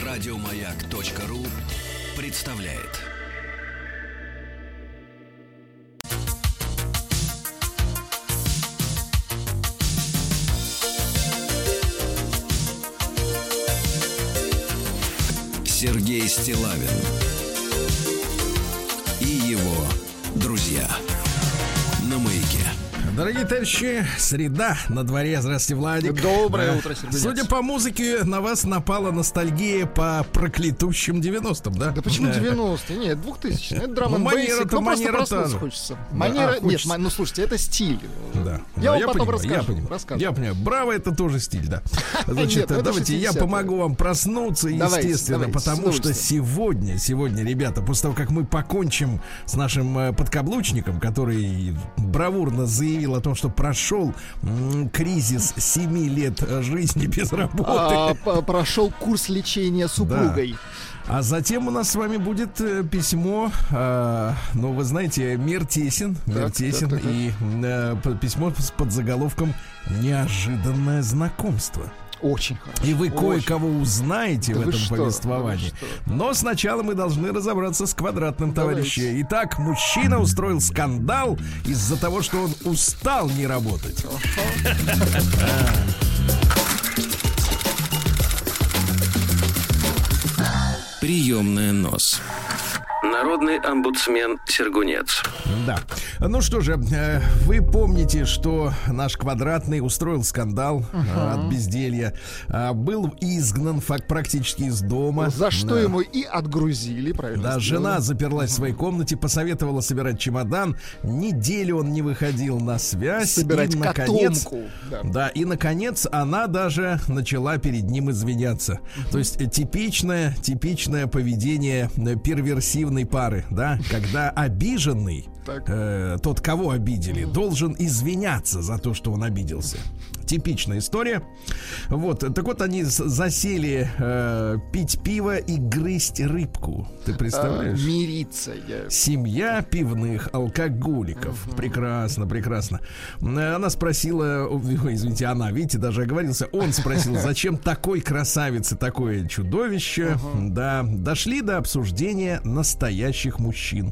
Радиомаяк.ру представляет. Сергей Стиллавин и его друзья на Маяке. Дорогие товарищи, среда на дворе. Здравствуйте, Владик. Доброе утро, Сергей. Судя по музыке, на вас напала ностальгия по проклятущим 90-м, да? Да почему 90-е? Нет, 2000-е. Это драм н бейсик. Ну, просто проснуться хочется. Манера... Нет, ну, слушайте, это стиль. Да. Я вам потом расскажу. Я понимаю. Браво, это тоже стиль, да. Значит, давайте я помогу вам проснуться, естественно, потому что сегодня, ребята, после того, как мы покончим с нашим подкаблучником, который бравурно заявил о том, что прошел кризис 7 лет жизни без работы. Прошел курс лечения супругой. Да. А затем у нас с вами будет письмо, ну, вы знаете, мир тесен, и письмо с подзаголовком «Неожиданное знакомство». Очень хорошо. И вы кое-кого узнаете в этом повествовании. Но сначала мы должны разобраться с Квадратным, товарищи. Итак, мужчина устроил скандал из-за того, что он устал не работать. Приемная нос. Народный омбудсмен Сергунец. Да. Ну что же, вы помните, что наш Квадратный устроил скандал от безделья, был изгнан практически из дома. За что ему и отгрузили, правильно? Да, жена заперлась в своей комнате, посоветовала собирать чемодан. Неделю он не выходил на связь. Собирать и, наконец, котомку. Да, и, наконец, она даже начала перед ним извиняться. То есть типичное поведение перверсивной пары, да, когда обиженный, тот, кого обидели, должен извиняться за то, что он обиделся. Типичная история. Вот, так вот, они засели пить пиво и грызть рыбку. Ты представляешь? Мириться. Семья пивных алкоголиков. Прекрасно. Она спросила, извините, видите, даже оговорился, он спросил, зачем такой красавице такое чудовище? Да, дошли до обсуждения настоящих мужчин.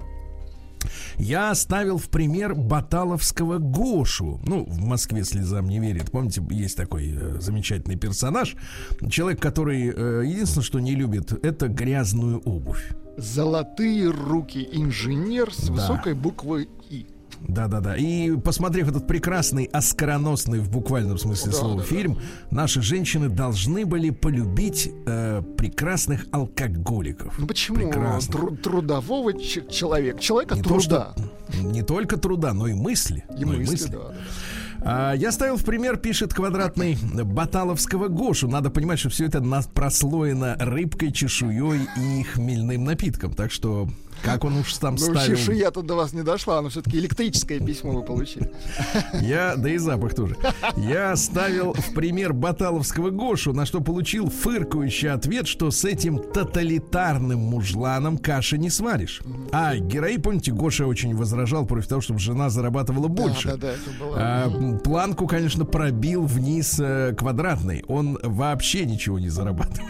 Я ставил в пример баталовского Гошу. Ну, в Москве слезам не верит. Помните, есть такой замечательный персонаж. Человек, который единственное, что не любит, это грязную обувь. Золотые руки. Инженер с высокой буквы И. Да. И посмотрев этот прекрасный, оскароносный в буквальном смысле слова фильм, наши женщины должны были полюбить прекрасных алкоголиков. Ну почему? Трудового человека труда. Не только труда, но и мысли. Да. Я ставил в пример, пишет Квадратный, баталовского Гошу. Надо понимать, что все это прослоено рыбкой, чешуей и хмельным напитком. Так что, как он уж там ставил... Чешуя-то до вас не дошла, но все-таки электрическое письмо вы получили. Да и запах тоже. Я ставил в пример баталовского Гошу, на что получил фыркающий ответ, что с этим тоталитарным мужланом каши не сваришь. А герой, помните, Гоша очень возражал против того, чтобы жена зарабатывала больше. Да, это было... Планку, конечно, пробил вниз Квадратный. Он вообще ничего не зарабатывает.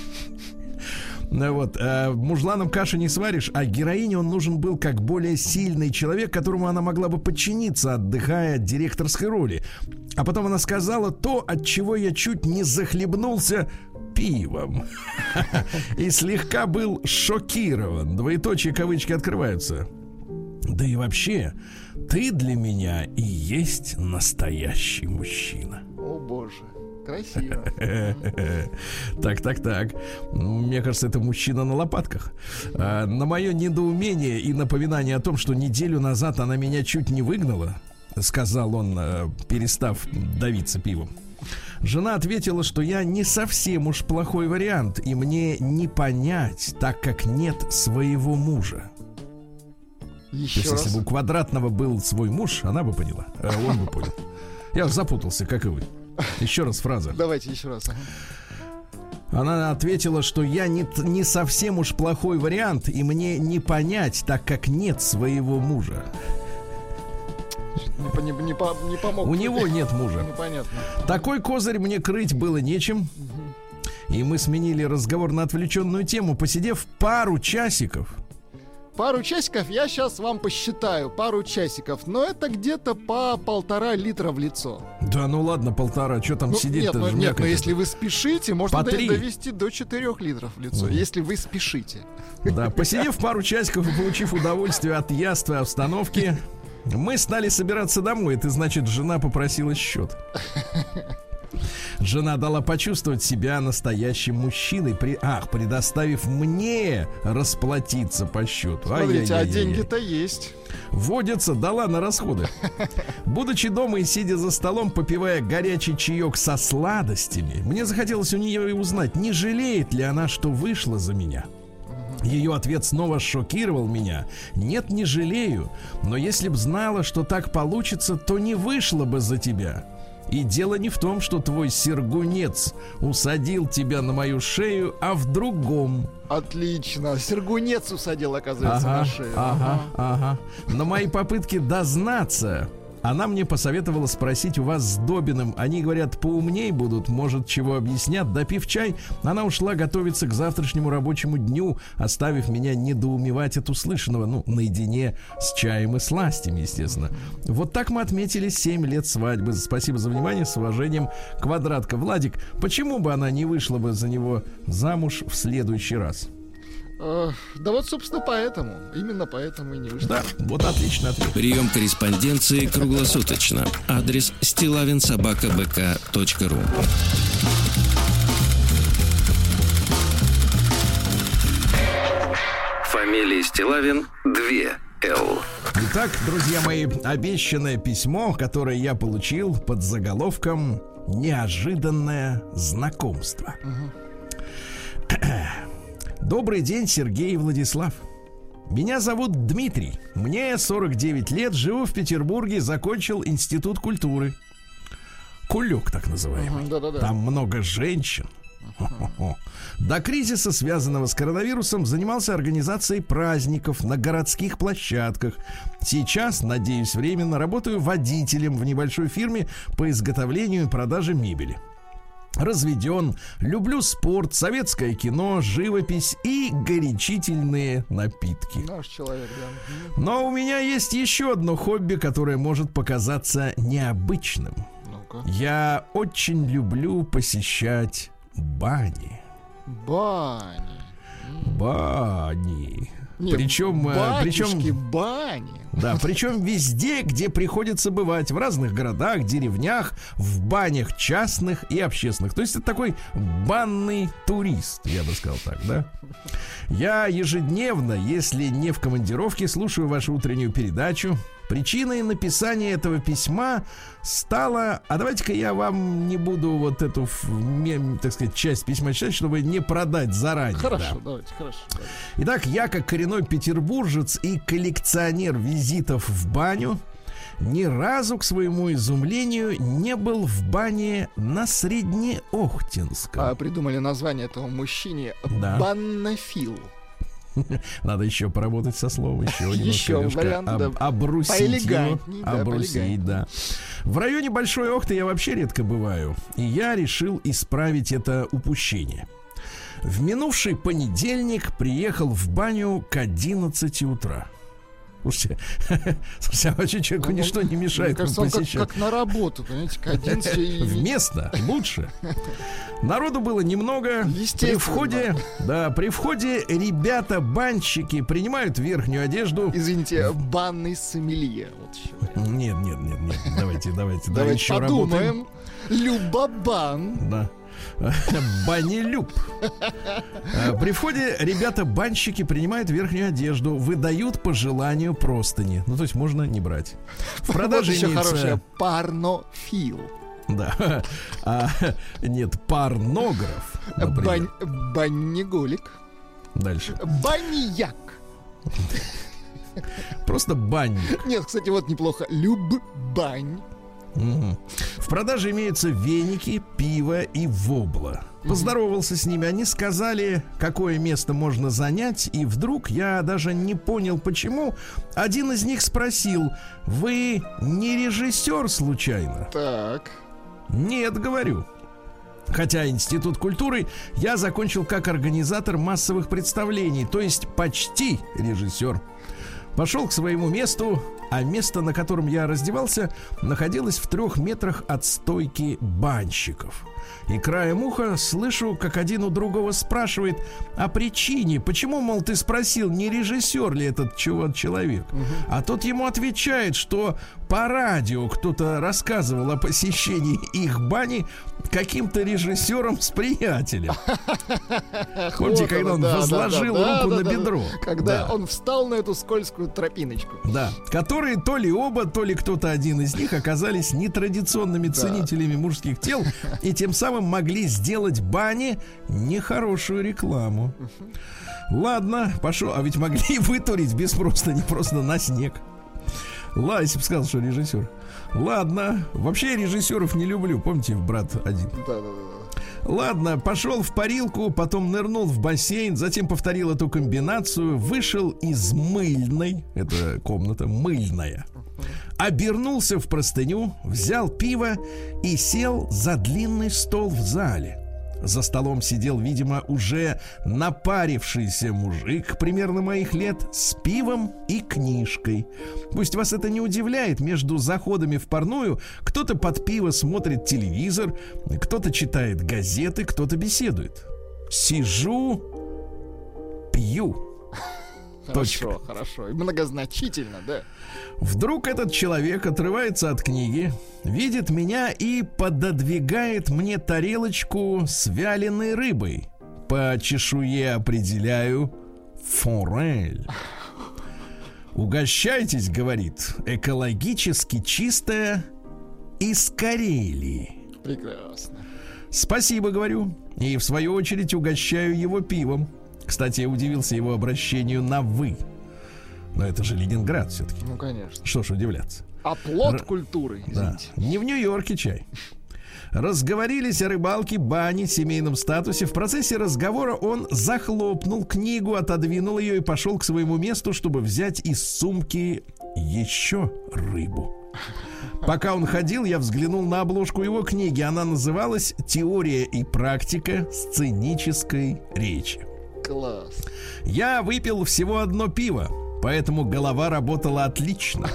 Вот, мужланом каши не сваришь, а героине он нужен был как более сильный человек, которому она могла бы подчиниться, отдыхая от директорской роли. А потом она сказала то, от чего я чуть не захлебнулся пивом. И слегка был шокирован. Двоеточие, кавычки открываются. Да и вообще, ты для меня и есть настоящий мужчина. О, боже. Красиво. Так. Мне кажется, это мужчина на лопатках. На мое недоумение и напоминание о том, что неделю назад она меня чуть не выгнала, сказал он, перестав давиться пивом. Жена ответила, что я не совсем уж плохой вариант, и мне не понять, так как нет своего мужа. Еще То есть, если бы у Квадратного был свой муж, она бы поняла. Он бы понял. Я запутался, как и вы. Еще раз фраза. Давайте еще раз. Она ответила, что я не совсем уж плохой вариант, и мне не понять, так как нет своего мужа. Не помог. У него нет мужа. Непонятно. Такой козырь мне крыть было нечем. И мы сменили разговор на отвлеченную тему, посидев пару часиков. Пару часиков, я сейчас вам посчитаю, пару часиков, но это где-то по 1,5 литра в лицо. Да ну ладно, 1,5, что там сидит-то? Нет, но если вы спешите, можно по довести до 4 литров в лицо, если вы спешите. Да, посидев пару часиков и получив удовольствие от яства и обстановки, мы стали собираться домой. Это значит, жена попросила счет. Жена дала почувствовать себя настоящим мужчиной, предоставив мне расплатиться по счету. Смотрите, а деньги-то есть. Водится, дала на расходы. Будучи дома и сидя за столом, попивая горячий чаек со сладостями, мне захотелось у нее узнать, не жалеет ли она, что вышла за меня. Ее ответ снова шокировал меня. Нет, не жалею, но если б знала, что так получится, то не вышла бы за тебя. И дело не в том, что твой сергунец усадил тебя на мою шею, а в другом. Отлично. Сергунец усадил, оказывается, на шею. Ага. На мои попытки дознаться, она мне посоветовала спросить у вас с Добиным. Они, говорят, поумней будут, может, чего объяснят. Допив чай, она ушла готовиться к завтрашнему рабочему дню, оставив меня недоумевать от услышанного, наедине с чаем и сластями, естественно. Вот так мы отметили 7 лет свадьбы. Спасибо за внимание, с уважением, Квадратка. Владик, почему бы она не вышла бы за него замуж в следующий раз? Да вот, собственно, поэтому. Именно поэтому и не вышло. Да, вот отлично ответ. Прием корреспонденции круглосуточно. Адрес stilavinsobakabk.ru. Фамилия Стилавин 2 Л. Итак, друзья мои, обещанное письмо, которое я получил под заголовком «Неожиданное знакомство». Добрый день, Сергей и Владислав. Меня зовут Дмитрий. Мне 49 лет, живу в Петербурге, закончил институт культуры. Кулек, так называемый. Там много женщин. До кризиса, связанного с коронавирусом, занимался организацией праздников на городских площадках. Сейчас, надеюсь, временно работаю водителем в небольшой фирме по изготовлению и продаже мебели. Разведен, люблю спорт, советское кино, живопись и горячительные напитки. Наш человек, да. Но у меня есть еще одно хобби, которое может показаться необычным. Ну-ка. Я очень люблю посещать бани. Бани. Нет, причем бани. Да, причем везде, где приходится бывать, в разных городах, деревнях, в банях частных и общественных. То есть это такой банный турист, я бы сказал так, да? Я ежедневно, если не в командировке, слушаю вашу утреннюю передачу. Причиной написания этого письма стало... А давайте-ка я вам не буду вот эту, так сказать, часть письма читать, чтобы не продать заранее. Хорошо, да. давайте, хорошо. Итак, я, как коренной петербуржец и коллекционер визитов в баню, ни разу, к своему изумлению, не был в бане на Среднеохтинском. Придумали название этого мужчине. Да. Баннофил. Надо еще поработать со словом, еще вариант, обрусить его, обрусить, да. В районе Большой Охты я вообще редко бываю, и я решил исправить это упущение. В минувший понедельник приехал в баню к 11 утра. Слушайте, вообще человеку ничто не мешает посещать. Как на работу, понимаете, к 11 вместо, лучше. Народу было немного. При входе ребята-банщики принимают верхнюю одежду. Извините, банный сомелье. Нет, давайте еще подумаем. Любобан. Да. Банилюб. При входе ребята-банщики принимают верхнюю одежду, выдают по желанию простыни. Ну, то есть можно не брать. В продаже еще имеется... хорошее парнофил. Да. Нет, парнограф. Баннеголик. Дальше. Баньяк. Просто банник. Нет, кстати, вот неплохо. Люббань. Угу. В продаже имеются веники, пиво и вобла. Поздоровался с ними, они сказали, какое место можно занять, и вдруг, я даже не понял почему, один из них спросил: вы не режиссер случайно? Так. Нет, говорю. Хотя институт культуры я закончил как организатор массовых представлений, то есть почти режиссер. Пошел к своему месту, а место, на котором я раздевался, находилось в 3 метрах от стойки банщиков. И краем уха слышу, как один у другого спрашивает о причине, почему, мол, ты спросил, не режиссер ли этот человек. А тот ему отвечает, что по радио кто-то рассказывал о посещении их бани каким-то режиссером с приятелем. Помните, когда он возложил руку на бедро? Когда он встал на эту скользкую тропиночку. Да, которые то ли оба, то ли кто-то один из них оказались нетрадиционными ценителями мужских тел и тем самым могли сделать бане нехорошую рекламу. Ладно, пошел. А ведь могли вытурить без спроса, не просто на снег. Ладно, если бы сказал, что режиссер. Ладно, вообще я режиссеров не люблю. Помните, в «Брат 1»? Да. Ладно, пошел в парилку, потом нырнул в бассейн, затем повторил эту комбинацию, вышел из мыльной, это комната мыльная, обернулся в простыню, взял пиво и сел за длинный стол в зале. За столом сидел, видимо, уже напарившийся мужик примерно моих лет с пивом и книжкой. Пусть вас это не удивляет, между заходами в парную кто-то под пиво смотрит телевизор, кто-то читает газеты, кто-то беседует. Сижу, пью. Хорошо. И многозначительно, да. Вдруг этот человек отрывается от книги, видит меня и пододвигает мне тарелочку с вяленой рыбой. По чешуе определяю форель. Угощайтесь, говорит, экологически чистая из Карелии. Прекрасно. Спасибо, говорю. И в свою очередь угощаю его пивом. Кстати, я удивился его обращению на «вы». Но это же Ленинград все-таки. Ну, конечно. Что ж удивляться. Оплот культуры, извините. Да. Не в Нью-Йорке чай. Разговорились о рыбалке, бане, семейном статусе. В процессе разговора он захлопнул книгу, отодвинул ее и пошел к своему месту, чтобы взять из сумки еще рыбу. Пока он ходил, я взглянул на обложку его книги. Она называлась «Теория и практика сценической речи». Класс. Я выпил всего одно пиво, поэтому голова работала отлично.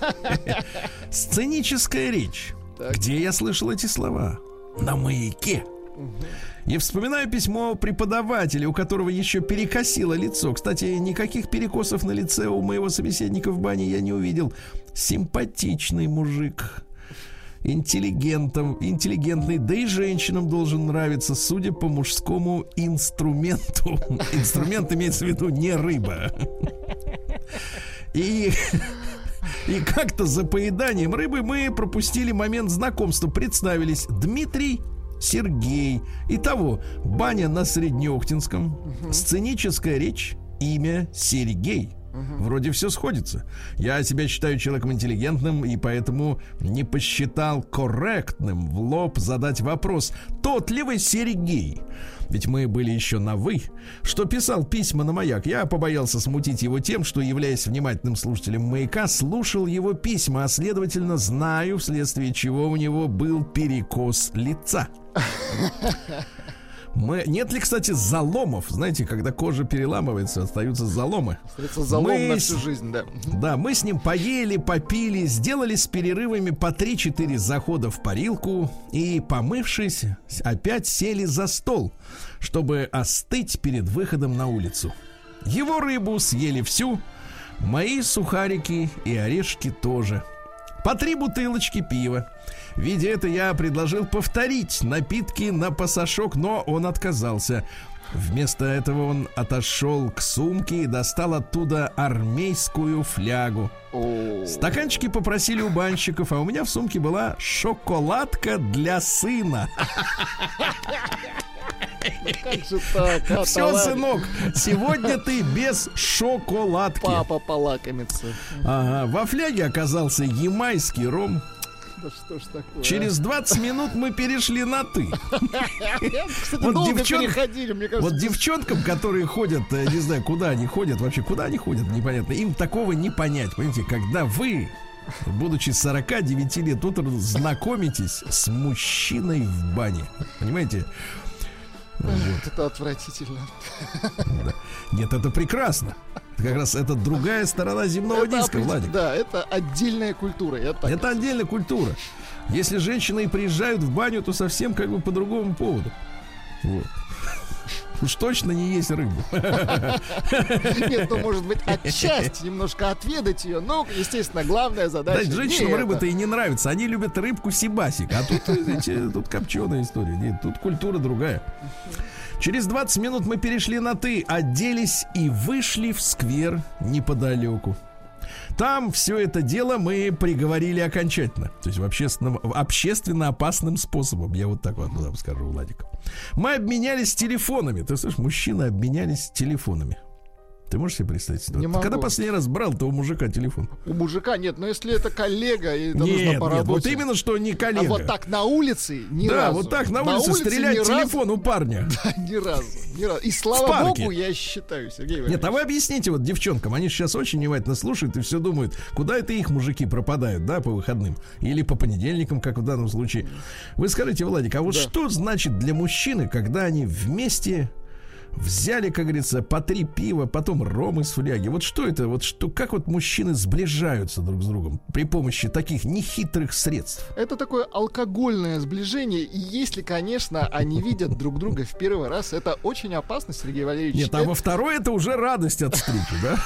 Сценическая речь. Где я слышал эти слова? На «Маяке». И вспоминаю письмо преподавателя, у которого еще перекосило лицо. Кстати, никаких перекосов на лице у моего собеседника в бане я не увидел. Симпатичный мужик. Интеллигентный, да и женщинам должен нравиться, судя по мужскому инструменту. Инструмент имеется в виду не рыба. И как-то за поеданием рыбы мы пропустили момент знакомства. Представились: Дмитрий, Сергей. Итого, баня на Среднеохтинском, сценическая речь, имя Сергей. Вроде все сходится. Я себя считаю человеком интеллигентным и поэтому не посчитал корректным в лоб задать вопрос: тот ли вы Сергей? Ведь мы были еще на «вы», что писал письма на «Маяк». Я побоялся смутить его тем, что, являясь внимательным слушателем «Маяка», слушал его письма, а следовательно знаю, вследствие чего у него был перекос лица. Нет ли, кстати, заломов? Знаете, когда кожа переламывается, остаются заломы. Остается залом на всю жизнь, да. Да, мы с ним поели, попили, сделали с перерывами по 3-4 захода в парилку и, помывшись, опять сели за стол, чтобы остыть перед выходом на улицу. Его рыбу съели всю, мои сухарики и орешки тоже. По 3 бутылочки пива. Видя это, я предложил повторить напитки на пасашок, но он отказался. Вместо этого он отошел к сумке и достал оттуда армейскую флягу. Стаканчики попросили у банщиков, а у меня в сумке была шоколадка для сына. Как же так? Все, сынок, сегодня ты без шоколадки. Папа полакомится. Ага, во фляге оказался ямайский ром. Да что ж такое? Через 20 минут мы перешли на «ты». Кстати, долго переходили, мне кажется. Вот девчонкам, которые ходят, не знаю, куда они ходят, вообще куда они ходят, непонятно. Им такого не понять, понимаете, когда вы будучи 49 лет от роду, знакомитесь с мужчиной в бане. Понимаете? Вот. Это отвратительно. Да. Нет, это прекрасно. Как раз это другая сторона земного диска, Владик. Да, это отдельная культура. Это отдельная культура. Если женщины и приезжают в баню, то совсем как бы по другому поводу. Вот. Уж точно не есть рыбу. Нет, ну, может быть, отчасти немножко отведать ее. Но, естественно, главная задача. Да, женщинам рыба-то и не нравится. Они любят рыбку сибасик. А тут копченая история. Нет, тут культура другая. Через 20 минут мы перешли на «ты», оделись и вышли в сквер неподалеку. Там все это дело мы приговорили окончательно. То есть общественно опасным способом. Я вот так вот вам скажу, Владик. Мы обменялись телефонами. Ты слышишь, мужчины обменялись телефонами. Ты можешь себе представить ситуацию? Ты когда последний раз брал-то у мужика телефон? У мужика нет, но если это коллега, и это нужно по работе. Вот именно что не коллега. А вот так на улице ни разу. Да, вот так на улице стрелять телефон у парня. Да, ни разу. И слава богу, я считаю, Сергей Валерьевич. Нет, а вы объясните вот девчонкам, они сейчас очень внимательно слушают и все думают, куда это их мужики пропадают, да, по выходным или по понедельникам, как в данном случае. Вы скажите, Владик, а вот что значит для мужчины, когда они вместе взяли, как говорится, по 3 пива, потом ром из фляги? Вот что это? Вот что, как вот мужчины сближаются друг с другом при помощи таких нехитрых средств? Это такое алкогольное сближение. И если, конечно, они видят друг друга в первый раз, это очень опасно, Сергей Валерьевич. Нет, а во второй это уже радость от встречи, да?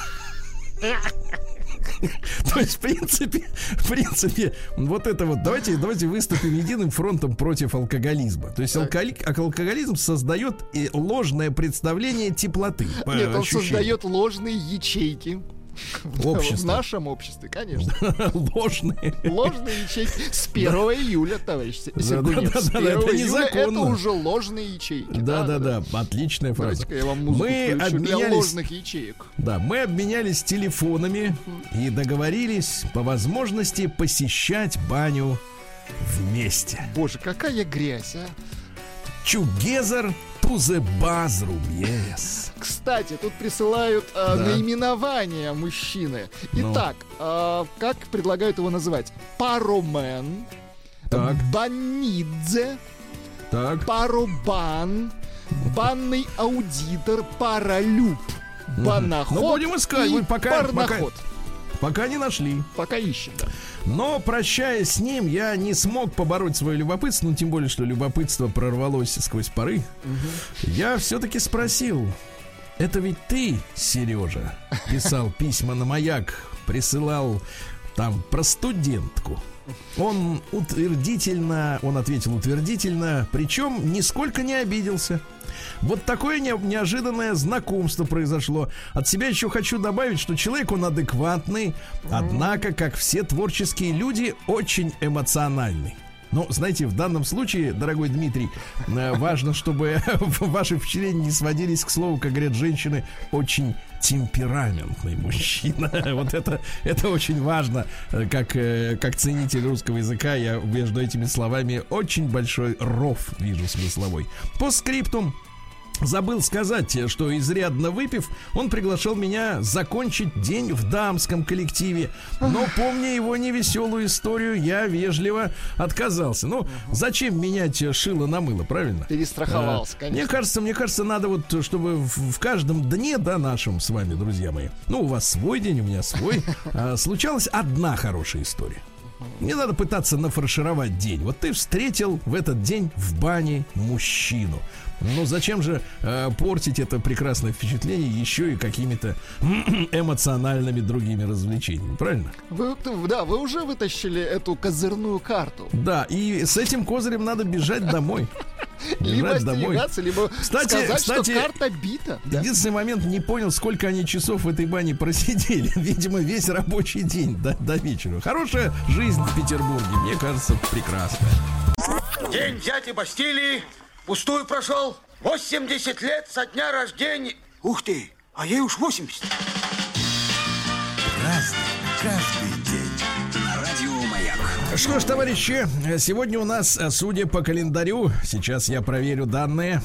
То есть, в принципе, вот это вот, давайте выступим единым фронтом против алкоголизма. То есть алкоголизм создает ложное представление теплоты. Нет, он создает ложные ячейки. В нашем обществе, конечно. Ложные ячейки. С 1 июля, товарищ Сергунец. С 1 июля это уже ложные ячейки. Да. Отличная фраза. Я вам музыку включу для ложных ячеек. Да, мы обменялись телефонами и договорились по возможности посещать баню вместе. Боже, какая грязь, а! Together to the bathroom, yes. Кстати, тут присылают наименования мужчины. Итак, как предлагают его называть? Паромен, банидзе, паробан, банный аудитор, паралюб, баноход. Ну, будем искать, и парноход. Пока не нашли. Пока ищем, да. Но, прощаясь с ним, я не смог побороть свое любопытство, ну, тем более, что любопытство прорвалось сквозь поры. Я все-таки спросил: это ведь ты, Сережа, писал письма на Маяк, присылал там про студентку? Он ответил утвердительно, причем нисколько не обиделся. Вот такое неожиданное знакомство произошло. От себя еще хочу добавить, что человек он адекватный, однако, как все творческие люди, очень эмоциональный. Но, знаете, в данном случае, дорогой Дмитрий, важно, чтобы ваши впечатления не сводились к слову, как говорят женщины, очень темпераментный мужчина. Вот это очень важно. Как ценитель русского языка, я между этими словами очень большой ров вижу смысловой. По скриптум. Забыл сказать, что изрядно выпив, он приглашал меня закончить день в дамском коллективе. Но, помня его невеселую историю, я вежливо отказался. Ну, зачем менять шило на мыло, правильно? Перестраховался, конечно. Мне кажется, надо вот, чтобы в каждом дне, да, нашем с вами, друзья мои, ну, у вас свой день, у меня свой, случалась одна хорошая история. Не надо пытаться нафаршировать день. Вот ты встретил в этот день в бане мужчину. Ну зачем же портить это прекрасное впечатление еще и какими-то эмоциональными другими развлечениями, правильно? Вы уже вытащили эту козырную карту. Да, и с этим козырем надо бежать домой. Либо остерегаться, либо сказать, что карта бита. Единственный момент, не понял, сколько они часов в этой бане просидели. Видимо, весь рабочий день до вечера. Хорошая жизнь в Петербурге, мне кажется, прекрасная. День дяди Бастилии пустую прошел. 80 лет со дня рождения. Ух ты, а ей уж 80. Разный каждый день. На радио Маяк. Что ж, товарищи, сегодня у нас, судя по календарю, сейчас я проверю данные,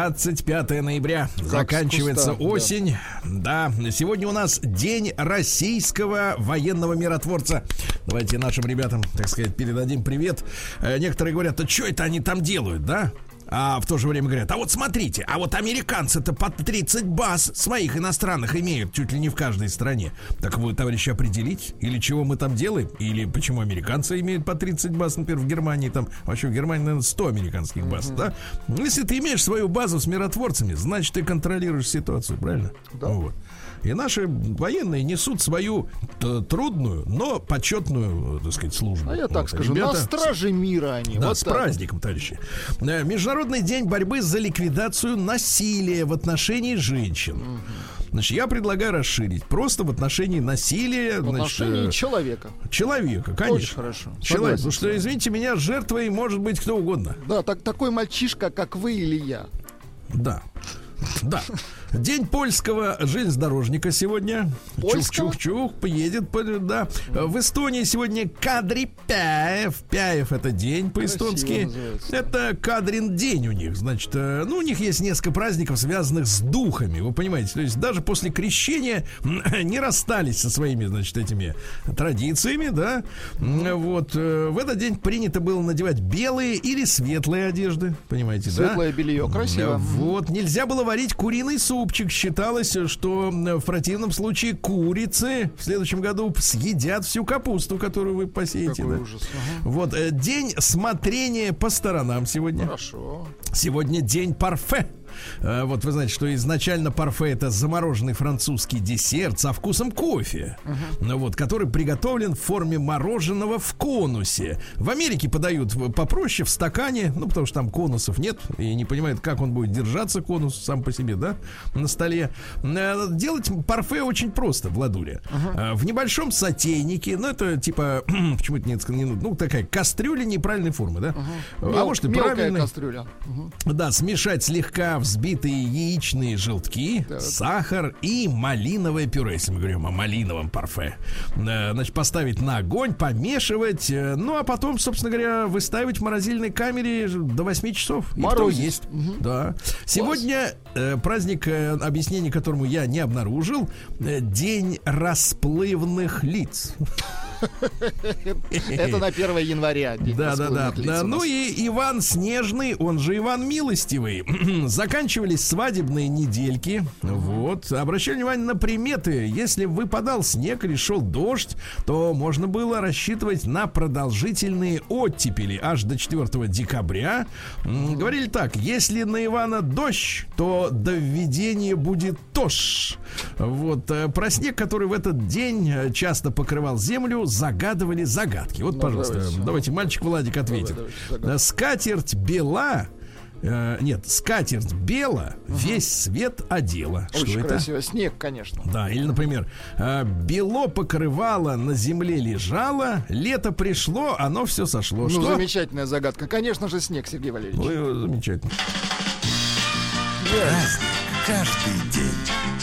25 ноября, заканчивается осень. Да, сегодня у нас День российского военного миротворца. Давайте нашим ребятам, так сказать, передадим привет. Некоторые говорят, а что это они там делают, да? А в то же время говорят, а вот смотрите, а вот американцы-то по 30 баз своих иностранных имеют чуть ли не в каждой стране. Так вы, товарищи, определите, или чего мы там делаем, или почему американцы имеют по 30 баз, например, в Германии, там, вообще в Германии, наверное, 100 американских баз, да? Если ты имеешь свою базу с миротворцами, значит, ты контролируешь ситуацию, правильно? Да. Вот. И наши военные несут свою трудную, но почетную, так сказать, службу. А я так скажу, ребята, на страже мира они. Да, вот с праздником, товарищи. Международный день борьбы за ликвидацию насилия в отношении женщин. Значит, я предлагаю расширить просто в отношении насилия. В отношении человека. Человека, конечно. Очень хорошо. Человек, потому что, извините меня, жертвой может быть кто угодно. Да, такой мальчишка, как вы или я. Да. Да. День польского железнодорожника сегодня. Чух-чух-чух, поедет, да. В Эстонии сегодня Кадрипяев. Пяев — это день по-эстонски. Это Кадрин день у них. Значит, ну, у них есть несколько праздников, связанных с духами. Вы понимаете, то есть даже после крещения не расстались со своими, значит, этими традициями, да. Вот. В этот день принято было надевать белые или светлые одежды. Понимаете, да? Светлое белье, красиво. Вот. Нельзя было варить куриный супчик. Считалось, что в противном случае курицы в следующем году съедят всю капусту, которую вы посеете. Какой да? ужас. Вот. День смотрения по сторонам сегодня. Хорошо. Сегодня день парфе. Вот вы знаете, что изначально парфе — это замороженный французский десерт со вкусом кофе, вот, который приготовлен в форме мороженого в конусе. В Америке подают попроще, в стакане, ну, потому что там конусов нет, и не понимают, как он будет держаться, конус сам по себе, да, на столе. Делать парфе очень просто, Владуля. В небольшом сотейнике, ну, это типа, почему это не, ну, такая кастрюля неправильной формы, да? А может и правильная кастрюля. Да, смешать слегка взбитые яичные желтки, сахар и малиновое пюре, если мы говорим о малиновом парфе. Значит, поставить на огонь, помешивать, ну, а потом, собственно говоря, выставить в морозильной камере до 8 часов. Мороз есть. Да. Сегодня праздник, объяснение которому я не обнаружил, День расплывных лиц. Это на 1 января. Да. Ну и Иван Снежный, он же Иван Милостивый. Заканчивались свадебные недельки. Вот. Обращали внимание на приметы. Если выпадал снег или шел дождь, то можно было рассчитывать на продолжительные оттепели аж до 4 декабря. Говорили так: если на Ивана дождь, то до введения будет тож. Вот. Про снег, который в этот день часто покрывал землю, загадывали загадки. Вот, пожалуйста, давайте мальчик Владик ответит. Скатерть бела. Нет, скатерть бела, весь свет одела. Очень что красиво. Это? Снег, конечно. Да, или, например, бело покрывало, на земле лежало, лето пришло, оно все сошло. Ну, что? Замечательная загадка. Конечно же, снег, Сергей Валерьевич. Ну, замечательно. Праздник каждый день.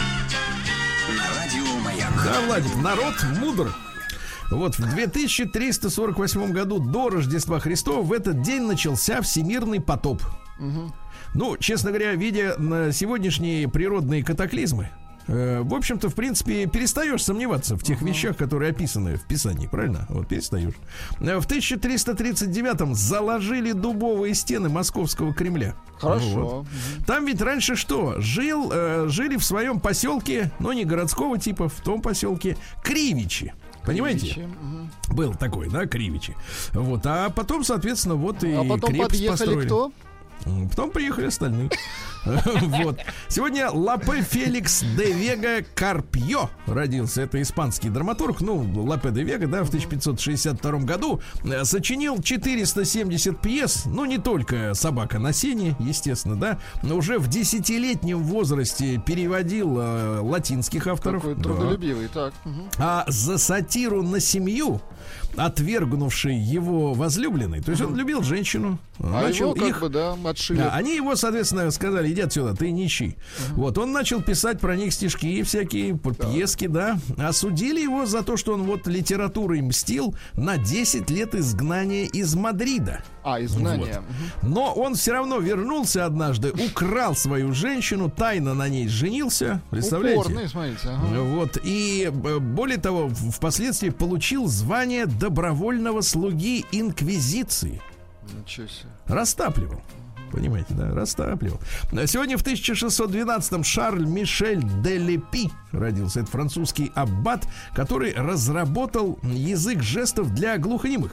На радио Маяк. Да, Владик, народ мудр. Вот в 2348 году до Рождества Христова в этот день начался всемирный потоп. Ну, честно говоря, видя сегодняшние природные катаклизмы, в общем-то, в принципе, перестаешь сомневаться в тех вещах, которые описаны в Писании, правильно? Вот перестаешь. В 1339-м заложили дубовые стены Московского Кремля. Хорошо. Вот. Там ведь раньше что? Жили в своем поселке, но не городского типа, в том поселке Кривичи. Понимаете? Был такой, да, Кривичи. Вот, а потом, соответственно, вот и потом крепость построили. Кто? Потом приехали остальные. Вот. Сегодня Лопе Феликс де Вега Карпьо родился. Это испанский драматург. Ну, Лопе де Вега, да, в 1562 году сочинил 470 пьес. Ну, не только «Собака на сене», естественно, да, но уже в 10-летнем возрасте переводил латинских авторов. Такой трудолюбивый, так. А за сатиру на семью, отвергнувший его возлюбленный, то есть он любил женщину, начал его как бы, да, отшили. Да, они его, соответственно, сказали: иди отсюда, ты нищий. Вот, он начал писать про них стишки всякие, пьески, да. Осудили его за то, что он вот литературой мстил, на 10 лет изгнания из Мадрида. Изгнание. Вот. Но он все равно вернулся однажды, украл свою женщину, тайно на ней женился. Представляете? Упорный, смотрите. Вот. И более того, впоследствии получил звание добровольного слуги инквизиции. Ничего себе. Растапливал. Понимаете, да, растапливал. Сегодня в 1612-м Шарль Мишель де Лепи родился. Это французский аббат, который разработал язык жестов для глухонемых.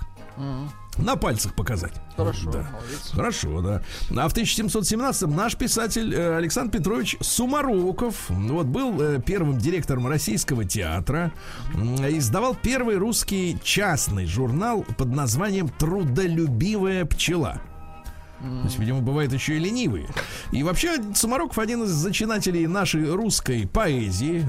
На пальцах показать. Хорошо, да. молодец. Хорошо, да. А в 1717-м наш писатель Александр Петрович Сумароков вот, был первым директором Российского театра. Издавал первый русский частный журнал под названием «Трудолюбивая пчела». То есть, видимо, бывают еще и ленивые. И вообще Сумароков один из зачинателей нашей русской поэзии,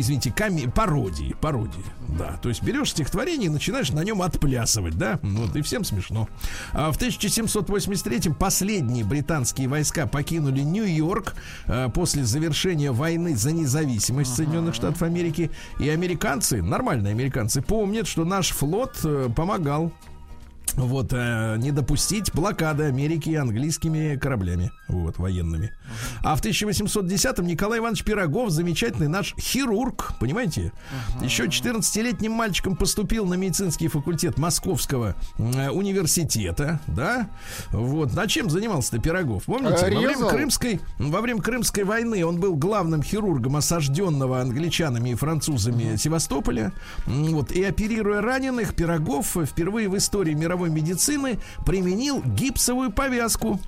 пародии. Да, то есть берешь стихотворение и начинаешь на нем отплясывать, да? Вот, и всем смешно. А в 1783-м последние британские войска покинули Нью-Йорк после завершения войны за независимость Соединенных Штатов Америки. И американцы, нормальные американцы, помнят, что наш флот помогал вот, не допустить блокады Америки английскими кораблями, вот, военными. А в 1810-м Николай Иванович Пирогов, замечательный наш хирург, понимаете, еще 14-летним мальчиком поступил на медицинский факультет Московского университета, да, вот. А чем занимался-то Пирогов? Помните, во время Крымской войны он был главным хирургом осажденного англичанами и французами Севастополя, вот, и оперируя раненых, Пирогов впервые в истории мировой медицины применил гипсовую повязку.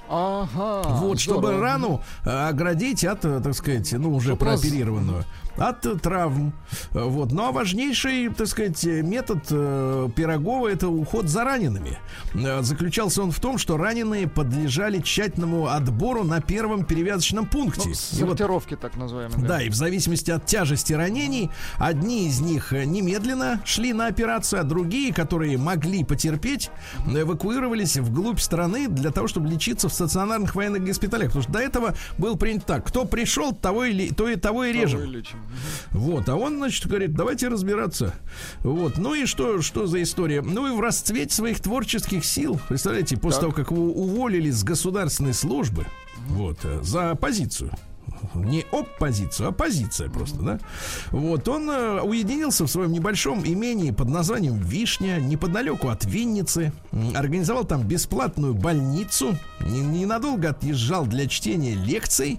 Вот, чтобы рану оградить от, так сказать, ну, уже прооперированную, от травм. Вот. Ну, а важнейший, так сказать, метод Пирогова — это уход за ранеными. Заключался он в том, что раненые подлежали тщательному отбору на первом перевязочном пункте. Ну, сортировки, так называемые. Да, и в зависимости от тяжести ранений, одни из них немедленно шли на операцию, а другие, которые могли потерпеть, эвакуировались вглубь страны для того, чтобы лечиться в стационарных военных госпиталях. Потому что до этого был принят так: кто пришел, того и режем. Вот, а он, значит, говорит, давайте разбираться. Вот, ну и что за история? Ну и в расцвете своих творческих сил, представляете, после того, как его уволили с государственной службы, вот, за оппозицию. Не оппозицию, а позиция просто, да? Вот, он уединился в своем небольшом имении под названием Вишня, неподалеку от Винницы. Организовал там бесплатную больницу. Ненадолго отъезжал для чтения лекций.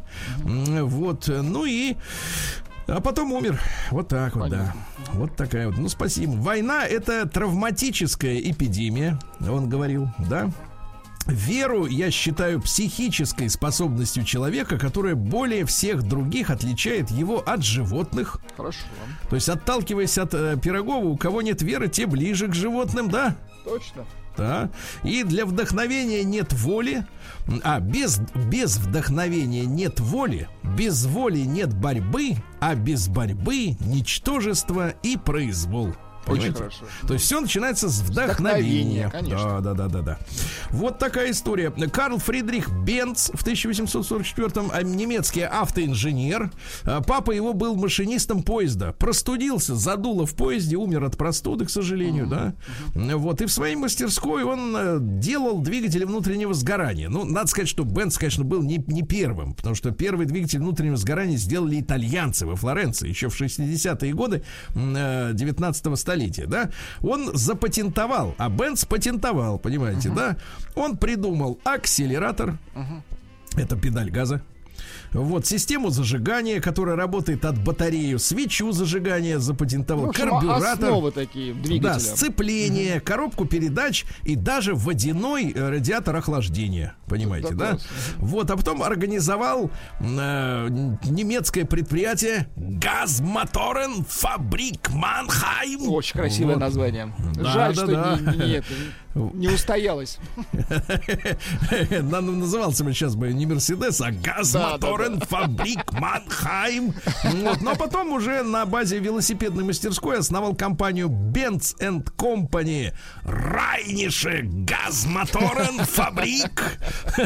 Вот, ну и... А потом умер. Вот так вот, да. Вот такая вот. Ну, спасибо. Война — это травматическая эпидемия, он говорил, да? Веру я считаю психической способностью человека, которая более всех других отличает его от животных. Хорошо. То есть, отталкиваясь от Пирогова, у кого нет веры, те ближе к животным, да? Точно. Да. И для вдохновения нет воли. Без вдохновения нет воли, без воли нет борьбы, а без борьбы ничтожество и произвол. Понимаете? Очень хорошо. То есть все начинается с вдохновения. Конечно. Да. Вот такая история. Карл Фридрих Бенц в 1844-м, немецкий автоинженер. Папа его был машинистом поезда. Простудился, задуло в поезде, умер от простуды, к сожалению, да. Вот, и в своей мастерской он делал двигатели внутреннего сгорания. Ну, надо сказать, что Бенц, конечно, был не первым, потому что первый двигатель внутреннего сгорания сделали итальянцы во Флоренции еще в 60-е годы 19-го столетия. Да? Он запатентовал, а Бенц патентовал, понимаете, да? Он придумал акселератор, это педаль газа. Вот, систему зажигания, которая работает от батареи, свечу зажигания запатентовал, карбюратор, основы такие, двигателя. Да, сцепление, коробку передач и даже водяной радиатор охлаждения, понимаете, да? Вот, а потом организовал немецкое предприятие Газмоторен Фабрик Манхайм. Очень красивое название. Да, Жаль, что нет. Не устоялась. Назывался бы сейчас бы не Мерседес, а Газмоторенфабрик Манхайм. Но потом уже на базе велосипедной мастерской основал компанию Benz & Company Rheinische Газмоторенфабрик.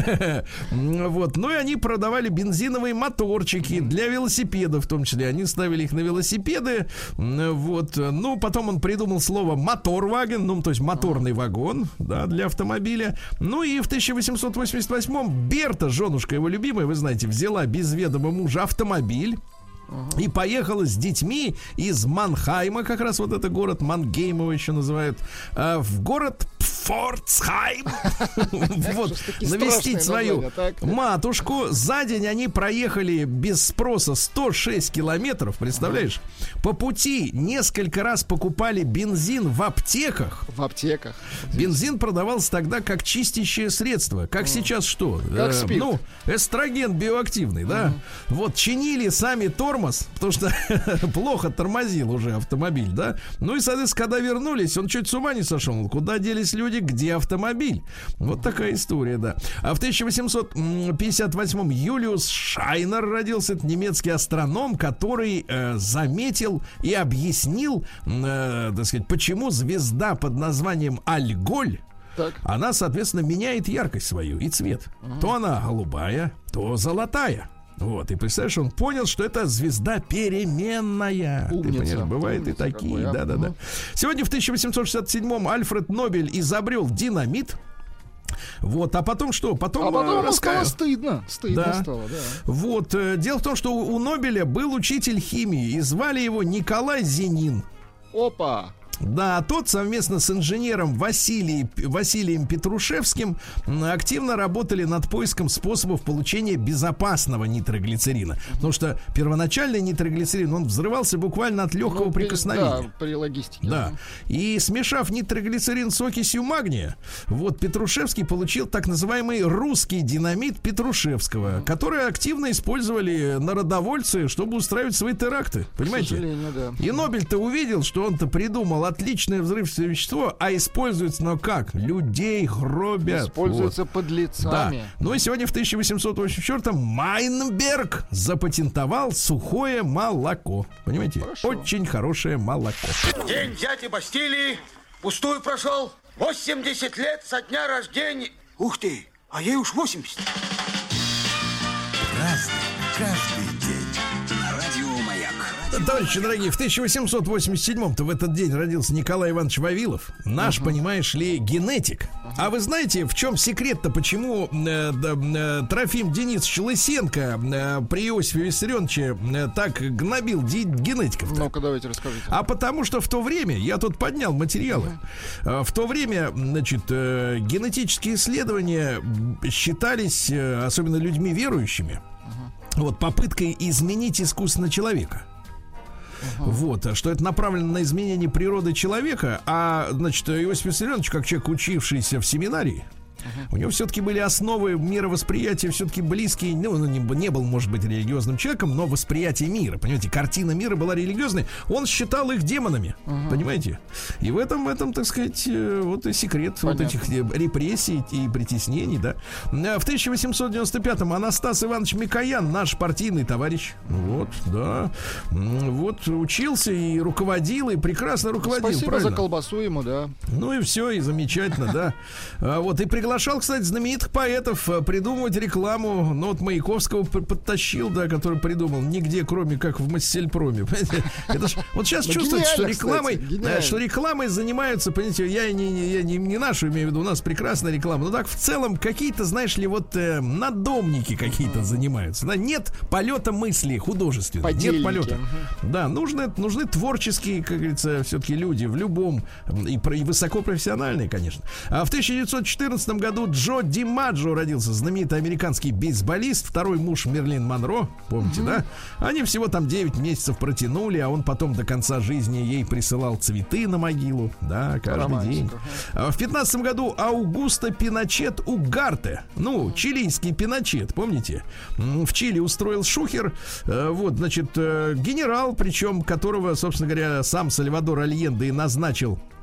Вот. Ну и они продавали бензиновые моторчики для велосипедов, в том числе. Они ставили их на велосипеды. Вот. Ну, потом он придумал слово моторваген, ну, то есть моторный вагон, да, для автомобиля. Ну и в 1888-м Берта, женушка его любимая, вы знаете, взяла без ведома мужа автомобиль и поехала с детьми из Манхайма, как раз вот это город, Мангейм его еще называют, в город Пфорцхайм. Вот, навестить свою матушку. За день они проехали без спроса 106 километров, представляешь? По пути несколько раз покупали бензин в аптеках. В аптеках. Бензин продавался тогда как чистящее средство. Как сейчас что? Как спирт. Ну, эстроген биоактивный, да? Вот, чинили сами тормоз, потому что плохо тормозил уже автомобиль, да? Ну и, соответственно, когда вернулись, он чуть с ума не сошел. Куда делись люди, где автомобиль? Вот такая история, да. А в 1858-м Юлиус Шайнер родился. Это немецкий астроном, который заметил и объяснил, так сказать, почему звезда под названием Альголь, она, соответственно, меняет яркость свою и цвет. То она голубая, то золотая. Вот, и представляешь, он понял, что это звезда переменная. Умница. Ты понимаешь, бывают и такие, какой, да. Сегодня в 1867-м Альфред Нобель изобрел динамит. Вот, а потом что? Потом стало стыдно. Стало, да. Вот, дело в том, что у Нобеля был учитель химии, и звали его Николай Зенин. Опа! Да, тот совместно с инженером Василием Петрушевским активно работали над поиском способов получения безопасного нитроглицерина. Потому что первоначальный нитроглицерин, он взрывался буквально от легкого прикосновения. Да, при логистике. Да. И смешав нитроглицерин с окисью магния, вот Петрушевский получил так называемый русский динамит Петрушевского, который активно использовали народовольцы, чтобы устраивать свои теракты. Понимаете? К сожалению, да. И Нобель-то увидел, что он-то придумал отличное взрывчатое вещество, а используется, но как? Людей гробят. Используется вот подлецами. Да. Ну и сегодня в 1884-м Майнберг запатентовал сухое молоко. Понимаете? Хорошо. Очень хорошее молоко. День дяди Бастилии пустую прошел. 80 лет со дня рождения. Ух ты, а ей уж 80. Разный, каждый день. На радио Маяк. Товарищи дорогие, в 1887-м-то в этот день родился Николай Иванович Вавилов. Наш, понимаешь ли, генетик. А вы знаете, в чем секрет-то, почему Трофим Денисович Лысенко при Иосифе Виссарионовиче так гнобил генетиков-то? Ну-ка, давайте расскажите. А потому что в то время, я тут поднял материалы, в то время, значит, генетические исследования считались, особенно людьми верующими, вот, попыткой изменить искусственно человека. Вот, что это направлено на изменение природы человека. А, значит, Иосиф Виссарионович, как человек, учившийся в семинарии, у него все-таки были основы мировосприятия все-таки близкие. Ну, он не был, может быть, религиозным человеком, но восприятие мира, понимаете, картина мира была религиозной. Он считал их демонами, понимаете. И в этом, так сказать, вот и секрет вот этих репрессий и притеснений, да. В 1895-м Анастас Иванович Микоян, наш партийный товарищ, вот, да, вот учился и руководил, и прекрасно руководил. Спасибо правильно? За колбасу ему, да. Ну и все, и замечательно, да. Вот, и приглашал, кстати, знаменитых поэтов придумывать рекламу. Ну, вот Маяковского подтащил, да, который придумал нигде, кроме как в Массельпроме. Это ж, вот сейчас чувствуется, что рекламой занимаются, понимаете, я не нашу имею в виду, у нас прекрасная реклама. Но так в целом какие-то, знаешь ли, вот надомники какие-то занимаются. Да, нет полета мысли художественной. Нет полета. Да, нужны творческие, как говорится, все-таки люди в любом, и высокопрофессиональные, конечно. А в 1914 году Джо Димаджо родился, знаменитый американский бейсболист, второй муж Мерлин Монро, помните, да? Они всего там 9 месяцев протянули, а он потом до конца жизни ей присылал цветы на могилу, да, каждый день. В 15 году Аугусто Пиночет Угарте, ну, чилийский Пиночет, помните? В Чили устроил шухер, вот, значит, генерал, причем которого, собственно говоря, сам Сальвадор Альенде и назначил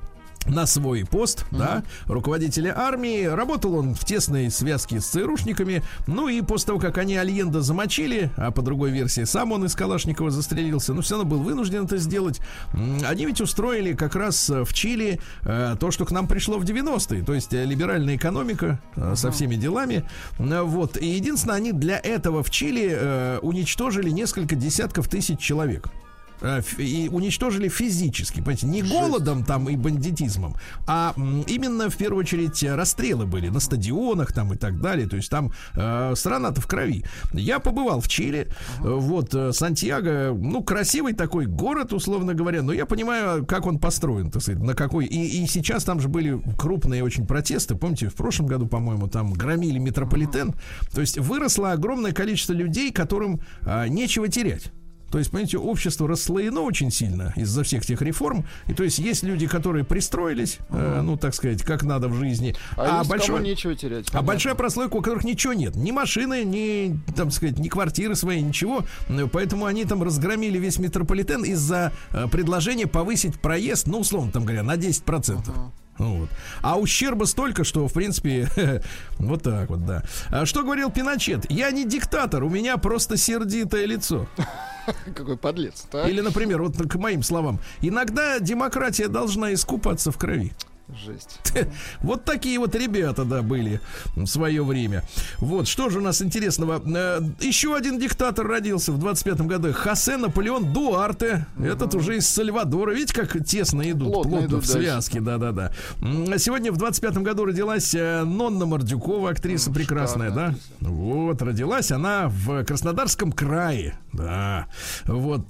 на свой пост, да, руководителя армии. Работал он в тесной связке с ЦРУшниками. Ну и после того, как они Альенда замочили, а по другой версии сам он из Калашникова застрелился, но все равно был вынужден это сделать. Они ведь устроили как раз в Чили то, что к нам пришло в 90-е. То есть либеральная экономика со всеми делами. Вот. И единственное, они для этого в Чили уничтожили несколько десятков тысяч человек. И уничтожили физически, понимаете, не голодом там и бандитизмом, а именно в первую очередь расстрелы были на стадионах там и так далее. То есть там страна-то в крови. Я побывал в Чили, вот Сантьяго, ну, красивый такой город, условно говоря, но я понимаю, как он построен, так сказать, на какой. И сейчас там же были крупные очень протесты. Помните, в прошлом году, по-моему, там громили метрополитен. То есть выросло огромное количество людей, которым нечего терять. То есть, понимаете, общество расслоено очень сильно из-за всех тех реформ. И то есть есть люди, которые пристроились, ну, так сказать, как надо в жизни. А кому нечего терять. А большая прослойка, у которых ничего нет. Ни машины, ни, там сказать, ни квартиры своей, ничего. Поэтому они там разгромили весь метрополитен из-за предложения повысить проезд, ну, условно, там говоря, на 10%. Вот. А ущерба столько, что, в принципе, вот так вот, да. Что говорил Пиночет? Я не диктатор, у меня просто сердитое лицо. Какой подлец, так? Или, например, вот к моим словам: иногда демократия должна искупаться в крови. Жесть. Вот такие вот ребята, да, были в свое время. Вот, что же у нас интересного? Еще один диктатор родился в 25-м году. Хосе Наполеон Дуарте. Этот уже из Сальвадора. Видите, как тесно идут, плотно в связке. Да-да-да. Сегодня в 25-м году родилась Нонна Мордюкова, актриса прекрасная, да? Вот, родилась она в Краснодарском крае. Да. Вот.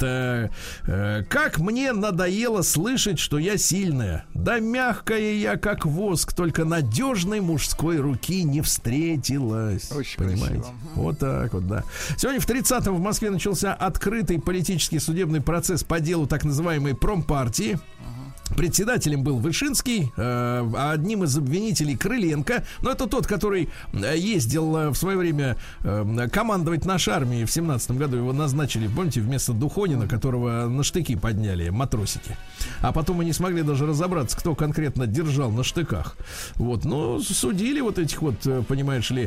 Как мне надоело слышать, что я сильная. Да мягкая я, как воск, только надежной мужской руки не встретилась. Очень понимаете? Красиво. Вот так вот, да. Сегодня в 30-м в Москве начался открытый политический судебный процесс по делу так называемой промпартии. Председателем был Вышинский, а одним из обвинителей Крыленко. Но это тот, который ездил в свое время командовать нашей армией. В 17-м году его назначили, помните, вместо Духонина, которого на штыки подняли матросики. А потом мы не смогли даже разобраться, кто конкретно держал на штыках. Вот, но судили вот этих вот, понимаешь ли,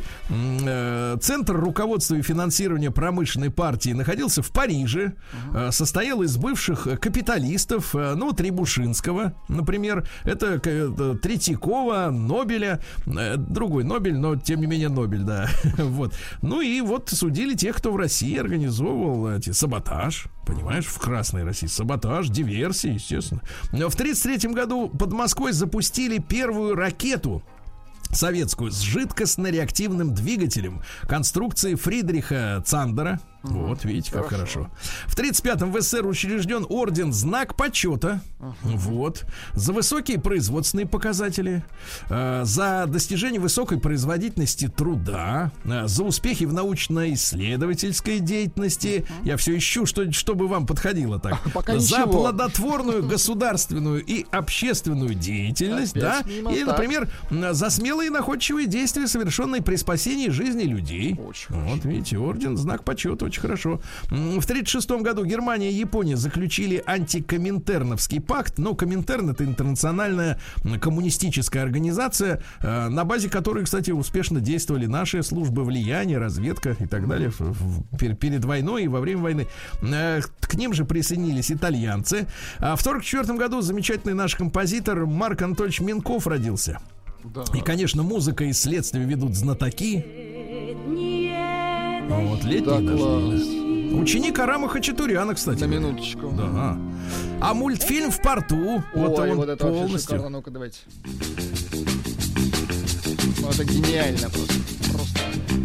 Центр руководства и финансирования промышленной партии находился в Париже, состоял из бывших капиталистов, ну, Требушинского, например, это Третьякова, Нобеля, другой Нобель, но тем не менее Нобель, да. Вот. Ну и вот судили тех, кто в России организовывал эти саботаж, понимаешь, в Красной России саботаж, диверсии, естественно. В 1933 году под Москвой запустили первую ракету советскую с жидкостно-реактивным двигателем конструкции Фридриха Цандера. Вот, видите, как хорошо. В 1935-м в СССР учрежден орден «Знак почета». Вот. За высокие производственные показатели, за достижение высокой производительности труда, за успехи в научно-исследовательской деятельности. Я все ищу, чтобы вам подходило так. За плодотворную государственную и общественную деятельность, да. Или, например, за смелые и находчивые действия, совершенные при спасении жизни людей. Вот, видите, орден «Знак почета». Очень хорошо. В 1936 году Германия и Япония заключили антикоминтерновский пакт. Но Коминтерн — это интернациональная коммунистическая организация, на базе которой, кстати, успешно действовали наши службы влияния, разведка и так далее перед войной и во время войны. К ним же присоединились итальянцы. А в 1944 году замечательный наш композитор Марк Анатольевич Минков родился. Да. И, конечно, музыка и следствие ведут знатоки. Вот, летний даже. Ученик Арама Хачатуряна, кстати. На минуточку. Да. А мультфильм «В порту». Вот он вот это полностью. Ну-ка, давайте. Ну, это гениально просто.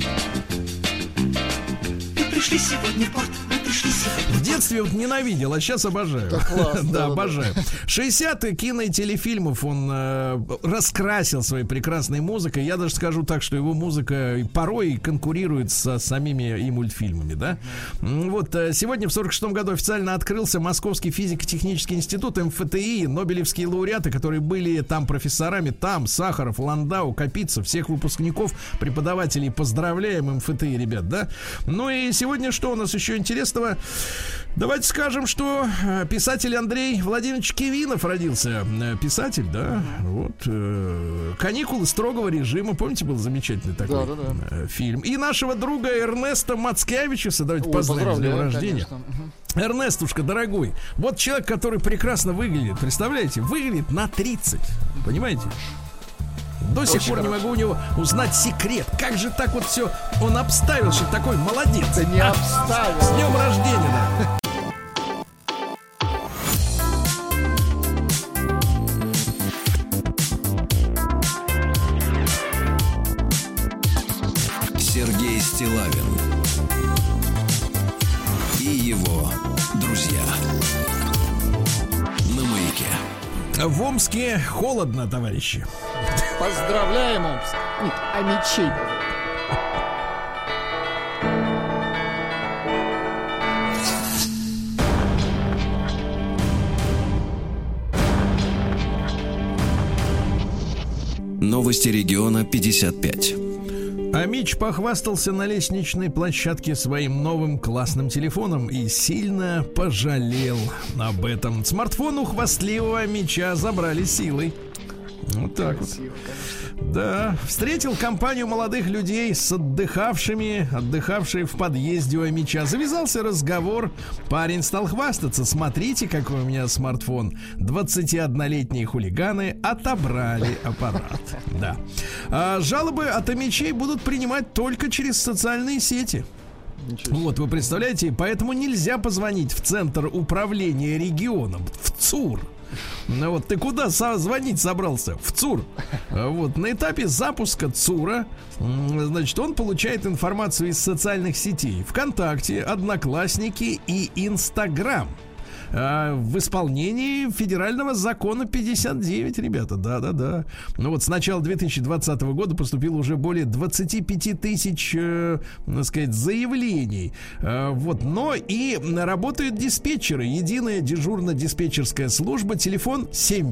Мы пришли сегодня в порт. В детстве вот ненавидел, а сейчас обожаю. Да, обожаю. 60 кино и телефильмов он раскрасил своей прекрасной музыкой. Я даже скажу так, что его музыка порой конкурирует со самими и мультфильмами, да. Вот сегодня в 46-м году официально открылся Московский физико-технический институт МФТИ. Нобелевские лауреаты, которые были там профессорами, там Сахаров, Ландау, Капица, всех выпускников, преподавателей поздравляем, МФТИ, ребят, да. Ну и сегодня что у нас еще интересного? этого давайте скажем, что писатель Андрей Владимирович Кивинов родился. Писатель, да. Вот. «Каникулы строгого режима». Помните, был замечательный такой фильм. И нашего друга Эрнеста Мацкевичуса. Давайте поздравим с днем рождения. Эрнестушка, дорогой. Вот человек, который прекрасно выглядит. Представляете? Выглядит на 30. Понимаете? До сих пор не могу у него узнать секрет. Как же так вот все он обставил, что такой молодец. Да не обставил. С днем рождения, да. Сергей Стиллавин и его друзья на Маяке. В Омске холодно, товарищи. Поздравляем, Омск. Нет, Амичей. Новости региона 55. Амич похвастался на лестничной площадке своим новым классным телефоном и сильно пожалел об этом. Смартфон у хвастливого Амича забрали силой. Вот так красиво, вот. Конечно. Да, встретил компанию молодых людей с отдыхавшие в подъезде у Амича. Завязался разговор. Парень стал хвастаться. Смотрите, какой у меня смартфон. 21-летние хулиганы отобрали аппарат. Да. Жалобы от Амичей будут принимать только через социальные сети. Вот, вы представляете, поэтому нельзя позвонить в Центр управления регионом, в ЦУР. Ну вот, ты куда звонить собрался? В ЦУР. Вот, на этапе запуска ЦУРа, значит, он получает информацию из социальных сетей: ВКонтакте, Одноклассники и Инстаграм. В исполнении федерального закона 59, ребята, да. Ну вот с начала 2020 года поступило уже более 25 тысяч, так сказать, заявлений. Вот, но и работают диспетчеры. Единая дежурно-диспетчерская служба. Телефон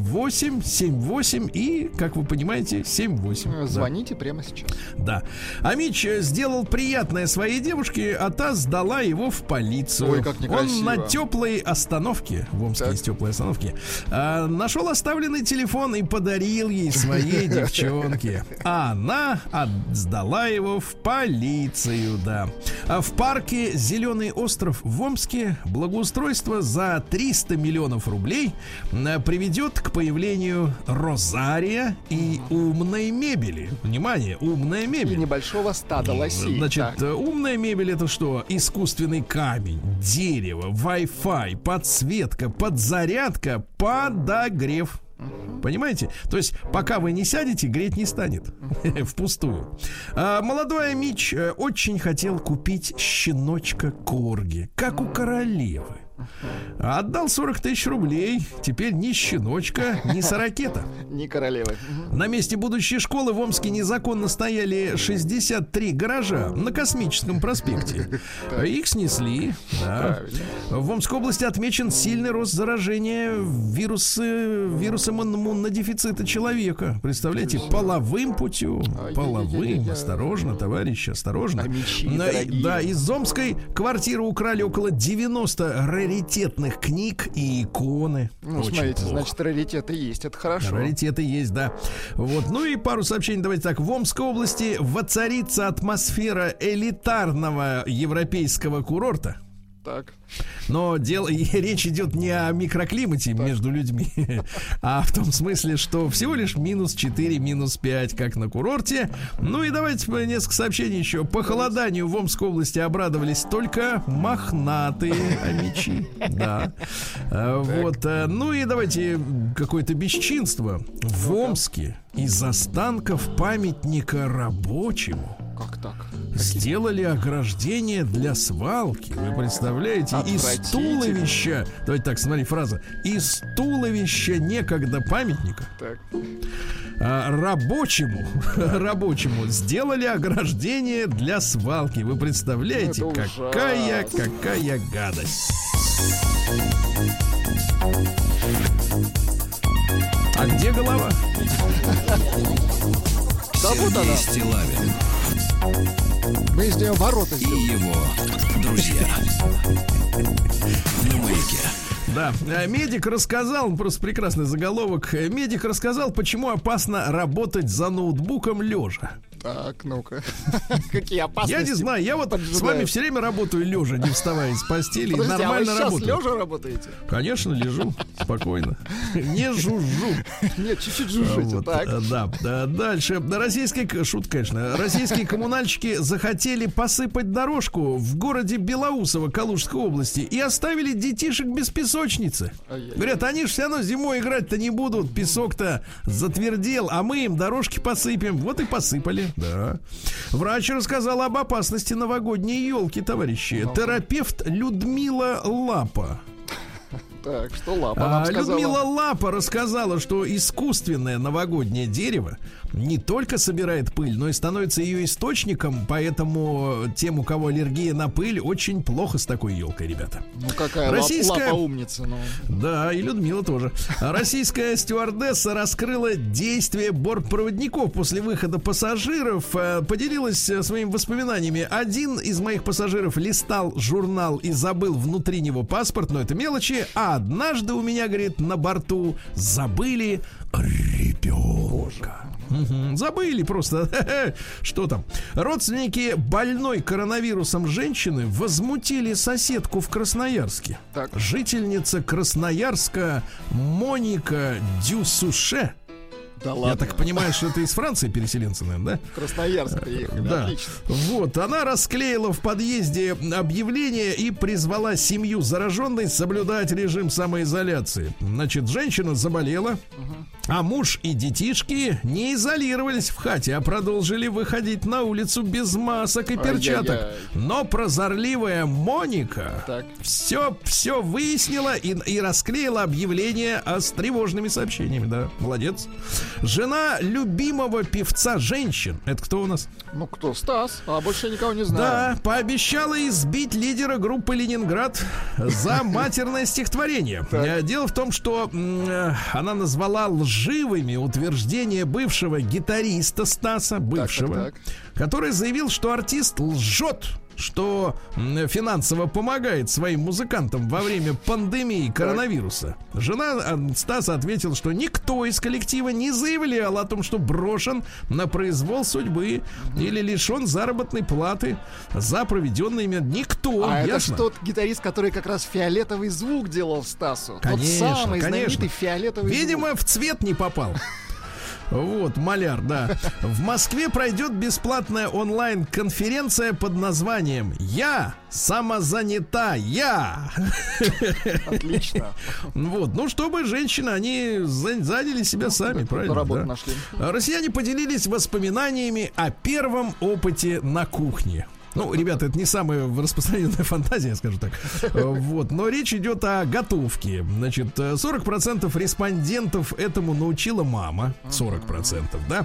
7878 и, как вы понимаете, 78. Звоните прямо сейчас. Да. Амич сделал приятное своей девушке, а та сдала его в полицию. Ой, как некрасиво. Он на теплой остановке, в Омске есть теплые остановки, нашел оставленный телефон и подарил ей своей девчонке. А она сдала его в полицию, да. В парке «Зеленый остров» в Омске благоустройство за 300 миллионов рублей приведет к появлению розария и умной мебели. Внимание, умная мебель. И небольшого стада лосей. Значит, умная мебель — это что? Искусственный камень, дерево, Wi-Fi, подсветка, подзарядка, подогрев. Понимаете? То есть, пока вы не сядете, греть не станет. Впустую. Молодой Амич очень хотел купить щеночка корги, как у королевы. Отдал 40 тысяч рублей. Теперь ни щеночка, ни сорокета. Ни королевы. На месте будущей школы в Омске незаконно стояли 63 гаража на Космическом проспекте. Их снесли. Да. В Омской области отмечен сильный рост заражения вирусом иммунодефицита человека. Представляете, половым путем. Половым. Осторожно, товарищи, осторожно. Да, из омской квартиры украли около 90 раритетных книг и иконы. Ну, смотрите, значит, раритеты есть, это хорошо. Раритеты есть, да. Вот, ну и пару сообщений, давайте так. В Омской области воцарится атмосфера элитарного европейского курорта. Так. Но речь идет не о микроклимате между людьми, а в том смысле, что всего лишь -4, -5, как на курорте. Ну и давайте несколько сообщений еще. Похолоданию в Омской области обрадовались только мохнатые амичи. Да. Вот. Ну и давайте какое-то бесчинство. В Омске из останков памятника рабочему как так? Сделали ограждение для свалки. Вы представляете? Из туловища. Давайте так, смотри, фраза. Из туловища некогда памятника рабочему сделали ограждение для свалки. Вы представляете, какая гадость. А где голова? Сергей Стиллавин Мы из нее ворота и его друзья. На Маяке. Да, медик рассказал, просто прекрасный заголовок. Медик рассказал, почему опасно работать за ноутбуком лежа. Так, ну-ка. Какие опасности? Я не знаю, я вот с вами все время работаю лежа, не вставая с постели. Подождите, нормально а вы работаю. сейчас лежа работаете? Конечно, лежу спокойно. Не жужжу. Нет, чуть-чуть жужжите, вот, так. Да, дальше. Шутка, конечно. Российские коммунальщики захотели посыпать дорожку в городе Белоусово Калужской области и оставили детишек без песочницы. Говорят, они же все равно зимой играть-то не будут, песок-то затвердел, а мы им дорожки посыпем. Вот и посыпали. Да. Врач рассказал об опасности новогодней елки, товарищи. Терапевт Людмила Лапа. Так, что Лапа нам сказала? Людмила Лапа рассказала, что искусственное новогоднее дерево не только собирает пыль, но и становится ее источником, поэтому тем, у кого аллергия на пыль, очень плохо с такой елкой, ребята. Ну какая Лапа умница. Ну. Да, и Людмила тоже. Российская стюардесса раскрыла действия бортпроводников после выхода пассажиров, поделилась своими воспоминаниями. Один из моих пассажиров листал журнал и забыл внутри него паспорт, но это мелочи, а однажды у меня, говорит, на борту забыли ребенка. Забыли просто. Что там? Родственники больной коронавирусом женщины возмутили соседку в Красноярске. Так. Жительница Красноярска Моника Дюсуше. Да ладно. Я так понимаю, что это из Франции переселенцы, наверное, да? Красноярск приехали, да. Отлично. Вот, она расклеила в подъезде объявление и призвала семью зараженной соблюдать режим самоизоляции. Значит, женщина заболела, а муж и детишки не изолировались в хате, а продолжили выходить на улицу без масок и перчаток. Но прозорливая Моника все выяснила и расклеила объявление с тревожными сообщениями. Да, молодец. Жена любимого певца женщин. Это кто у нас? Ну, кто? Стас. А больше я никого не знаю. Да, пообещала избить лидера группы «Ленинград» за матерное стихотворение. Дело в том, что она назвала лживыми утверждения бывшего гитариста Стаса, который заявил, что артист лжет, что финансово помогает своим музыкантам во время пандемии коронавируса. Жена Стаса ответила, что никто из коллектива не заявлял о том, что брошен на произвол судьбы или лишен заработной платы за проведенное ими. Никто. А ясно? Это ж тот гитарист, который как раз фиолетовый звук делал Стасу. Конечно, тот самый знаменитый фиолетовый звук. Видимо, в цвет не попал. Вот, маляр, да. В Москве пройдет бесплатная онлайн-конференция под названием «Я самозанята, Отлично. Вот, ну, чтобы женщины, они заняли себя сами, правильно? Работу нашли. Россияне поделились воспоминаниями о первом опыте на кухне. Ну, ребята, это не самая распространенная фантазия, скажу так. Вот. Но речь идет о готовке. Значит, 40% респондентов этому научила мама. 40%, да.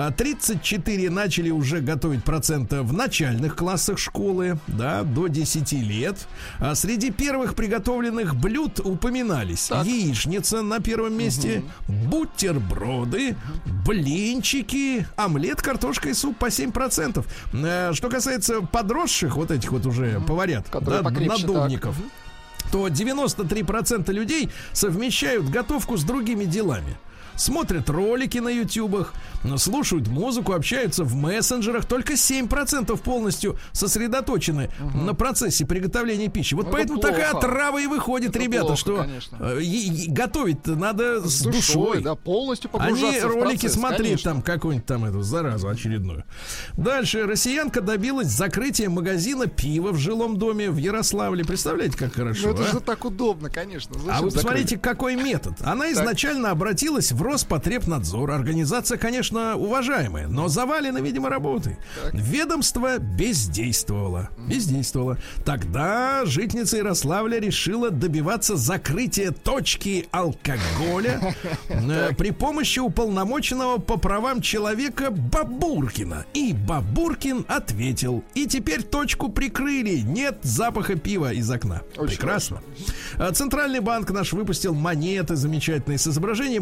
34 начали уже готовить процента в начальных классах школы, да, до 10 лет. А среди первых приготовленных блюд упоминались яичница на первом месте, бутерброды, блинчики, омлет, картошка и суп по 7%. Что касается подросших, вот этих вот уже поварят, да, надувников, то 93% людей совмещают готовку с другими делами. Смотрят ролики на ютубах, слушают музыку, общаются в мессенджерах. Только 7% полностью сосредоточены на процессе приготовления пищи. Вот поэтому такая отрава и выходит, это ребята, плохо, что готовить надо с душой. Да, полностью погружаться в процесс, ролики смотреть, конечно. там какую-нибудь там эту заразу очередную. Дальше. Россиянка добилась закрытия магазина пива в жилом доме в Ярославле. Представляете, как хорошо? Ну, это же так удобно, конечно. Зачем вы посмотрите, какой метод. Она изначально обратилась в Роспотребнадзор. Организация, конечно, уважаемая, но завалена, видимо, работой. Ведомство бездействовало. Тогда жительница Ярославля решила добиваться закрытия точки алкоголя при помощи уполномоченного по правам человека Бабуркина. И Бабуркин ответил. И теперь точку прикрыли. Нет запаха пива из окна. Очень прекрасно. Хорошо. Центральный банк наш выпустил монеты замечательные с изображением крокодила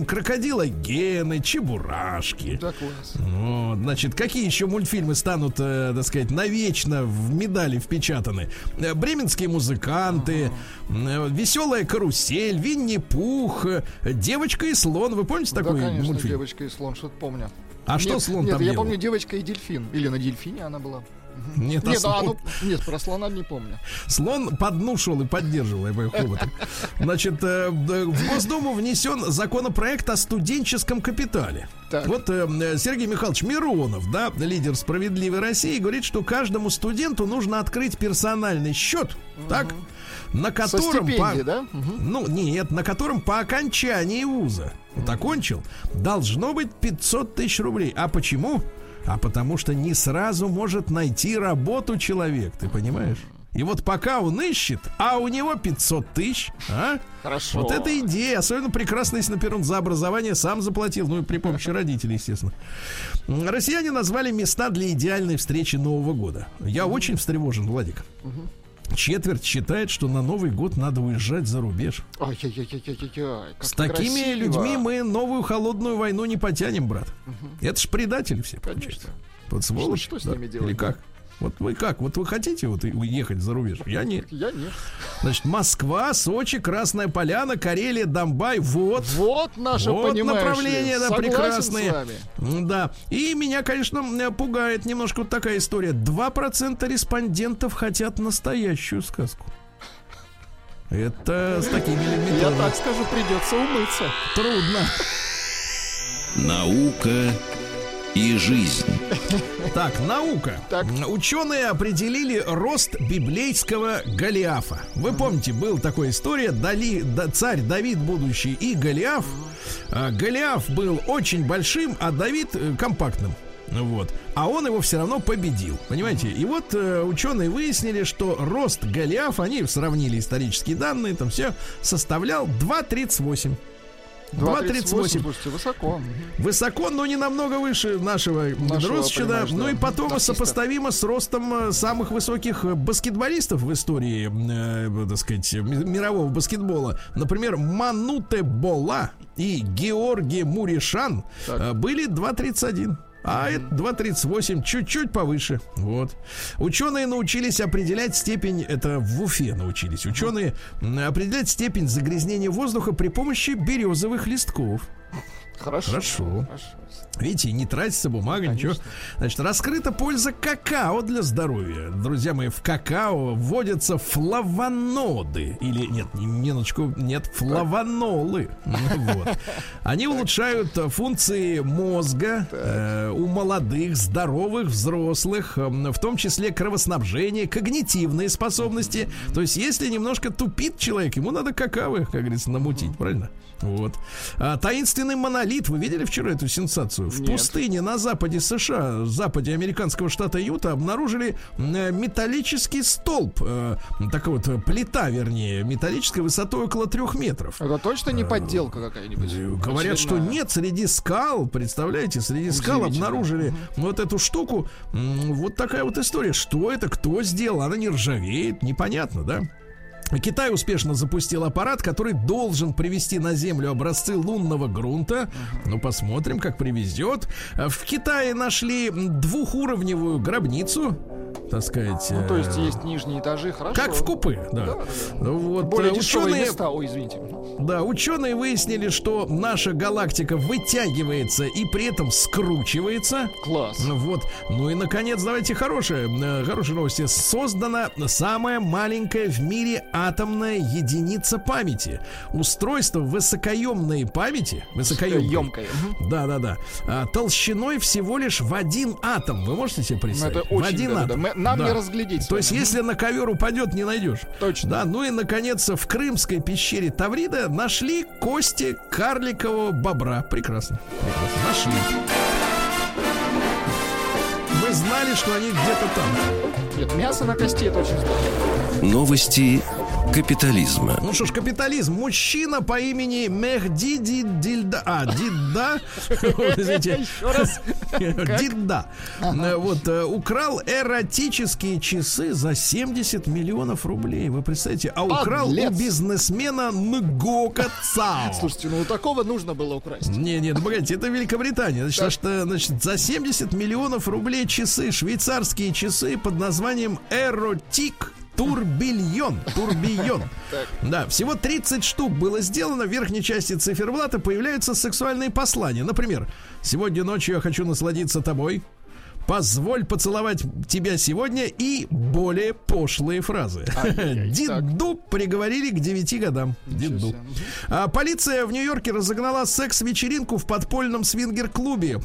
Дилогены, Чебурашки. Да, класс. Вот, значит, какие еще мультфильмы станут, так сказать, навечно в медали впечатаны? Бременские музыканты, Веселая карусель, Винни-Пух, Девочка и слон. Вы помните такой конечно, мультфильм? Девочка и слон, что-то помню. Что слон нет, там я делал? помню Девочка и дельфин. Или на дельфине она была. Нет, Нет, про слона не помню. Слон по дну шел и поддерживал его хоботом. Значит, в Госдуму внесен законопроект о студенческом капитале. Так. Вот Сергей Михайлович Миронов, да, лидер «Справедливой России», говорит, что каждому студенту нужно открыть персональный счет, так, на котором да? Ну, нет, на котором по окончании вуза, вот окончил, должно быть 500 тысяч рублей. А почему? А потому что не сразу может найти работу человек, ты понимаешь? И вот пока он ищет, а у него 500 тысяч, Хорошо. Вот это идея. Особенно прекрасно, если, например, он за образование сам заплатил. Ну и при помощи родителей, естественно. Россияне назвали места для идеальной встречи Нового года. Я очень встревожен, Владик. Четверть считает, что на Новый год надо уезжать за рубеж. С такими красиво. людьми мы новую холодную войну не потянем, брат. Это ж предатели все, получается. Вот сволочь. Что с ними делать? Или как? Вот вы как? Вот вы хотите вот уехать за рубеж? Я нет. Я нет. Значит, Москва, Сочи, Красная Поляна, Карелия, Домбай. Вот наше, вот понимаешь направления, да, Согласен прекрасные. с вами. Да. И меня, конечно, пугает немножко вот такая история. 2% респондентов хотят настоящую сказку. Это с такими людьми. Я так скажу, придется умыться. Трудно. Наука и жизнь. Так, наука. Так. Ученые определили рост библейского Голиафа. Вы помните, была такая история, царь Давид будущий и Голиаф. Голиаф был очень большим, а Давид компактным. Вот. А он его все равно победил. Понимаете? И вот ученые выяснили, что рост Голиафа, они сравнили исторические данные, там все, составлял 2,38. 2,38. Слушайте, высоко. Высоко, но не намного выше нашего роста, да. Ну и потом сопоставимо с ростом самых высоких баскетболистов в истории, так сказать, мирового баскетбола. Например, Мануте Бола и Георгий Муришан были 2,31. А это 2,38, чуть-чуть повыше. Вот. Ученые научились определять степень, это в Уфе научились, ученые определять степень загрязнения воздуха при помощи березовых листков. Хорошо. Видите, не тратится бумага, ничего. Значит, раскрыта польза какао для здоровья. Друзья мои, в какао вводятся флавоноды. Или, нет, флавонолы. Вот. Они улучшают функции мозга у молодых, здоровых, взрослых, в том числе кровоснабжение, когнитивные способности. То есть, если немножко тупит человек, ему надо какао, как говорится, намутить, правильно? Вот. Таинственный монолит. Вы видели вчера эту сенсацию? В пустыне на западе США, западе американского штата Юта, обнаружили металлический столб. Такая вот плита, вернее, металлическая, высотой около 3 метров. Это точно не подделка какая-нибудь? Говорят, что нет, среди скал, представляете, среди скал обнаружили вот эту штуку. Вот такая вот история. Что это, кто сделал? Она не ржавеет, непонятно, да? Китай успешно запустил аппарат, который должен привезти на Землю образцы лунного грунта. Ну, посмотрим, как привезет. В Китае нашли двухуровневую гробницу, так сказать. Ну, то есть есть нижние этажи, хорошо. Как в купе, да. Вот, более дешевые места, извините. Да, ученые выяснили, что наша галактика вытягивается и при этом скручивается. Класс. Вот. Ну и, наконец, давайте хорошие новости. Создана самая маленькая в мире атомная единица памяти. Устройство высокоемной памяти. Высокоемкой. Да. Толщиной всего лишь в 1 атом. Вы можете себе представить? Это очень в 1 атом. Нам не разглядеть. То есть, если на ковер упадет, не найдешь. Точно. Да, ну и, наконец, в крымской пещере Таврида нашли кости карликового бобра. Прекрасно. Нашли. Вы знали, что они где-то там? Нет, мясо на кости — это очень здорово. Новости капитализма. Ну что ж, капитализм. Мужчина по имени Мехди Дидда. Извините. Дидда. Вот, украл эротические часы за 70 миллионов рублей. Вы представляете? А украл у бизнесмена Нгока Цао. Слушайте, ну у такого нужно было украсть. Не, погодите, это Великобритания. Значит, за 70 миллионов рублей часы, швейцарские часы под названием Эротик Турбильон. Да, всего 30 штук было сделано. В верхней части циферблата появляются сексуальные послания. Например, сегодня ночью я хочу насладиться тобой. Позволь поцеловать тебя сегодня и более пошлые фразы. Дидду приговорили к 9 годам. Дидду. Полиция в Нью-Йорке разогнала секс-вечеринку в подпольном свингер-клубе.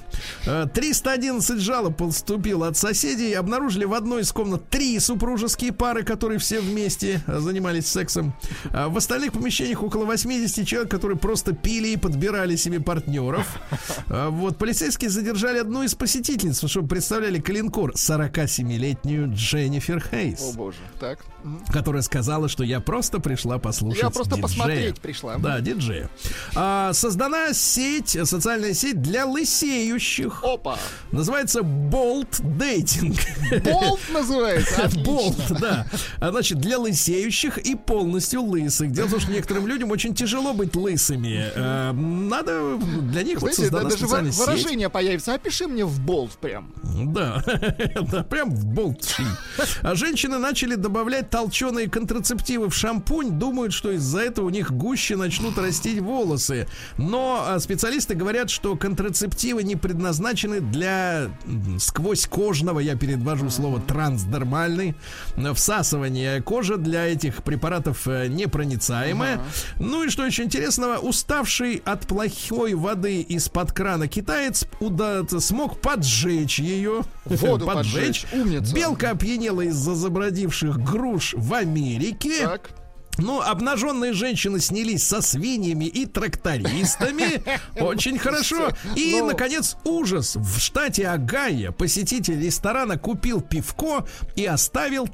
311 жалоб поступило от соседей. Обнаружили в одной из комнат 3 супружеские пары, которые все вместе занимались сексом. В остальных помещениях около 80 человек, которые просто пили и подбирали себе партнеров. Вот, полицейские задержали одну из посетительниц, чтобы представляли калинкор, 47-летнюю Дженнифер Хейс. О боже, так. Которая сказала, что я просто пришла послушать диджея. Я просто диджея. Посмотреть пришла. Да, диджея. Создана социальная сеть для лысеющих. Опа. Называется Bolt Dating. Bolt называется? Bolt, да. Значит, для лысеющих и полностью лысых. Дело в том, что некоторым людям очень тяжело быть лысыми. Надо для них вот создана специальная сеть. Выражение появится. Опиши мне в Bolt прям. Да, прям в болт. А женщины начали добавлять толченые контрацептивы в шампунь. Думают, что из-за этого у них гуще начнут расти волосы. Но специалисты говорят, что контрацептивы не предназначены для сквозькожного, я перевожу слово трансдермальный, всасывания. Кожа для этих препаратов непроницаемая. Ну и что еще интересного, уставший от плохой воды из-под крана китаец смог поджечь ее. Воду поджечь. Умница. Белка опьянела из-за забродивших груш в Америке. Так. Ну, обнаженные женщины снялись со свиньями и трактористами. Очень хорошо. И, наконец, ужас. В штате Огайо посетитель ресторана купил пивко и оставил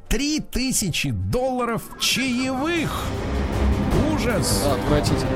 $3000 чаевых. Ужас. Отвратительно.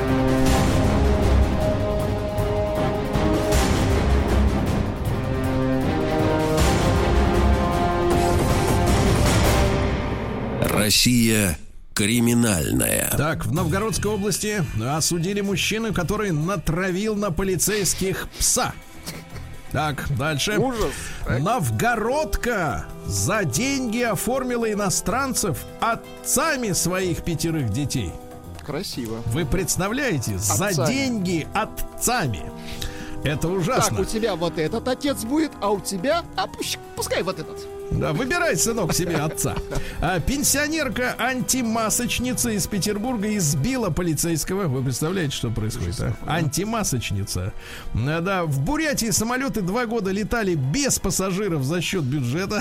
Россия криминальная. Так, в Новгородской области осудили мужчину, который натравил на полицейских пса. Так, дальше. Ужас. Новгородка за деньги оформила иностранцев отцами своих 5 детей. Красиво. Вы представляете? За деньги отцами. Это ужасно. Так, у тебя вот этот отец будет, а у тебя, пускай вот этот. Да, выбирай, сынок, себе отца. Пенсионерка-антимасочница из Петербурга избила полицейского. Вы представляете, что происходит, а? Антимасочница. Да, в Бурятии самолеты 2 года летали без пассажиров за счет бюджета.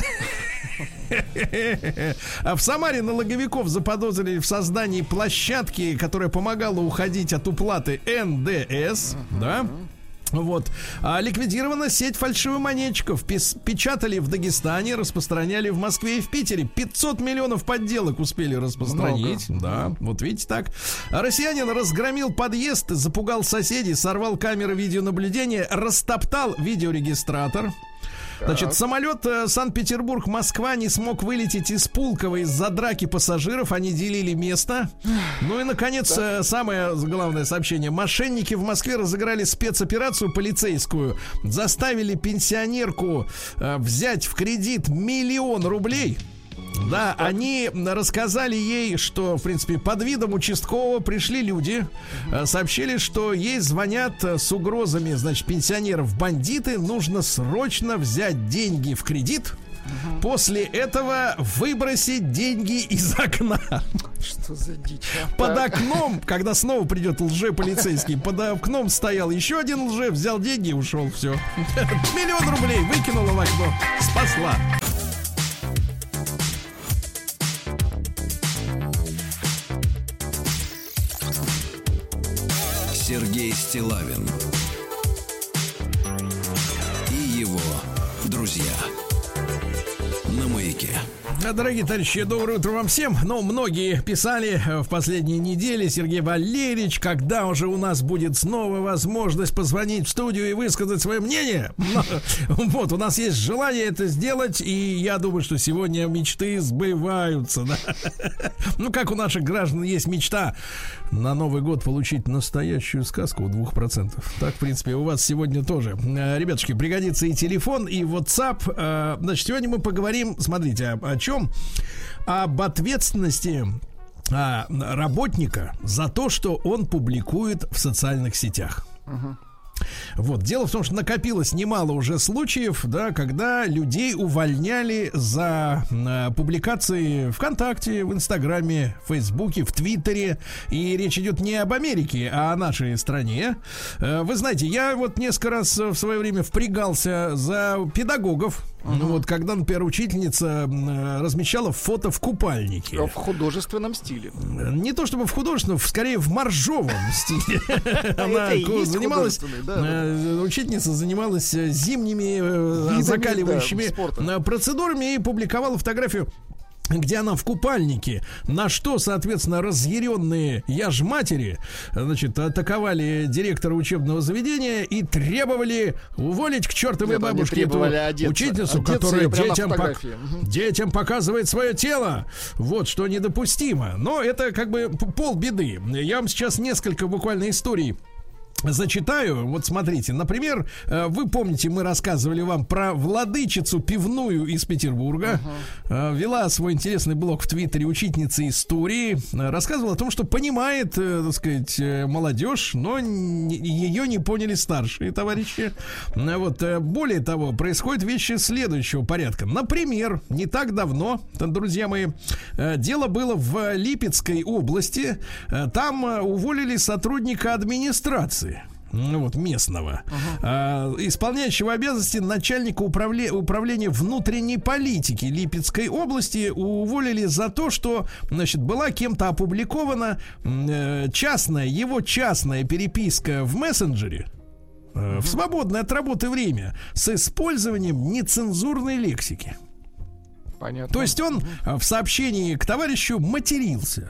А в Самаре налоговиков заподозрили в создании площадки, которая помогала уходить от уплаты НДС. Да. Вот. Ликвидирована сеть фальшивомонетчиков. Печатали в Дагестане, распространяли в Москве и в Питере. 500 миллионов подделок успели распространить. Много. Да, вот видите так. Россиянин разгромил подъезд, запугал соседей, сорвал камеры видеонаблюдения, растоптал видеорегистратор. Значит, самолет Санкт-Петербург-Москва не смог вылететь из Пулково из-за драки пассажиров. Они делили место. Ну и, наконец, самое главное сообщение. Мошенники в Москве разыграли спецоперацию полицейскую. Заставили пенсионерку взять в кредит 1 000 000 рублей. Да, они рассказали ей, что, в принципе, под видом участкового пришли люди, сообщили, что ей звонят с угрозами, значит, пенсионеров бандиты, нужно срочно взять деньги в кредит, после этого выбросить деньги из окна. Что за дичь? Под окном, когда снова придет лже-полицейский, под окном стоял еще один лже, взял деньги и ушел, все. 1 000 000 рублей выкинула в окно, спасла. Сергей Стиллавин и его друзья на Маяке. Дорогие товарищи, доброе утро вам всем. Ну, многие писали в последние недели: Сергей Валерьевич, когда уже у нас будет снова возможность позвонить в студию и высказать свое мнение? Вот, у нас есть желание это сделать, и я думаю, что сегодня мечты сбываются. Да? Ну, как у наших граждан есть мечта на Новый год получить настоящую сказку 2%. Так, в принципе, у вас сегодня тоже. Ребятушки, пригодится и телефон, и WhatsApp. Значит, сегодня мы поговорим, смотрите, о чем? Об ответственности работника за то, что он публикует в социальных сетях. Вот, дело в том, что накопилось немало уже случаев, да, когда людей увольняли за публикации ВКонтакте, в Инстаграме, в Фейсбуке, в Твиттере. И речь идет не об Америке, а о нашей стране. Вы знаете, я вот несколько раз в свое время впрягался за педагогов. Ну вот, когда, например, учительница размещала фото в купальнике. В художественном стиле. Не то чтобы в художественном, скорее в моржовом стиле. Она занималась, учительница занималась зимними закаливающими процедурами и публиковала фотографию, где она в купальнике, на что, соответственно, разъяренные яжматери, значит, атаковали директора учебного заведения и требовали уволить к чертовой бабушке эту учительницу, которая детям показывает свое тело. Вот, что недопустимо. Но это как бы полбеды. Я вам сейчас несколько буквально историй зачитаю. Вот смотрите, например, вы помните, мы рассказывали вам про владычицу пивную из Петербурга. Вела свой интересный блог в Твиттере учительница истории. Рассказывала о том, что понимает, так сказать, молодежь, но ее не поняли старшие товарищи. Вот, более того, происходят вещи следующего порядка. Например, не так давно, друзья мои, дело было в Липецкой области. Там уволили сотрудника администрации. Ну вот, местного, исполняющего обязанности начальника управления внутренней политики Липецкой области, уволили за то, что, значит, была кем-то опубликована его частная переписка в мессенджере в свободное от работы время с использованием нецензурной лексики. Понятно. То есть он в сообщении к товарищу матерился.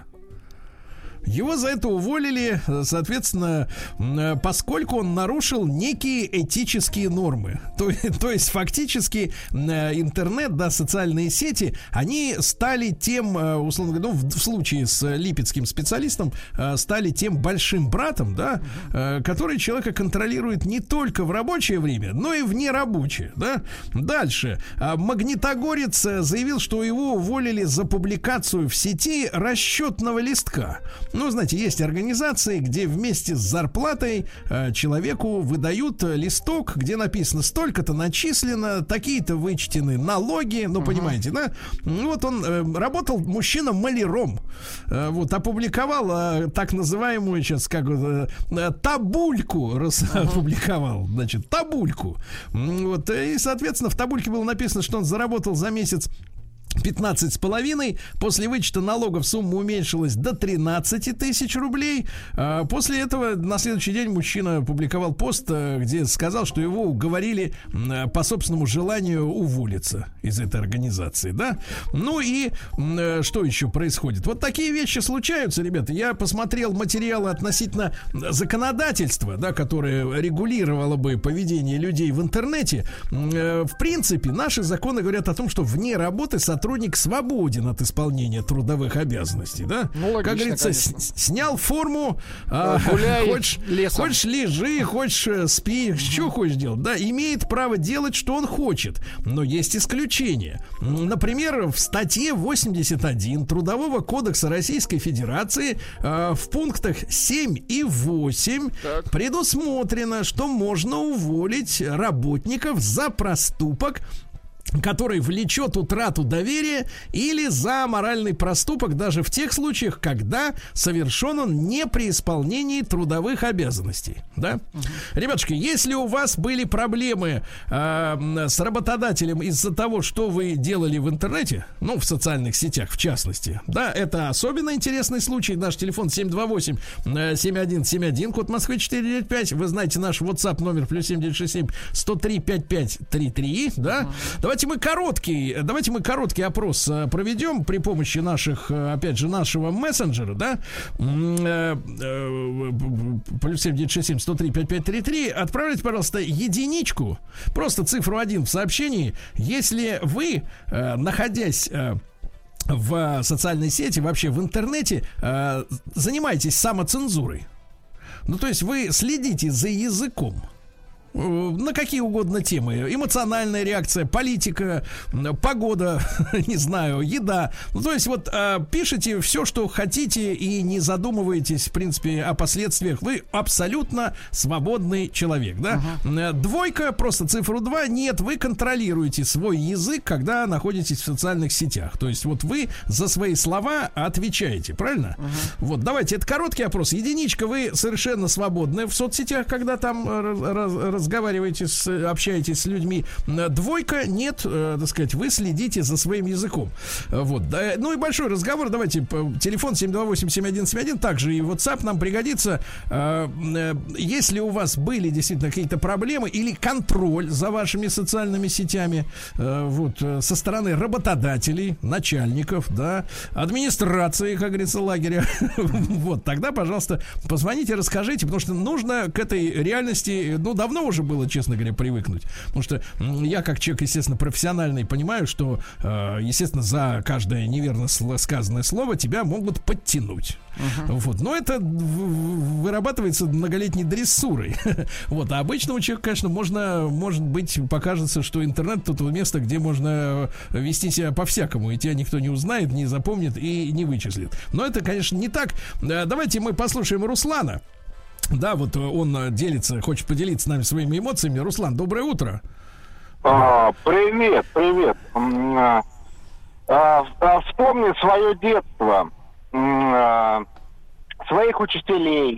Его за это уволили, соответственно, поскольку он нарушил некие этические нормы. То есть фактически интернет, да, социальные сети, они стали тем, условно говоря, ну, в случае с липецким специалистом, стали тем большим братом, да, который человека контролирует не только в рабочее время, но и в нерабочее, да. Дальше. Магнитогорец заявил, что его уволили за публикацию в сети расчетного листка. Ну, знаете, есть организации, где вместе с зарплатой человеку выдают листок, где написано: столько-то начислено, такие-то вычтены налоги, ну, понимаете, да? Вот он работал, мужчина, маляром. Вот, опубликовал так называемую сейчас, как табульку опубликовал, значит, табульку. Вот, и, соответственно, в табульке было написано, что он заработал за месяц 15,5. После вычета налогов сумма уменьшилась до 13 тысяч рублей. После этого на следующий день мужчина опубликовал пост, где сказал, что его уговорили по собственному желанию уволиться из этой организации, да? Ну и что еще происходит? Вот такие вещи случаются, ребята. Я посмотрел материалы относительно законодательства, да, которое регулировало бы поведение людей в интернете. В принципе, наши законы говорят о том, что вне работы сотрудник свободен от исполнения трудовых обязанностей, да? Ну, логично, как говорится, снял форму, хочешь лежи, хочешь спи, что хочешь делать, да? Имеет право делать, что он хочет, но есть исключения. Например, в статье 81 Трудового кодекса Российской Федерации в пунктах 7 и 8 предусмотрено, что можно уволить работников за проступок, который влечет утрату доверия, или за моральный проступок даже в тех случаях, когда совершен он не при исполнении трудовых обязанностей, да? Ребятушки, если у вас были проблемы с работодателем из-за того, что вы делали в интернете, ну, в социальных сетях в частности, да, это особенно интересный случай. Наш телефон 728-7171, код Москвы 495. Вы знаете наш WhatsApp номер +7 967 103 5533, да? Давайте Давайте мы короткий опрос проведем при помощи нашего мессенджера, да? Плюс 7967 103 5533. Отправляйте, пожалуйста, единичку, просто цифру 1 в сообщении, если вы, находясь в социальной сети, вообще в интернете, занимаетесь самоцензурой. Ну, то есть вы следите за языком на какие угодно темы. Эмоциональная реакция, политика, погода, не знаю, еда. Ну, то есть вот пишите все, что хотите, и не задумываетесь, в принципе, о последствиях. Вы абсолютно свободный человек, да? Двойка, просто цифру 2. Нет, вы контролируете свой язык, когда находитесь в социальных сетях. То есть вот вы за свои слова отвечаете, правильно? Вот, давайте, это короткий опрос. Единичка, вы совершенно свободны в соцсетях, когда там разговариваете, общаетесь с людьми. Двойка, нет, так сказать, вы следите за своим языком. Вот. Ну и большой разговор. Давайте, телефон 728-7171, также и WhatsApp нам пригодится. Если у вас были действительно какие-то проблемы или контроль за вашими социальными сетями, вот, со стороны работодателей, начальников, да, администрации, как говорится, лагеря, вот, тогда, пожалуйста, позвоните, расскажите, потому что нужно к этой реальности, ну, давно уже было, честно говоря, привыкнуть. Потому что я, как человек, естественно, профессиональный, понимаю, что, естественно, за каждое неверно сказанное слово тебя могут подтянуть. Вот. Но это вырабатывается многолетней дрессурой. Вот. А обычному человеку, конечно, может быть, покажется, что интернет — это место, где можно вести себя по-всякому, и тебя никто не узнает, не запомнит и не вычислит. Но это, конечно, не так. Давайте мы послушаем Руслана. Да, вот он хочет поделиться с нами своими эмоциями. Руслан, доброе утро. Привет. Вспомни свое детство, своих учителей,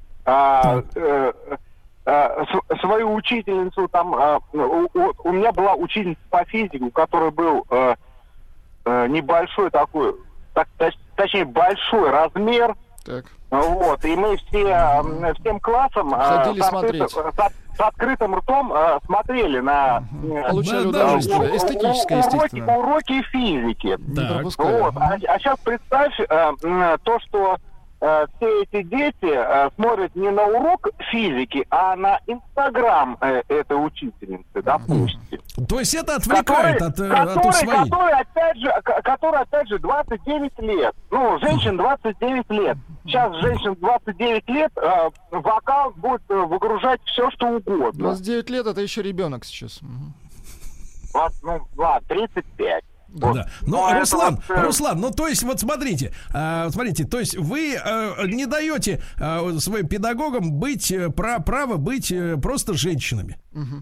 свою учительницу. Там, у меня была учительница по физике, у которой был небольшой такой, точнее, большой размер. Так. Вот, и мы всем классом ходили смотреть. С открытым ртом смотрели на получали удовольствие, эстетическое, естественно. Уроки физики. Вот. А сейчас представь то, что все эти дети смотрят не на урок физики, а на Инстаграм этой учительницы, допустим. То есть это отвлекает от усвоения. Который, опять же, 29 лет. Ну, женщин 29 лет. Сейчас женщин 29 лет в аккаунт будет выгружать все, что угодно. 29 лет — это еще ребенок сейчас. Ну, ладно, 35. Вот. Да. Ну, Руслан, ну, то есть, вот смотрите, то есть вы не даете своим педагогам право быть просто женщинами.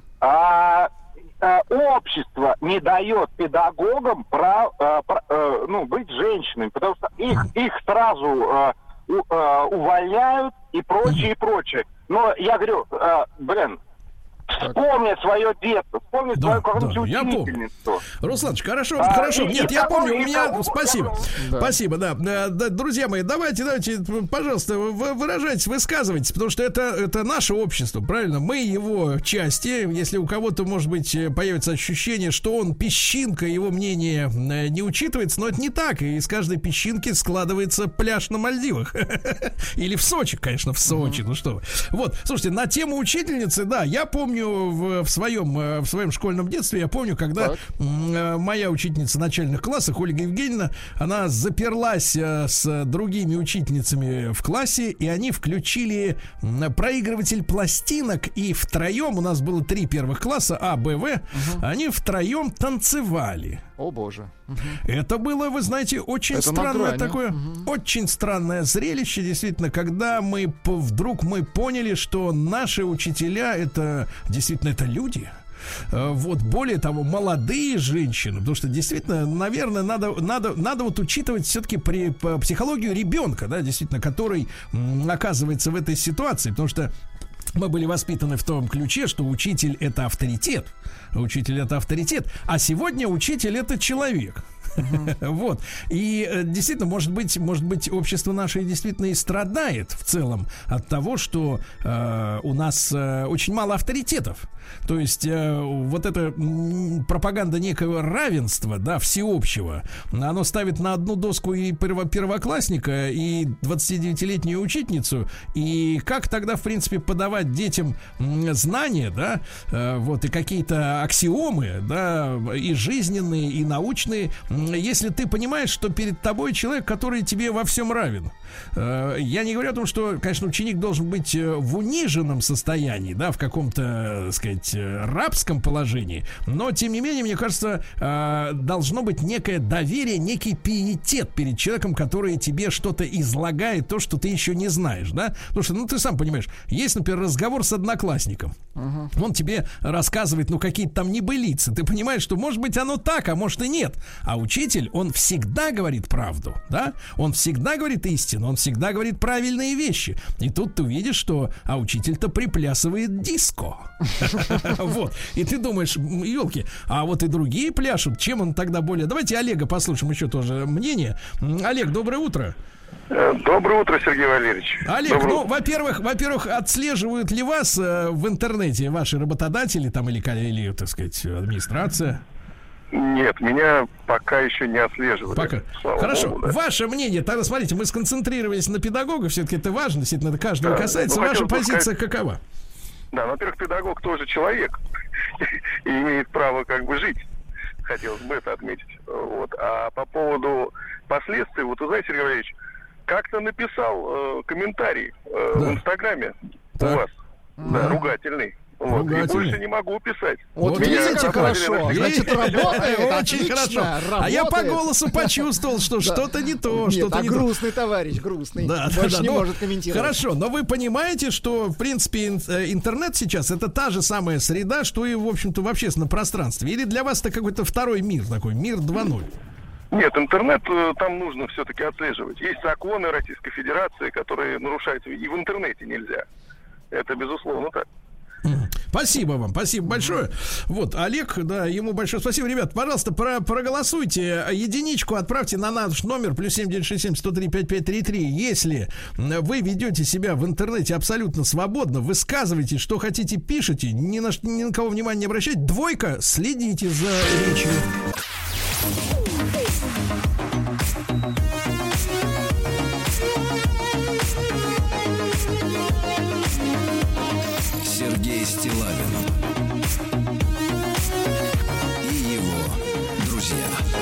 Общество не дает педагогам быть женщинами, потому что их сразу увольняют и прочее, и прочее. Но я говорю, вспомни свое детство, вспомни свою какую-то учительницу. Русланович, хорошо. Нет, я помню, у меня... Спасибо, да. Друзья мои, давайте, пожалуйста, выражайтесь, высказывайтесь, потому что это наше общество, правильно? Мы его части. Если у кого-то, может быть, появится ощущение, что он песчинка, его мнение не учитывается, но это не так. И из каждой песчинки складывается пляж на Мальдивах. Или в Сочи, конечно, в Сочи. Ну что вы. Вот, слушайте, на тему учительницы, да, я помню в своем школьном детстве, я помню, когда моя учительница начальных классов, Ольга Евгеньевна, она заперлась с другими учительницами в классе, и они включили проигрыватель пластинок, и втроем, у нас было 3 первых класса, А, Б, В, они втроем танцевали. О, боже. Это было, вы знаете, очень странное такое, очень странное зрелище, действительно, когда мы вдруг поняли, что наши учителя действительно это люди. Вот, более того, молодые женщины, потому что действительно, наверное, надо вот учитывать все-таки психологию ребенка, да, действительно, который оказывается в этой ситуации, потому что мы были воспитаны в том ключе, что учитель — это авторитет. Учитель — это авторитет. А сегодня учитель — это человек. Вот. И действительно, может быть, общество наше действительно и страдает в целом от того, что у нас очень мало авторитетов. То есть вот эта пропаганда некого равенства, да, всеобщего, оно ставит на одну доску и первоклассника, и 29-летнюю учительницу. И как тогда, в принципе, подавать детям знания, да, вот, и какие-то аксиомы, да, и жизненные, и научные, если ты понимаешь, что перед тобой человек, который тебе во всем равен. Я не говорю о том, что, конечно, ученик должен быть в униженном состоянии, да, в каком-то, так сказать, рабском положении, но, тем не менее, мне кажется, должно быть некое доверие, некий пиетет перед человеком, который тебе что-то излагает, то, что ты еще не знаешь, да, потому что, ну, ты сам понимаешь, есть, например, разговор с одноклассником, он тебе рассказывает, ну, какие-то там небылицы, ты понимаешь, что, может быть, оно так, а может и нет, а учитель, он всегда говорит правду, да, он всегда говорит истину, он всегда говорит правильные вещи, и тут ты увидишь, что, а учитель-то приплясывает диско. Вот. И ты думаешь, елки, а вот и другие пляшут, чем он тогда более... Давайте Олега послушаем еще тоже мнение. Олег, доброе утро. Доброе утро, Сергей Валерьевич. Олег, ну, во-первых, отслеживают ли вас в интернете ваши работодатели там или, так сказать, администрация? Нет, меня пока еще не отслеживали. Пока. Хорошо. Богу, да. Ваше мнение, тогда смотрите, мы сконцентрировались на педагогах, все-таки это важно, действительно, это каждого касается. Ваша позиция какова? Да, во-первых, педагог тоже человек и имеет право как бы жить. Хотелось бы это отметить. Вот. А по поводу последствий, вот вы знаете, Сергей Валерьевич, как-то написал комментарий в Инстаграме у вас, да, ругательный. Вот, и больше не могу писать. Вот видите, хорошо. Значит, работает. Очень хорошо. А я по голосу почувствовал, что что-то не то. Что-то грустный товарищ, грустный. Больше не может комментировать. Хорошо, но вы понимаете, что, в принципе, интернет сейчас это та же самая среда, что и, в общем-то, в общественном пространстве. Или для вас это какой-то второй мир такой, мир 2.0? Нет, интернет там нужно все-таки отслеживать. Есть законы Российской Федерации, которые нарушаются. И в интернете нельзя. Это, безусловно, так. Спасибо вам, спасибо большое. Вот, Олег, да, ему большое спасибо. Ребят, пожалуйста, проголосуйте. Единичку отправьте на наш номер +7 967 103 5533. Если вы ведете себя в интернете абсолютно свободно, высказывайте, что хотите, пишите, ни на кого внимания не обращайте. 2, следите за речью. Сергей Стиллавин и его друзья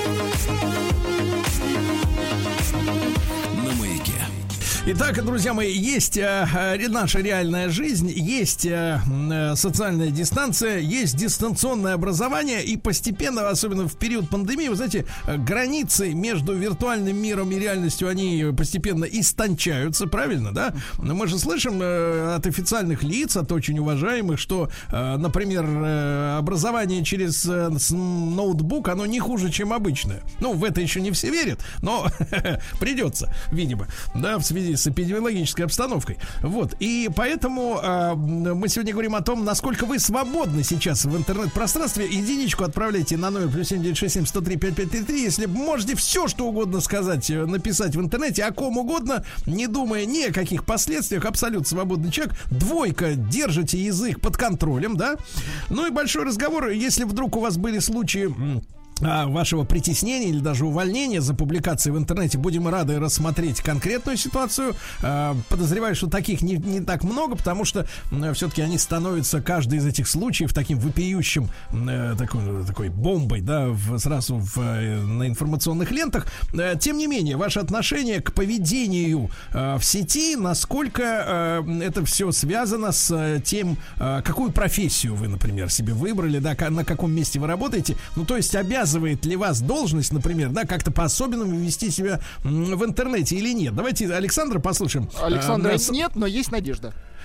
на Маяке. Итак, друзья мои, есть наша реальная жизнь, есть социальная дистанция, есть дистанционное образование, и постепенно, особенно в период пандемии, вы знаете, границы между виртуальным миром и реальностью, они постепенно истончаются, правильно, да? Но мы же слышим от официальных лиц, от очень уважаемых, что, например, образование через ноутбук, оно не хуже, чем обычное. Ну, в это еще не все верят, но придется, видимо, да, в связи с эпидемиологической обстановкой. Вот. И поэтому мы сегодня говорим о том, насколько вы свободны сейчас в интернет-пространстве. Единичку отправляйте на номер +7 967 103 5533. Если можете все, что угодно сказать, написать в интернете, о ком угодно, не думая ни о каких последствиях, абсолютно свободный человек. 2, держите язык под контролем, да? Ну и большой разговор. Если вдруг у вас были случаи вашего притеснения или даже увольнения за публикации в интернете, будем рады рассмотреть конкретную ситуацию. Подозреваю, что таких не так много, потому что все-таки они становятся, каждый из этих случаев, таким вопиющим такой бомбой, да, сразу на информационных лентах. Тем не менее, ваше отношение к поведению в сети, насколько это все связано с тем, какую профессию вы, например, себе выбрали, да, на каком месте вы работаете, ну, то есть обязывает ли вас должность, например, да, как-то по-особенному вести себя в интернете или нет? Давайте Александра послушаем. Александра нет, но есть надежда.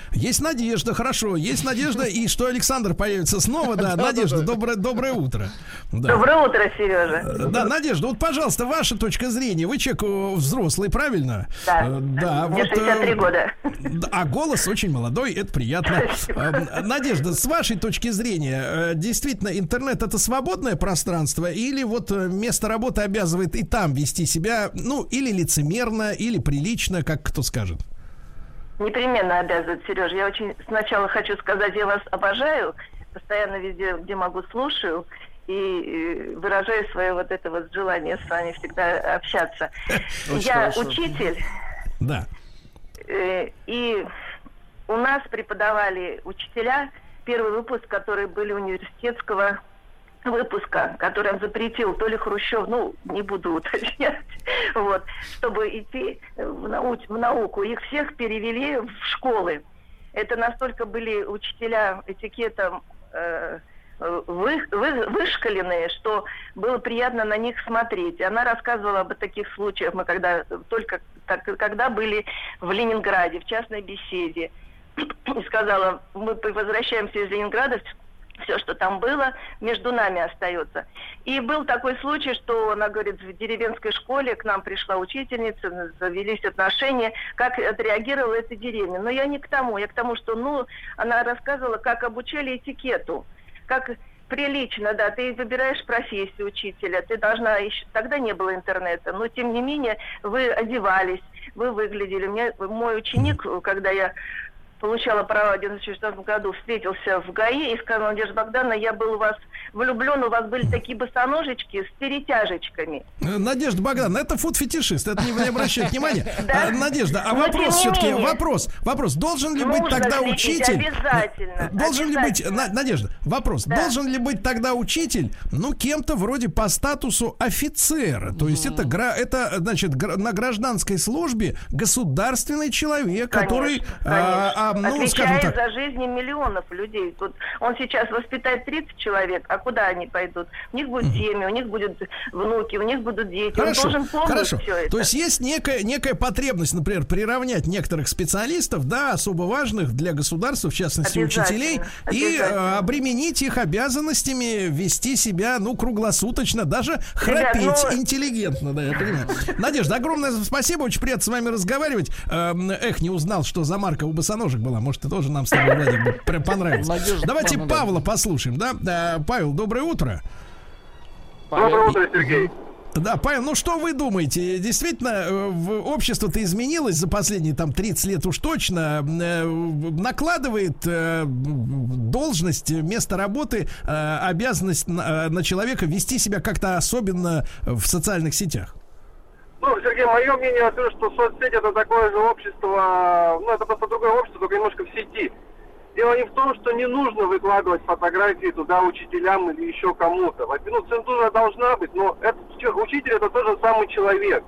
Есть надежда, хорошо. Есть надежда, и что Александр появится снова. Да, Надежда, доброе утро. Доброе утро, Сережа. Да, Надежда, вот, пожалуйста, ваша точка зрения. Вы человек взрослый, правильно? Да, мне 63 года. А голос очень молодой, это приятно. Надежда, с вашей точки зрения, действительно, интернет — это свободное пространство, или вот место работы обязывает и там вести себя, ну, или лицемерно, или прилично, как кто скажет? Непременно обязывает, Сережа. Я очень сначала хочу сказать, я вас обожаю, постоянно везде, где могу, слушаю и выражаю свое вот это вот желание с вами всегда общаться. Я учитель. Да. И у нас преподавали учителя, первый выпуск, которые были университетского выпуска, который он запретил, то ли Хрущев, ну, не буду уточнять, вот, чтобы идти в науку. Их всех перевели в школы. Это настолько были учителя этикетом вышкаленные, что было приятно на них смотреть. Она рассказывала об таких случаях, мы когда были в Ленинграде, в частной беседе, и сказала, мы возвращаемся из Ленинграда, все, что там было, между нами остается. И был такой случай, что, она говорит, в деревенской школе к нам пришла учительница, завелись отношения, как отреагировала эта деревня. Но я не к тому, я к тому, что, ну, она рассказывала, как обучали этикету, как прилично, да, ты выбираешь профессию учителя, ты должна, еще тогда не было интернета, но тем не менее вы одевались, вы выглядели. Мой ученик, когда я получала права в 1996 году, встретился в ГАИ и сказал: Надежда Богдановна, я был у вас влюблен, у вас были такие босоножечки с перетяжечками. Надежда Богдановна, это фуд-фетишист, это не обращает внимания. Надежда, а вопрос все-таки, вопрос, должен ли быть тогда учитель? Обязательно. Должен ли быть, Надежда, вопрос, должен ли быть тогда учитель, ну, кем-то вроде по статусу офицера? То есть это, значит, на гражданской службе государственный человек, который... отвечает за жизни миллионов людей. Тут он сейчас воспитает 30 человек, а куда они пойдут? У них будет семьи, у них будут внуки, у них будут дети. Хорошо, он должен помнить все это. То есть есть некая потребность, например, приравнять некоторых специалистов, да, особо важных для государства, в частности учителей, и обременить их обязанностями вести себя, ну, круглосуточно, даже храпеть интеллигентно, да, я понимаю. Надежда, огромное спасибо, очень приятно с вами разговаривать. Не узнал, что за марка у босоножек была. Может, ты тоже нам с тобой, Владик, понравится. Давайте Павла послушаем, да? Павел, доброе утро. Доброе утро, Сергей. Да, Павел, ну что вы думаете? Действительно, общество-то изменилось за последние там 30 лет уж точно. Накладывает должность, место работы, обязанность на человека вести себя как-то особенно в социальных сетях? Ну, Сергей, мое мнение о том, что соцсети — это такое же общество, ну, это просто другое общество, только немножко в сети. Дело не в том, что не нужно выкладывать фотографии туда учителям или еще кому-то. Ну, цензура должна быть, но учитель — это тот же самый человек.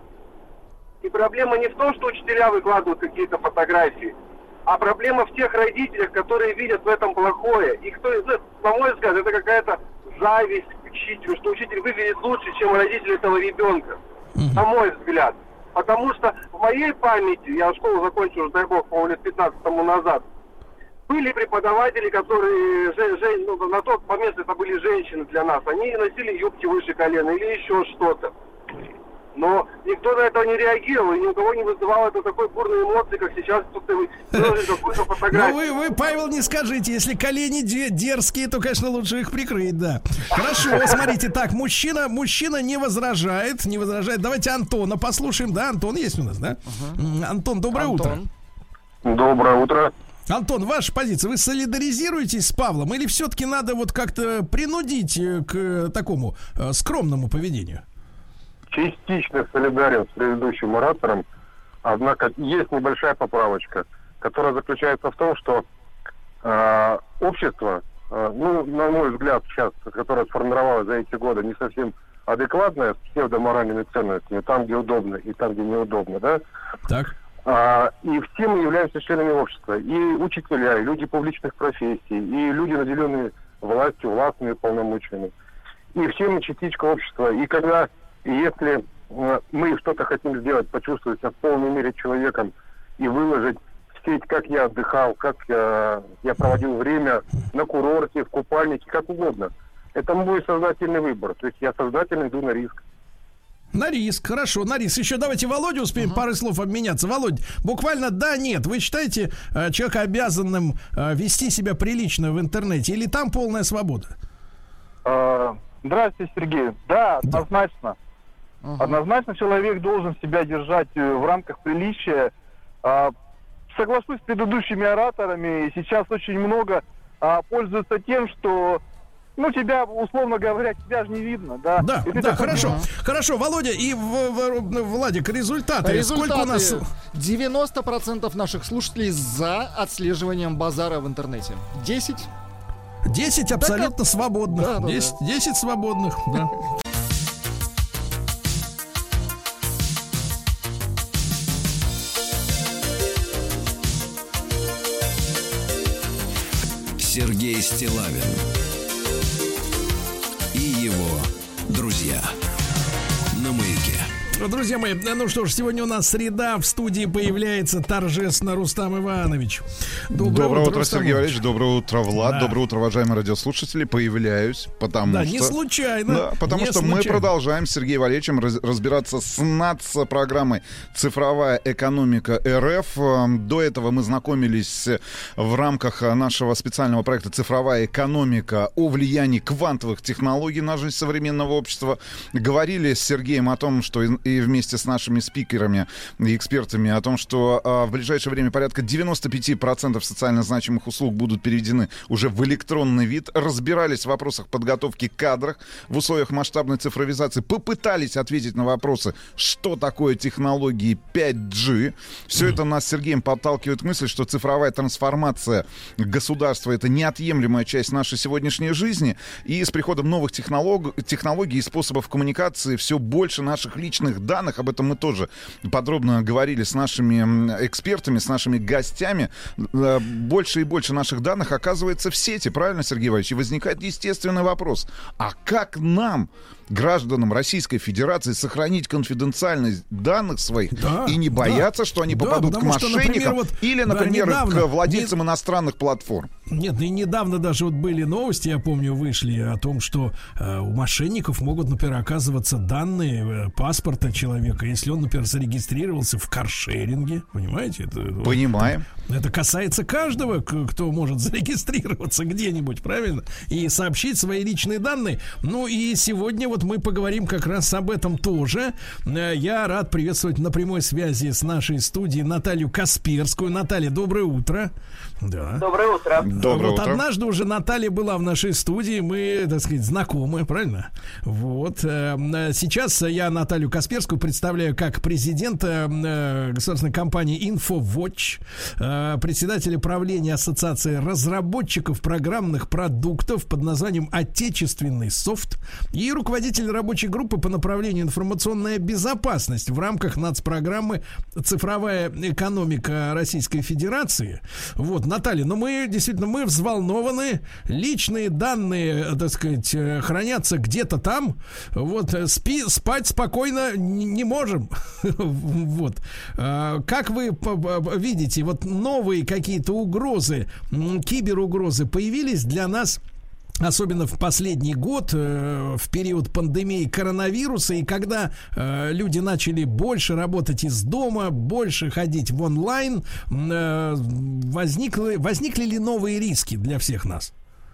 И проблема не в том, что учителя выкладывают какие-то фотографии, а проблема в тех родителях, которые видят в этом плохое. И кто, на мой взгляд, это какая-то зависть к учителю, что учитель выглядит лучше, чем родители этого ребенка. На мой взгляд. Потому что в моей памяти, я школу закончил уже, дай бог, по-моему, лет 15 тому назад, были преподаватели, которые, на тот момент это были женщины для нас, они носили юбки выше колена или еще что-то. Но никто на это не реагировал, и ни у кого не вызывало это такой бурной эмоции, как сейчас кто-то выложит какую-то фотографию. Ну вы, Павел, не скажите, если колени дерзкие, то, конечно, лучше их прикрыть, да. Хорошо, смотрите, так, мужчина не возражает. Давайте Антона послушаем, да? Антон есть у нас, да? Антон, доброе утро. Доброе утро. Антон, ваша позиция, вы солидаризируетесь с Павлом или все-таки надо вот как-то принудить к такому скромному поведению? Частично солидарен с предыдущим оратором, однако есть небольшая поправочка, которая заключается в том, что общество, на мой взгляд, сейчас, которое сформировалось за эти годы, не совсем адекватное, с псевдоморальными ценностями, там, где удобно и там, где неудобно, да? Так. И все мы являемся членами общества. И учителя, и люди публичных профессий, и люди, наделенные властью, властными полномочиями. И все мы частичка общества. И если мы что-то хотим сделать, почувствовать себя в полной мере человеком и выложить сеть, как я отдыхал, как я проводил время на курорте, в купальнике, как угодно. Это мой сознательный выбор. То есть я сознательно иду на риск. На риск, хорошо, на риск. Еще давайте Володю успеем пары слов обменяться. Володь, буквально да, нет. Вы считаете человека обязанным вести себя прилично в интернете или там полная свобода? Здравствуйте, Сергей. Да, однозначно. Однозначно человек должен себя держать в рамках приличия. Соглашусь с предыдущими ораторами. Сейчас очень много пользуются тем, что тебя, условно говоря, тебя же не видно, да? Да, хорошо. Хорошо, Володя и Владик, результаты. Сколько у нас? 90% наших слушателей за отслеживанием базара в интернете. 10 абсолютно свободных. 10 свободных, да. Сергей Стиллавин и его друзья на Маяке. Друзья мои, ну что ж, сегодня у нас среда, в студии появляется торжественно Рустам Иванович. Доброе утро, Сергей Валерьевич, доброе утро, Влад, доброе утро, уважаемые радиослушатели. Появляюсь, потому что... не случайно. Да, потому что мы продолжаем с Сергеем Валерьевичем разбираться с НАЦ-программой «Цифровая экономика РФ». До этого мы знакомились в рамках нашего специального проекта «Цифровая экономика» о влиянии квантовых технологий на жизнь современного общества. Говорили с Сергеем о том, что и вместе с нашими спикерами и экспертами о том, что в ближайшее время порядка 95% социально значимых услуг будут переведены уже в электронный вид. Разбирались в вопросах подготовки кадров в условиях масштабной цифровизации. Попытались ответить на вопросы, что такое технологии 5G. Все это нас с Сергеем подталкивает к мысли, что цифровая трансформация государства — это неотъемлемая часть нашей сегодняшней жизни. И с приходом новых технологий и способов коммуникации все больше наших личных данных, об этом мы тоже подробно говорили с нашими экспертами, с нашими гостями. Больше и больше наших данных оказывается в сети, правильно, Сергей Иванович? И возникает естественный вопрос: а как нам, гражданам Российской Федерации, сохранить конфиденциальность данных своих и не бояться, что они попадут к мошенникам или, например, к владельцам иностранных платформ? Нет, и недавно даже были новости, я помню, вышли о том, что у мошенников могут, например, оказываться данные паспорта человека, если он, например, зарегистрировался в каршеринге, понимаете? Понимаем. Это касается каждого, кто может зарегистрироваться где-нибудь, правильно? И сообщить свои личные данные. Ну и сегодня вот мы поговорим как раз об этом тоже. Я рад приветствовать на прямой связи с нашей студией Наталью Касперскую. Наталья, доброе утро. Да. Доброе утро. Доброе утро. Однажды уже Наталья была в нашей студии, мы, так сказать, знакомы, правильно? Вот. Сейчас я Наталью Касперскую представляю как президента государственной компании InfoWatch, председателя правления Ассоциации разработчиков программных продуктов под названием «Отечественный софт» и руководитель рабочей группы по направлению информационная безопасность в рамках нацпрограммы «Цифровая экономика Российской Федерации». Вот, Наталья, мы действительно взволнованы, личные данные, так сказать, хранятся где-то там, вот, спать спокойно не можем. Вот. Как вы видите, вот новые какие-то угрозы, киберугрозы появились для нас, особенно в последний год, в период пандемии коронавируса, и когда люди начали больше работать из дома, больше ходить в онлайн, возникли ли новые риски для всех нас?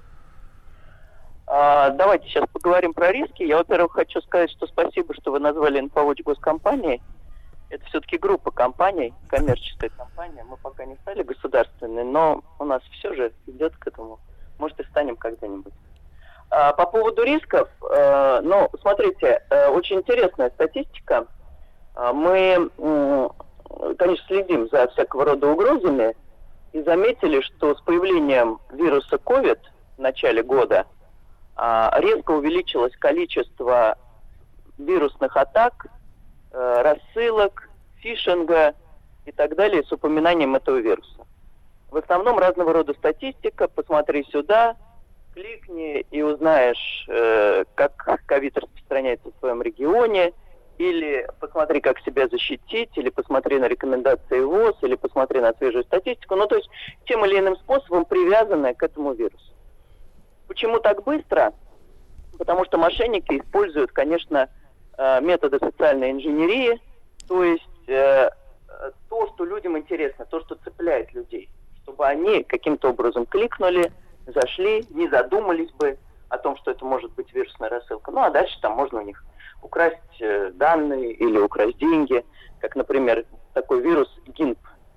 Давайте сейчас поговорим про риски. Я, во-первых, хочу сказать, что спасибо, что вы назвали InfoWatch госкомпанией. Это все-таки группа компаний, коммерческая компания. Мы пока не стали государственной, но у нас все же идет к этому. Может, и станем когда-нибудь. По поводу рисков, смотрите, очень интересная статистика. Мы, конечно, следим за всякого рода угрозами и заметили, что с появлением вируса COVID в начале года резко увеличилось количество вирусных атак, рассылок, фишинга и так далее с упоминанием этого вируса. В основном разного рода статистика. Посмотри сюда, кликни и узнаешь, как ковид распространяется в своем регионе или посмотри, как себя защитить, или посмотри на рекомендации ВОЗ, или посмотри на свежую статистику. Ну, то есть тем или иным способом привязанная к этому вирусу. Почему так быстро? Потому что мошенники используют, конечно, методы социальной инженерии, то есть то, что людям интересно, то, что цепляет людей, чтобы они каким-то образом кликнули, зашли, не задумались бы о том, что это может быть вирусная рассылка. Ну, а дальше там можно у них украсть данные или украсть деньги, как, например, такой вирус GIMP.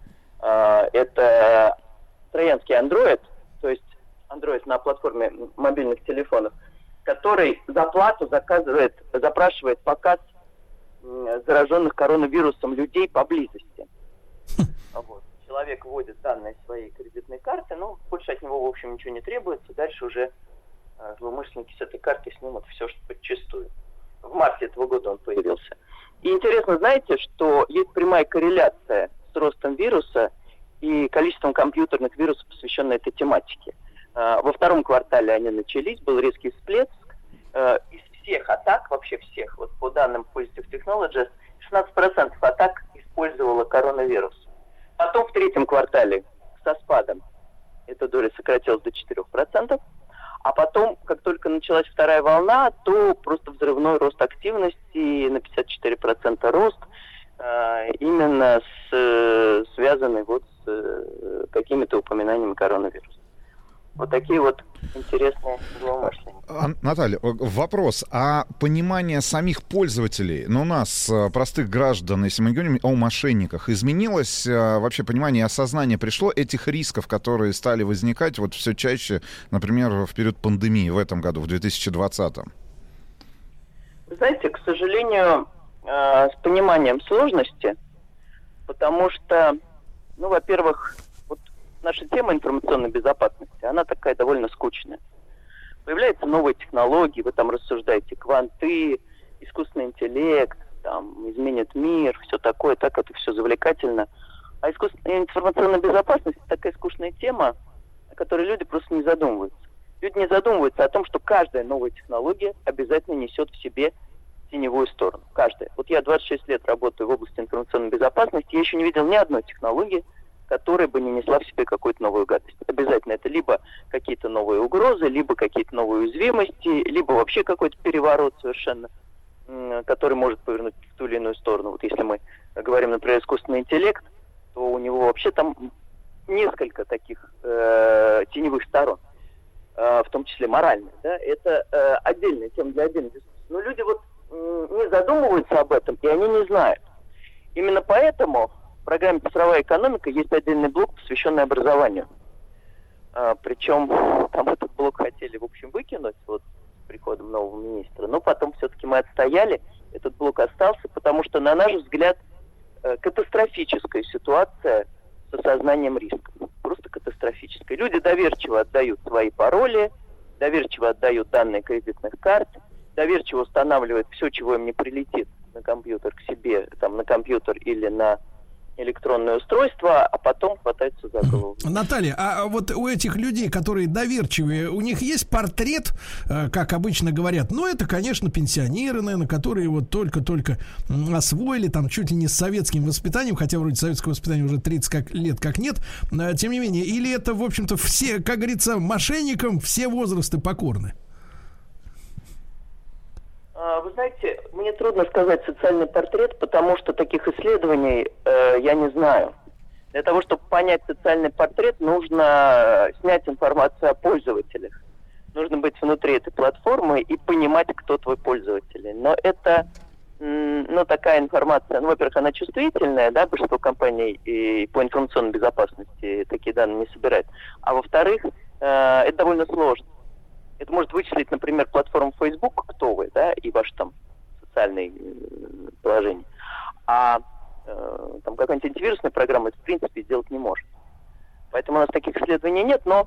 Это троянский Android, то есть Android на платформе мобильных телефонов, который за плату запрашивает показ зараженных коронавирусом людей поблизости. Вот. Человек вводит данные своей кредитной карты, но больше от него, в общем, ничего не требуется. Дальше уже злоумышленники с этой карты снимут все, что подчистую. В марте этого года он появился. И интересно, знаете, что есть прямая корреляция с ростом вируса и количеством компьютерных вирусов, посвященных этой тематике. Во втором квартале они начались, был резкий всплеск. Из всех атак, вообще всех, вот по данным Positive Technologies, 16% атак использовало коронавирус. Потом в третьем квартале со спадом эта доля сократилась до 4%. А потом, как только началась вторая волна, то просто взрывной рост активности, на 54% рост, именно связанный вот с какими-то упоминаниями коронавируса. Вот такие вот интересные злоумышленники. Наталья, вопрос. А понимание самих пользователей, у нас, простых граждан, если мы говорим о мошенниках, изменилось вообще понимание и осознание пришло этих рисков, которые стали возникать вот все чаще, например, в период пандемии в этом году, в 2020? Вы знаете, к сожалению, с пониманием сложности, потому что, во-первых, наша тема информационной безопасности, она такая довольно скучная. Появляются новые технологии, вы там рассуждаете, кванты, искусственный интеллект, там, изменит мир, все такое, так это все завлекательно. А информационная безопасность – такая скучная тема, о которой люди просто не задумываются. Люди не задумываются о том, что каждая новая технология обязательно несет в себе теневую сторону. Каждая. Вот я 26 лет работаю в области информационной безопасности, я еще не видел ни одной технологии, которая бы не несла в себе какую-то новую гадость. Обязательно это либо какие-то новые угрозы, либо какие-то новые уязвимости, либо вообще какой-то переворот совершенно, который может повернуть в ту или иную сторону. Вот если мы говорим, например, искусственный интеллект, то у него вообще там несколько таких теневых сторон, в том числе моральных. Да? Это отдельная тема для отдельной дискуссии. Но люди вот не задумываются об этом, и они не знают. Именно поэтому в программе «Цифровая экономика» есть отдельный блок, посвященный образованию. Причем там этот блок хотели, в общем, выкинуть вот с приходом нового министра, но потом все-таки мы отстояли, этот блок остался, потому что, на наш взгляд, катастрофическая ситуация с осознанием рисков. Просто катастрофическая. Люди доверчиво отдают свои пароли, доверчиво отдают данные кредитных карт, доверчиво устанавливают все, чего им не прилетит на компьютер к себе, там, на компьютер или на электронное устройство, а потом хватается за голову. Наталья, а вот у этих людей, которые доверчивые, у них есть портрет, как обычно говорят, это, конечно, пенсионеры, наверное, которые вот только-только освоили там чуть ли не с советским воспитанием, хотя вроде советского воспитания уже 30 лет как нет, тем не менее, или это, в общем-то, все, как говорится, мошенникам все возрасты покорны? Вы знаете, мне трудно сказать социальный портрет, потому что таких исследований я не знаю. Для того, чтобы понять социальный портрет, нужно снять информацию о пользователях. Нужно быть внутри этой платформы и понимать, кто твой пользователь. Но это, такая информация, во-первых, она чувствительная, да, большинство компаний и по информационной безопасности такие данные не собирают. А во-вторых, это довольно сложно. Это может вычислить, например, платформу Facebook, кто вы, да, и ваше там социальное положение. А там какая-нибудь антивирусная программа это, в принципе, сделать не может. Поэтому у нас таких исследований нет, но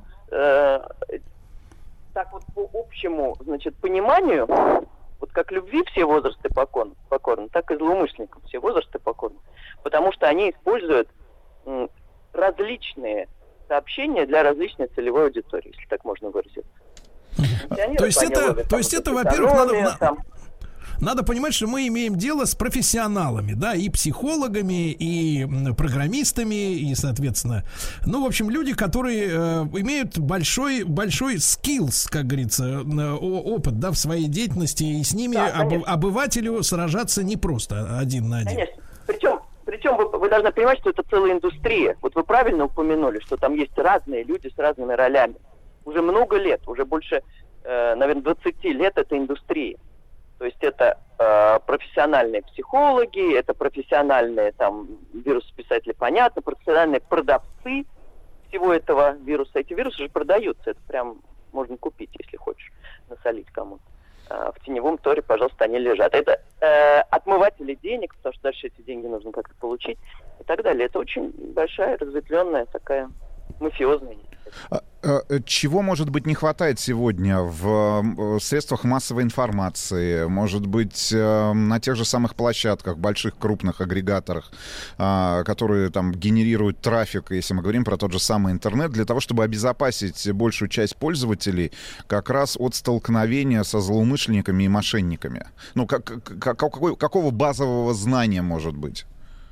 так вот по общему, пониманию, вот как любви все возрасты покорны, так и злоумышленникам все возрасты покорны. Потому что они используют различные сообщения для различной целевой аудитории, если так можно выразиться. То есть это, во-первых, надо понимать, что мы имеем дело с профессионалами, да, и психологами, и программистами, и, соответственно, ну, в общем, люди, которые имеют большой skills, как говорится, опыт, да, в своей деятельности, и с ними обывателю сражаться непросто один на один. Конечно. Причем вы должны понимать, что это целая индустрия. Вот вы правильно упомянули, что там есть разные люди с разными ролями. Уже много лет, уже больше, наверное, 20 лет это индустрия. То есть это профессиональные психологи, это профессиональные там вирусописатели, понятно, профессиональные продавцы всего этого вируса. Эти вирусы же продаются, это прям можно купить, если хочешь, насолить кому-то. В теневом торе, пожалуйста, они лежат. Это отмыватели денег, потому что дальше эти деньги нужно как-то получить и так далее. Это очень большая, разветвленная такая мафиозная. Чего, может быть, не хватает сегодня в средствах массовой информации, может быть, на тех же самых площадках, больших, крупных агрегаторах, которые там генерируют трафик, если мы говорим про тот же самый интернет, для того, чтобы обезопасить большую часть пользователей как раз от столкновения со злоумышленниками и мошенниками? Ну, какого базового знания может быть?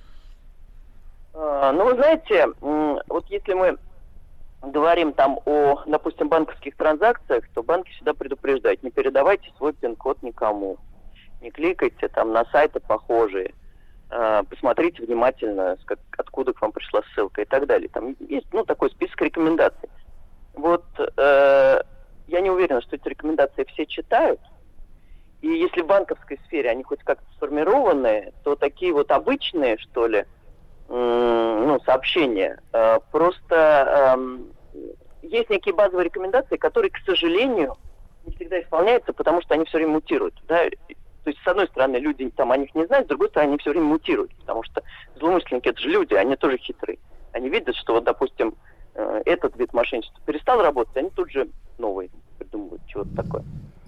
Ну, вы знаете, вот если мы говорим там о, допустим, банковских транзакциях, то банки всегда предупреждают: не передавайте свой пин-код никому, не кликайте там на сайты похожие, посмотрите внимательно, откуда к вам пришла ссылка и так далее. Там есть, ну, такой список рекомендаций. Вот я не уверена, что эти рекомендации все читают, и если в банковской сфере они хоть как-то сформированы, то такие вот обычные, что ли, сообщения, просто есть некие базовые рекомендации, которые, к сожалению, не всегда исполняются, потому что они все время мутируют. Да? То есть, с одной стороны, люди там о них не знают, с другой стороны, они все время мутируют, потому что злоумышленники — это же люди, они тоже хитрые. Они видят, что, вот, допустим, этот вид мошенничества перестал работать, они тут же новый придумывают, чего-то такое.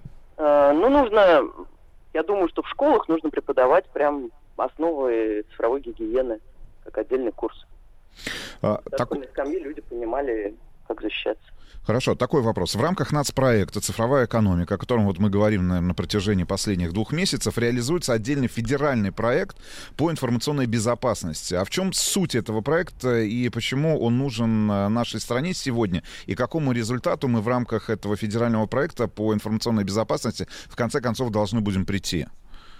Я думаю, что в школах нужно преподавать прям основы цифровой гигиены, как отдельный курс. На скамье люди понимали, как защищаться. Хорошо, такой вопрос. В рамках нацпроекта «Цифровая экономика», о котором вот мы говорим, наверное, на протяжении последних 2 месяцев, реализуется отдельный федеральный проект по информационной безопасности. А в чем суть этого проекта и почему он нужен нашей стране сегодня? И к какому результату мы в рамках этого федерального проекта по информационной безопасности в конце концов должны будем прийти?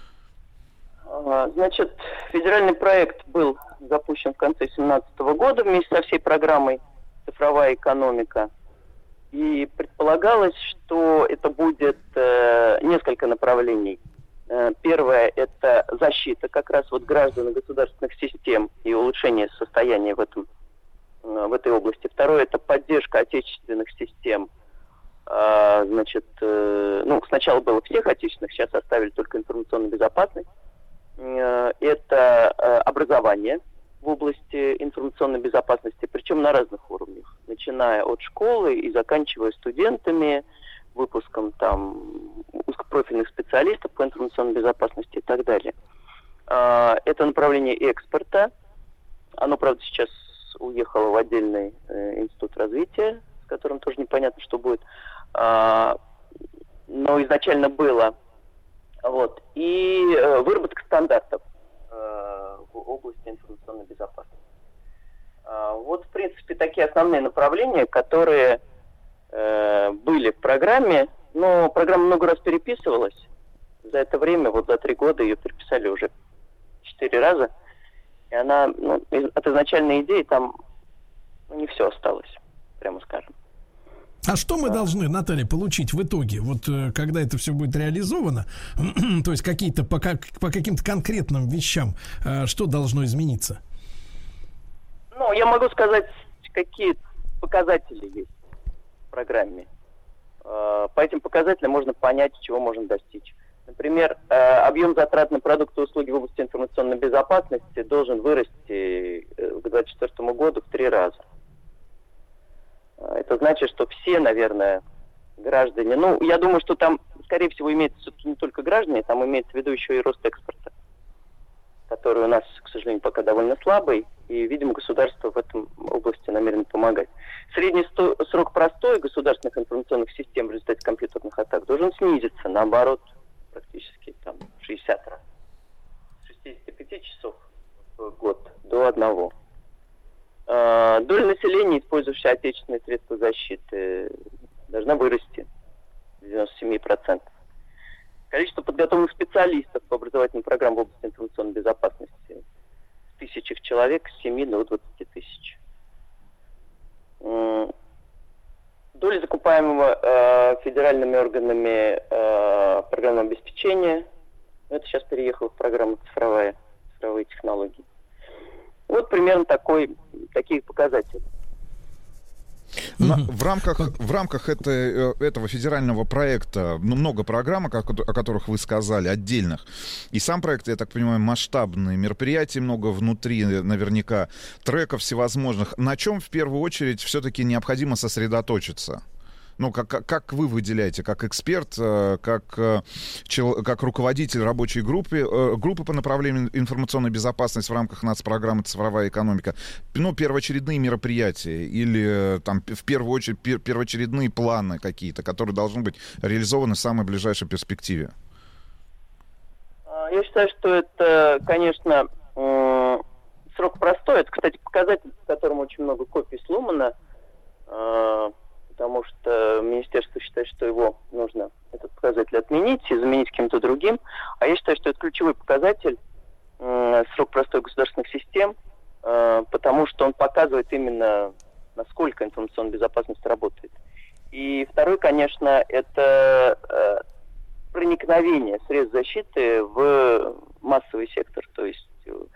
Значит, федеральный проект был запущен в конце 2017 года вместе со всей программой «Цифровая экономика». И предполагалось, что это будет несколько направлений. Первое – это защита как раз вот граждан и государственных систем и улучшение состояния в этой области. Второе – это поддержка отечественных систем. Сначала было всех отечественных, сейчас оставили только информационную безопасность. Это образование в области информационной безопасности, причем на разных уровнях, начиная от школы и заканчивая студентами, выпуском там узкопрофильных специалистов по информационной безопасности и так далее. Это направление экспорта. Оно, правда, сейчас уехало в отдельный институт развития, с которым тоже непонятно, что будет. Но изначально было. Вот. И выработка стандартов в области информационной безопасности. Вот, в принципе, такие основные направления, которые были в программе, но программа много раз переписывалась. За это время, вот за 3 года ее переписали уже 4 раза. И она, от изначальной идеи там не все осталось, прямо скажем. А что мы должны, Наталья, получить в итоге, вот когда это все будет реализовано, то есть какие-то по каким-то конкретным вещам, что должно измениться? Я могу сказать, какие показатели есть в программе. По этим показателям можно понять, чего можно достичь. Например, объем затрат на продукты и услуги в области информационной безопасности должен вырасти к 2024 году в 3 раза. Это значит, что все, наверное, граждане... я думаю, что там, скорее всего, имеется все-таки не только граждане, там имеется в виду еще и рост экспорта, который у нас, к сожалению, пока довольно слабый, и, видимо, государство в этом области намерено помогать. Средний срок простоя государственных информационных систем в результате компьютерных атак должен снизиться, наоборот, практически там 60 раз. С 65 часов в год до 1. Доля населения, использующая отечественные средства защиты, должна вырасти до 97%. Количество подготовленных специалистов по образовательным программам в области информационной безопасности в тысячах человек с 7 до 20 тысяч. Доля закупаемого федеральными органами программного обеспечения, это сейчас переехало в программу цифровые технологии. Вот примерно такие показатели. В рамках этого федерального проекта много программ, о которых вы сказали, отдельных. И сам проект, я так понимаю, масштабный. Мероприятий много внутри, наверняка, треков всевозможных. На чем в первую очередь все-таки необходимо сосредоточиться? Ну, как вы выделяете, как эксперт, как руководитель рабочей группы по направлению информационной безопасности в рамках нацпрограммы «Цифровая экономика», ну, первоочередные мероприятия или там в первую очередь первоочередные планы какие-то, которые должны быть реализованы в самой ближайшей перспективе? Я считаю, что это, конечно, срок простой. Это, кстати, показатель, по которому очень много копий сломано, потому что министерство считает, что его нужно, этот показатель, отменить и заменить кем-то другим. А я считаю, что это ключевой показатель, срок простой государственных систем, потому что он показывает именно, насколько информационная безопасность работает. И второй, конечно, это проникновение средств защиты в массовый сектор, то есть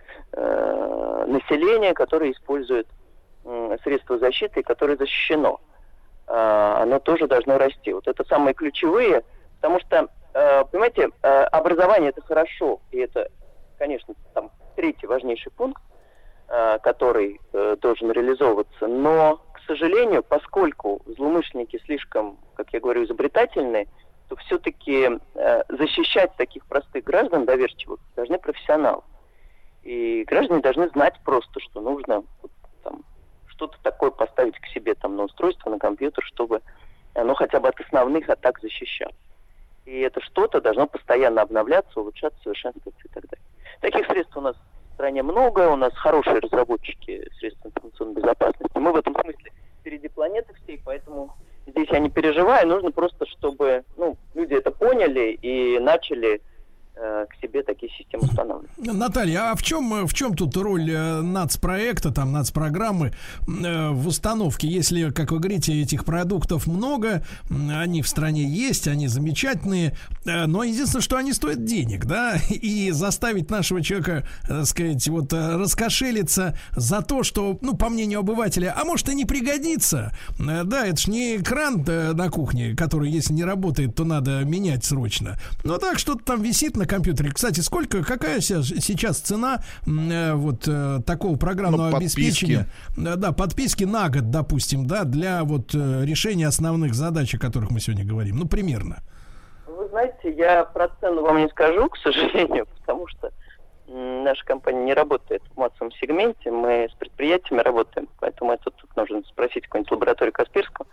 население, которое использует средства защиты и которое защищено. Оно тоже должно расти. Вот это самые ключевые, потому что, понимаете, образование это хорошо, и это, конечно, там третий важнейший пункт, который должен реализовываться, но, к сожалению, поскольку злоумышленники слишком, как я говорю, изобретательны, то все-таки защищать таких простых граждан доверчивых должны профессионалы. И граждане должны знать просто, что нужно там что-то такое поставить к себе там на устройство, на компьютер, чтобы оно хотя бы от основных атак защищало. И это что-то должно постоянно обновляться, улучшаться, совершенствоваться и так далее. Таких средств у нас в стране много, у нас хорошие разработчики средств информационной безопасности. Мы в этом смысле впереди планеты всей, поэтому здесь я не переживаю, нужно просто, чтобы люди это поняли и начали к себе такие системы устанавливать. Наталья, а в чем тут роль нацпроекта, там, нацпрограммы в установке, если, как вы говорите, этих продуктов много, они в стране есть, они замечательные, но единственное, что они стоят денег, да, и заставить нашего человека, так сказать, вот раскошелиться за то, что, по мнению обывателя, а может и не пригодится, да, это ж не экран на кухне, который, если не работает, то надо менять срочно, но так что-то там висит на компьютере. Кстати, какая сейчас цена такого программного обеспечения? Да, подписки на год, допустим, да, для решения основных задач, о которых мы сегодня говорим. Примерно. Вы знаете, я про цену вам не скажу, к сожалению, потому что наша компания не работает в массовом сегменте, мы с предприятиями работаем, поэтому это тут нужно спросить какую-нибудь лабораторию Касперского.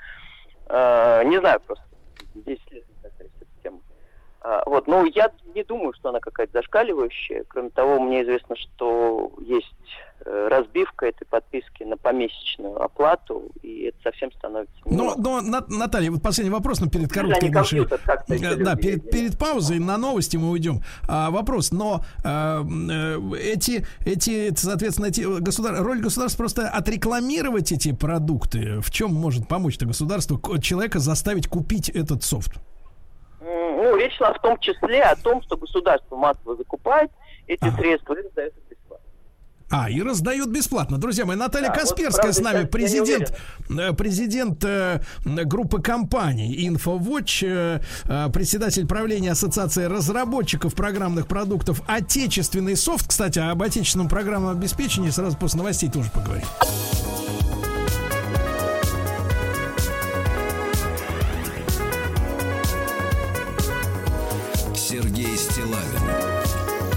Не знаю просто, 10 лет эту тему. Я не думаю, что она какая-то зашкаливающая. Кроме того, мне известно, что есть разбивка этой подписки на помесячную оплату, и это совсем становится... Но Наталья, вот последний вопрос, перед короткой нашей... Да, перед паузой на новости мы уйдем. Вопрос, но соответственно, роль государства просто отрекламировать эти продукты. В чем может помочь-то государству человека заставить купить этот софт? Речь шла в том числе о том, что государство массово закупает эти средства и раздает их бесплатно. И раздают бесплатно. Друзья мои, Наталья Касперская с нами, президент группы компаний InfoWatch, председатель правления Ассоциации разработчиков программных продуктов «Отечественный софт». Кстати, об отечественном программном обеспечении сразу после новостей тоже поговорим. Сергей Стиллавин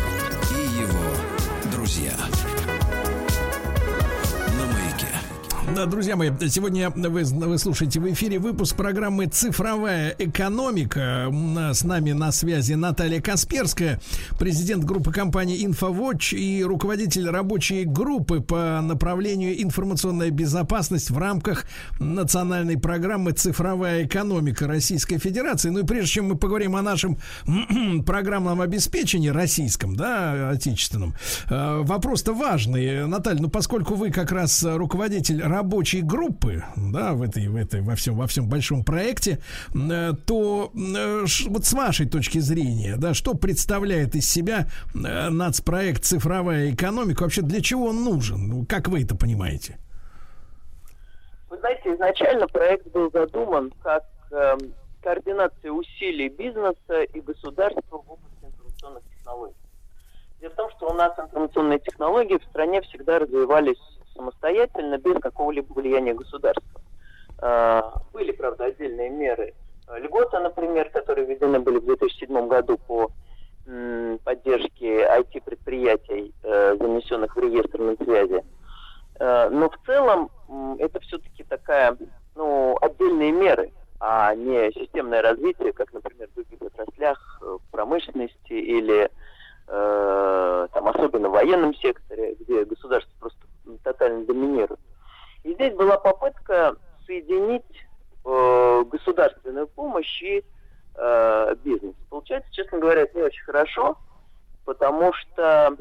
и его друзья. На Маяке. Друзья мои, сегодня вы слушаете в эфире выпуск программы «Цифровая экономика». С нами на связи Наталья Касперская, президент группы компании «Инфовотч» и руководитель рабочей группы по направлению информационная безопасность в рамках национальной программы «Цифровая экономика» Российской Федерации. Ну и прежде чем мы поговорим о нашем программном обеспечении российском, да, отечественном, вопрос-то важный. Наталья, ну поскольку вы как раз руководитель рабочей группы, да, во всем большом проекте, то вот с вашей точки зрения, да, что представляет из себя нацпроект «Цифровая экономика», вообще для чего он нужен? Ну, как вы это понимаете? Вы знаете, изначально проект был задуман как координация усилий бизнеса и государства в области информационных технологий. Дело в том, что у нас информационные технологии в стране всегда развивались самостоятельно, без какого-либо влияния государства. Были, правда, отдельные меры. Льготы, например, которые введены были в 2007 году по поддержке IT-предприятий, занесенных в реестр Минсвязи. Но в целом это все-таки такая, отдельные меры, а не системное развитие, как, например, в других отраслях, в промышленности или особенно в военном секторе, где государство просто тотально доминирует. И здесь была попытка соединить государственную помощь и бизнес. Получается, честно говоря, это не очень хорошо, потому что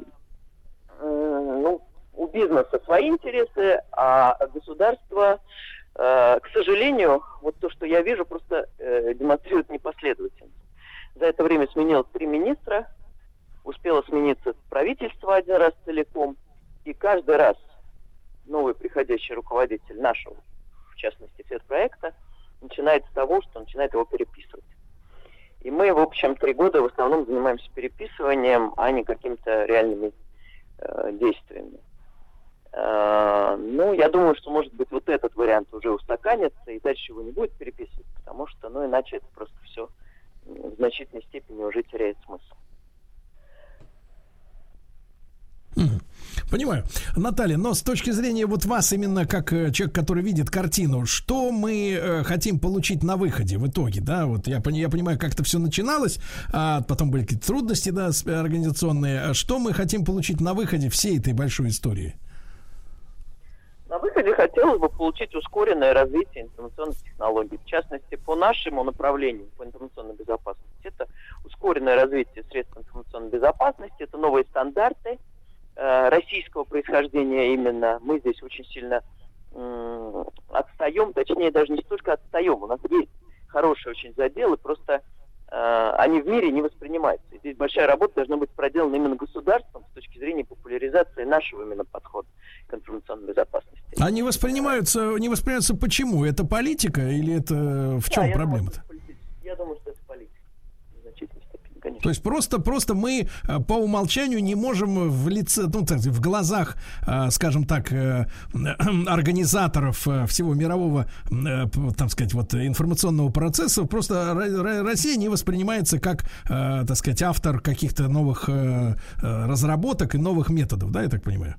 у бизнеса свои интересы, а государство, к сожалению, вот то, что я вижу, просто демонстрирует непоследовательность. За это время сменилось 3 министра, успело смениться правительство один раз целиком, и каждый раз новый приходящий руководитель нашего, в частности, проекта, начинает с того, что начинает его переписывать. И мы, в общем, 3 года в основном занимаемся переписыванием, а не какими-то реальными действиями. Я думаю, что, может быть, вот этот вариант уже устаканится, и дальше его не будет переписывать, потому что, иначе это просто все в значительной степени уже теряет смысл. Понимаю. Наталья, но с точки зрения вот вас именно как человек, который видит картину, что мы хотим получить на выходе в итоге, да, вот я понимаю, как это все начиналось, а потом были какие-то трудности, да, организационные. Что мы хотим получить на выходе всей этой большой истории? На выходе хотелось бы получить ускоренное развитие информационных технологий. В частности, по нашему направлению, по информационной безопасности, это ускоренное развитие средств информационной безопасности, это новые стандарты российского происхождения именно. Мы здесь очень сильно отстаем, точнее, даже не столько отстаем. У нас есть хорошие очень заделы, просто они в мире не воспринимаются. И здесь большая работа должна быть проделана именно государством с точки зрения популяризации нашего именно подхода к информационной безопасности. Они не воспринимаются почему? Это политика или это в чем проблема-то? Я думаю, что это политика. В значительной степени, конечно. То есть просто мы по умолчанию не можем в лице, в глазах, скажем так, организаторов всего мирового, так сказать, вот информационного процесса, просто Россия не воспринимается как, так сказать, автор каких-то новых разработок и новых методов, да, я так понимаю?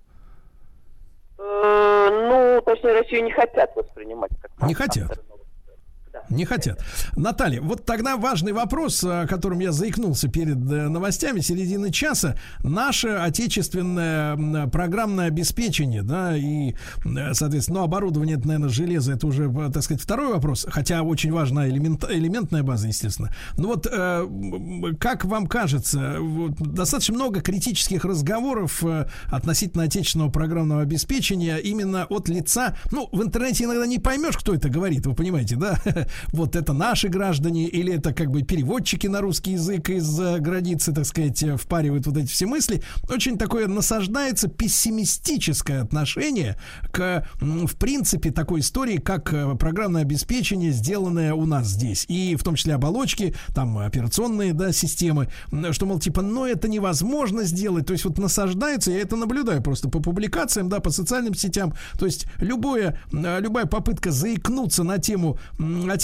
Точнее, Россию не хотят воспринимать как автор. Не хотят. Не хотят. Наталья, вот тогда важный вопрос, о котором я заикнулся перед новостями середины часа. Наше отечественное программное обеспечение, да, и, соответственно, оборудование, это, наверное, железо, это уже, так сказать, второй вопрос, хотя очень важна элементная база, естественно. Но вот, как вам кажется, достаточно много критических разговоров относительно отечественного программного обеспечения именно от лица, в интернете иногда не поймешь, кто это говорит, вы понимаете, да? Вот это наши граждане или это как бы переводчики на русский язык из-за границы, так сказать, впаривают вот эти все мысли. Очень такое насаждается пессимистическое отношение к, в принципе, такой истории, как программное обеспечение, сделанное у нас здесь. И в том числе оболочки, там, операционные, да, системы, что, мол, типа, это невозможно сделать. То есть вот насаждается, я это наблюдаю просто по публикациям, да, по социальным сетям. То есть любая попытка заикнуться на тему отечественного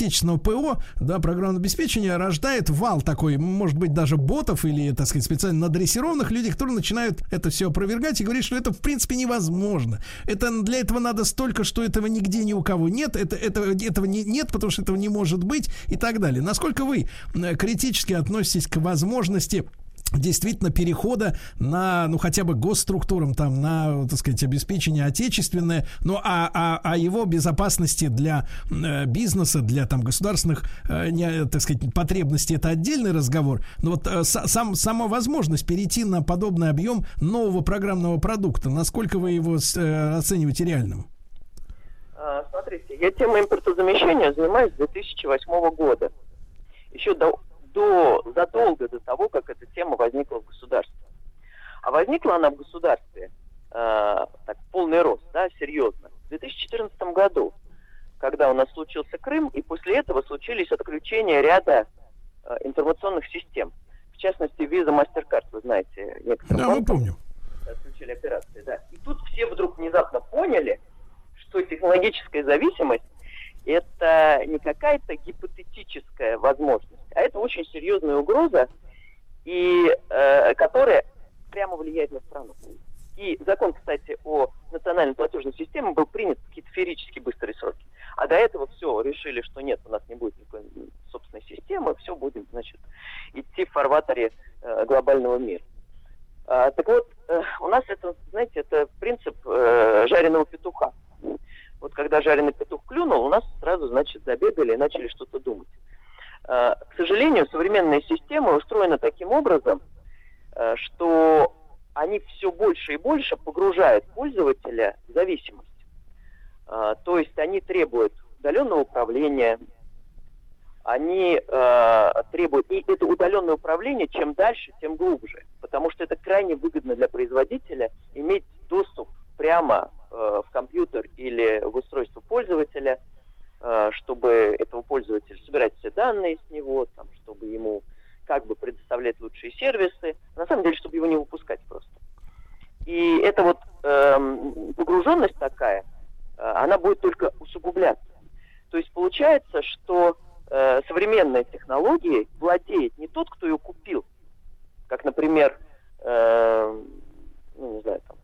отечественного ПО, да, программного обеспечения, рождает вал такой, может быть, даже ботов или, так сказать, специально надрессированных людей, которые начинают это все опровергать и говорить, что это, в принципе, невозможно. Для этого надо столько, что этого нигде ни у кого нет, этого нет, потому что этого не может быть и так далее. Насколько вы критически относитесь к возможности действительно перехода на, хотя бы госструктурам, там, на, так сказать, обеспечение отечественное, а его безопасности для бизнеса, для там государственных, так сказать, потребностей, это отдельный разговор. Но вот сама возможность перейти на подобный объем нового программного продукта, насколько вы его оцениваете реальным? Смотрите, я темой импортозамещения занимаюсь с 2008 года. Еще задолго до того, как эта тема возникла в государстве. А возникла она в государстве так, полный рост, да, серьезно, в 2014 году, когда у нас случился Крым, и после этого случились отключения ряда информационных систем. В частности, Visa, MasterCard, вы знаете, некоторые банки, мы помним, отключили операции. Да. И тут все вдруг внезапно поняли, что технологическая зависимость – это не какая-то гипотетическая возможность, а это очень серьезная угроза, которая прямо влияет на страну. И закон, кстати, о национальной платежной системе был принят в какие-то феерически быстрые сроки. А до этого все, решили, что нет, у нас не будет никакой собственной системы, все будем, значит, идти в фарватере глобального мира. Так вот, у нас это, знаете, это принцип жареного петуха. Вот когда жареный петух клюнул, у нас сразу, значит, забегали и начали что-то думать. К сожалению, современные системы устроены таким образом, что они все больше и больше погружают пользователя в зависимость. То есть они требуют удаленного управления, они требуют... И это удаленное управление чем дальше, тем глубже. Потому что это крайне выгодно для производителя иметь доступ прямо в компьютер или в устройство пользователя, чтобы этого пользователя собирать все данные с него, там, чтобы ему как бы предоставлять лучшие сервисы, на самом деле, чтобы его не выпускать просто. И эта вот погруженность такая, она будет только усугубляться. То есть получается, что современной технологией владеет не тот, кто ее купил, как, например, не знаю, там,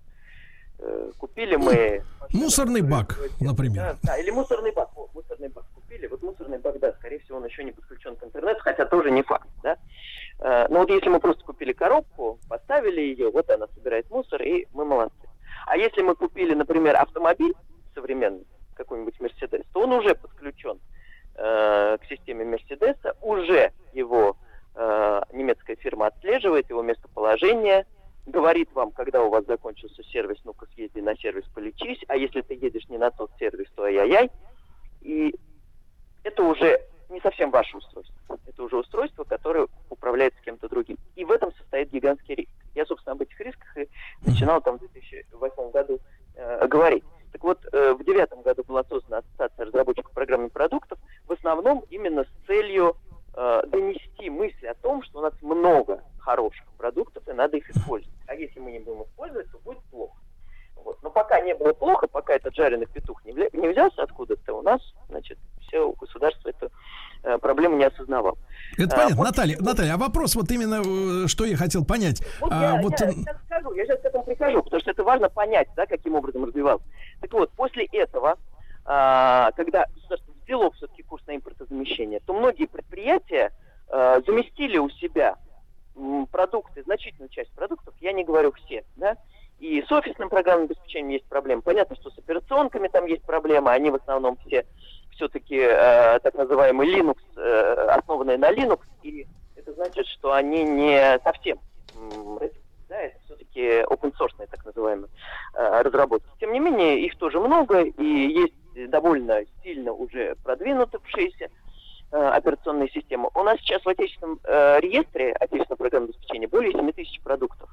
купили мы... Мусорный бак, например. Да, или мусорный бак. Мусорный бак купили. Вот мусорный бак, да, скорее всего, он еще не подключен к интернету, хотя тоже не факт, да. Но вот если мы просто купили коробку, поставили ее, вот она собирает мусор, и мы молодцы. А если мы купили, например, автомобиль современный, какой-нибудь Мерседес, то он уже подключен к системе Мерседеса, уже его немецкая фирма отслеживает, его местоположение, говорит вам, когда у вас закончился сервис, ну-ка съезди на сервис, полечись, а если ты едешь не на тот сервис, то ай-яй-яй. И это уже не совсем ваше устройство. Это уже устройство, которое управляется кем-то другим. И в этом состоит гигантский риск. Я, собственно, об этих рисках и начинал там в 2008 году говорить. Так вот, в 2009 году была создана Ассоциация разработчиков программных продуктов, в основном именно с целью донести мысли о том, что у нас много хороших продуктов, и надо их использовать. А если мы не будем использовать, то будет плохо. Вот. Но пока не было плохо, пока этот жареный петух не взялся откуда-то, у нас, значит, все государство эту проблему не осознавало. Это понятно. Наталья, а вопрос вот именно, что я хотел понять. Вот я сейчас к этому прихожу, потому что это важно понять, да, каким образом развивался. Так вот, после этого, когда государство взяло все-таки курс на импортозамещение, то многие предприятия заместили у себя продукты, значительную часть продуктов, я не говорю все, да, и с офисным программным обеспечением есть проблемы. Понятно, что с операционками там есть проблемы, они в основном все-таки так называемый Linux, основанные на Linux, и это значит, что они не совсем, да, это все-таки open source, так называемые разработки. Тем не менее, их тоже много, и есть довольно сильно уже продвинутые операционные системы. У нас сейчас в отечественном реестре отечественного программного обеспечения более 7 тысяч продуктов.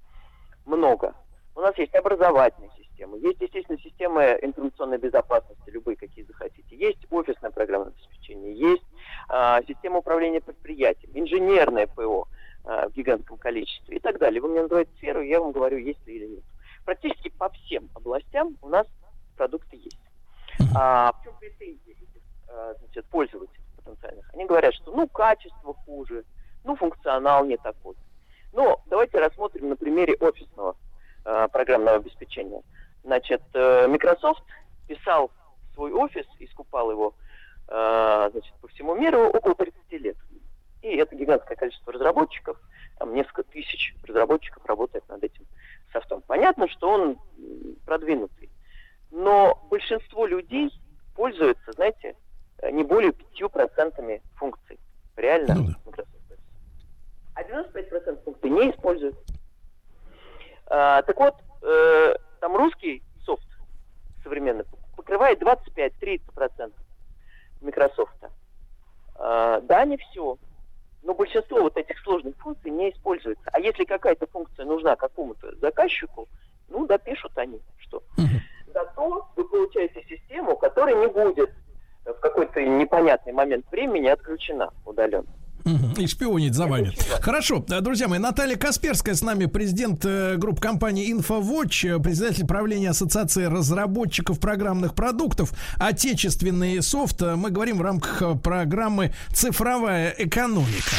Много. У нас есть образовательные системы, есть, естественно, системы информационной безопасности, любые, какие захотите. Есть офисное программное обеспечение, есть система управления предприятием, инженерное ПО в гигантском количестве и так далее. Вы мне называете сферу, я вам говорю, есть или нет. Практически по всем областям у нас продукты есть. В чем претензии этих, значит, пользователей? потенциальных, они говорят, что ну качество хуже, ну функционал не такой. Но давайте рассмотрим на примере офисного программного обеспечения. Значит, Microsoft писал свой офис и скупал его значит, по всему миру около 30 лет. И это гигантское количество разработчиков, там несколько тысяч разработчиков работает над этим софтом. Понятно, что он продвинутый, но большинство людей пользуются, знаете, не более 5% функций. Реально Microsoft. А 95% функций не используют. Так вот, там русский софт современный покрывает 25-30% Microsoft. Да, не все. Но большинство вот этих сложных функций не используется. А если какая-то функция нужна какому-то заказчику, ну, допишут они, что. Зато вы получаете систему, которая не будет в какой-то непонятный момент времени отключена удаленно. И шпионить за вами. Хорошо, друзья мои, Наталья Касперская с нами, президент группы компании InfoWatch, председатель правления Ассоциации разработчиков программных продуктов, отечественный софт. Мы говорим в рамках программы «Цифровая экономика».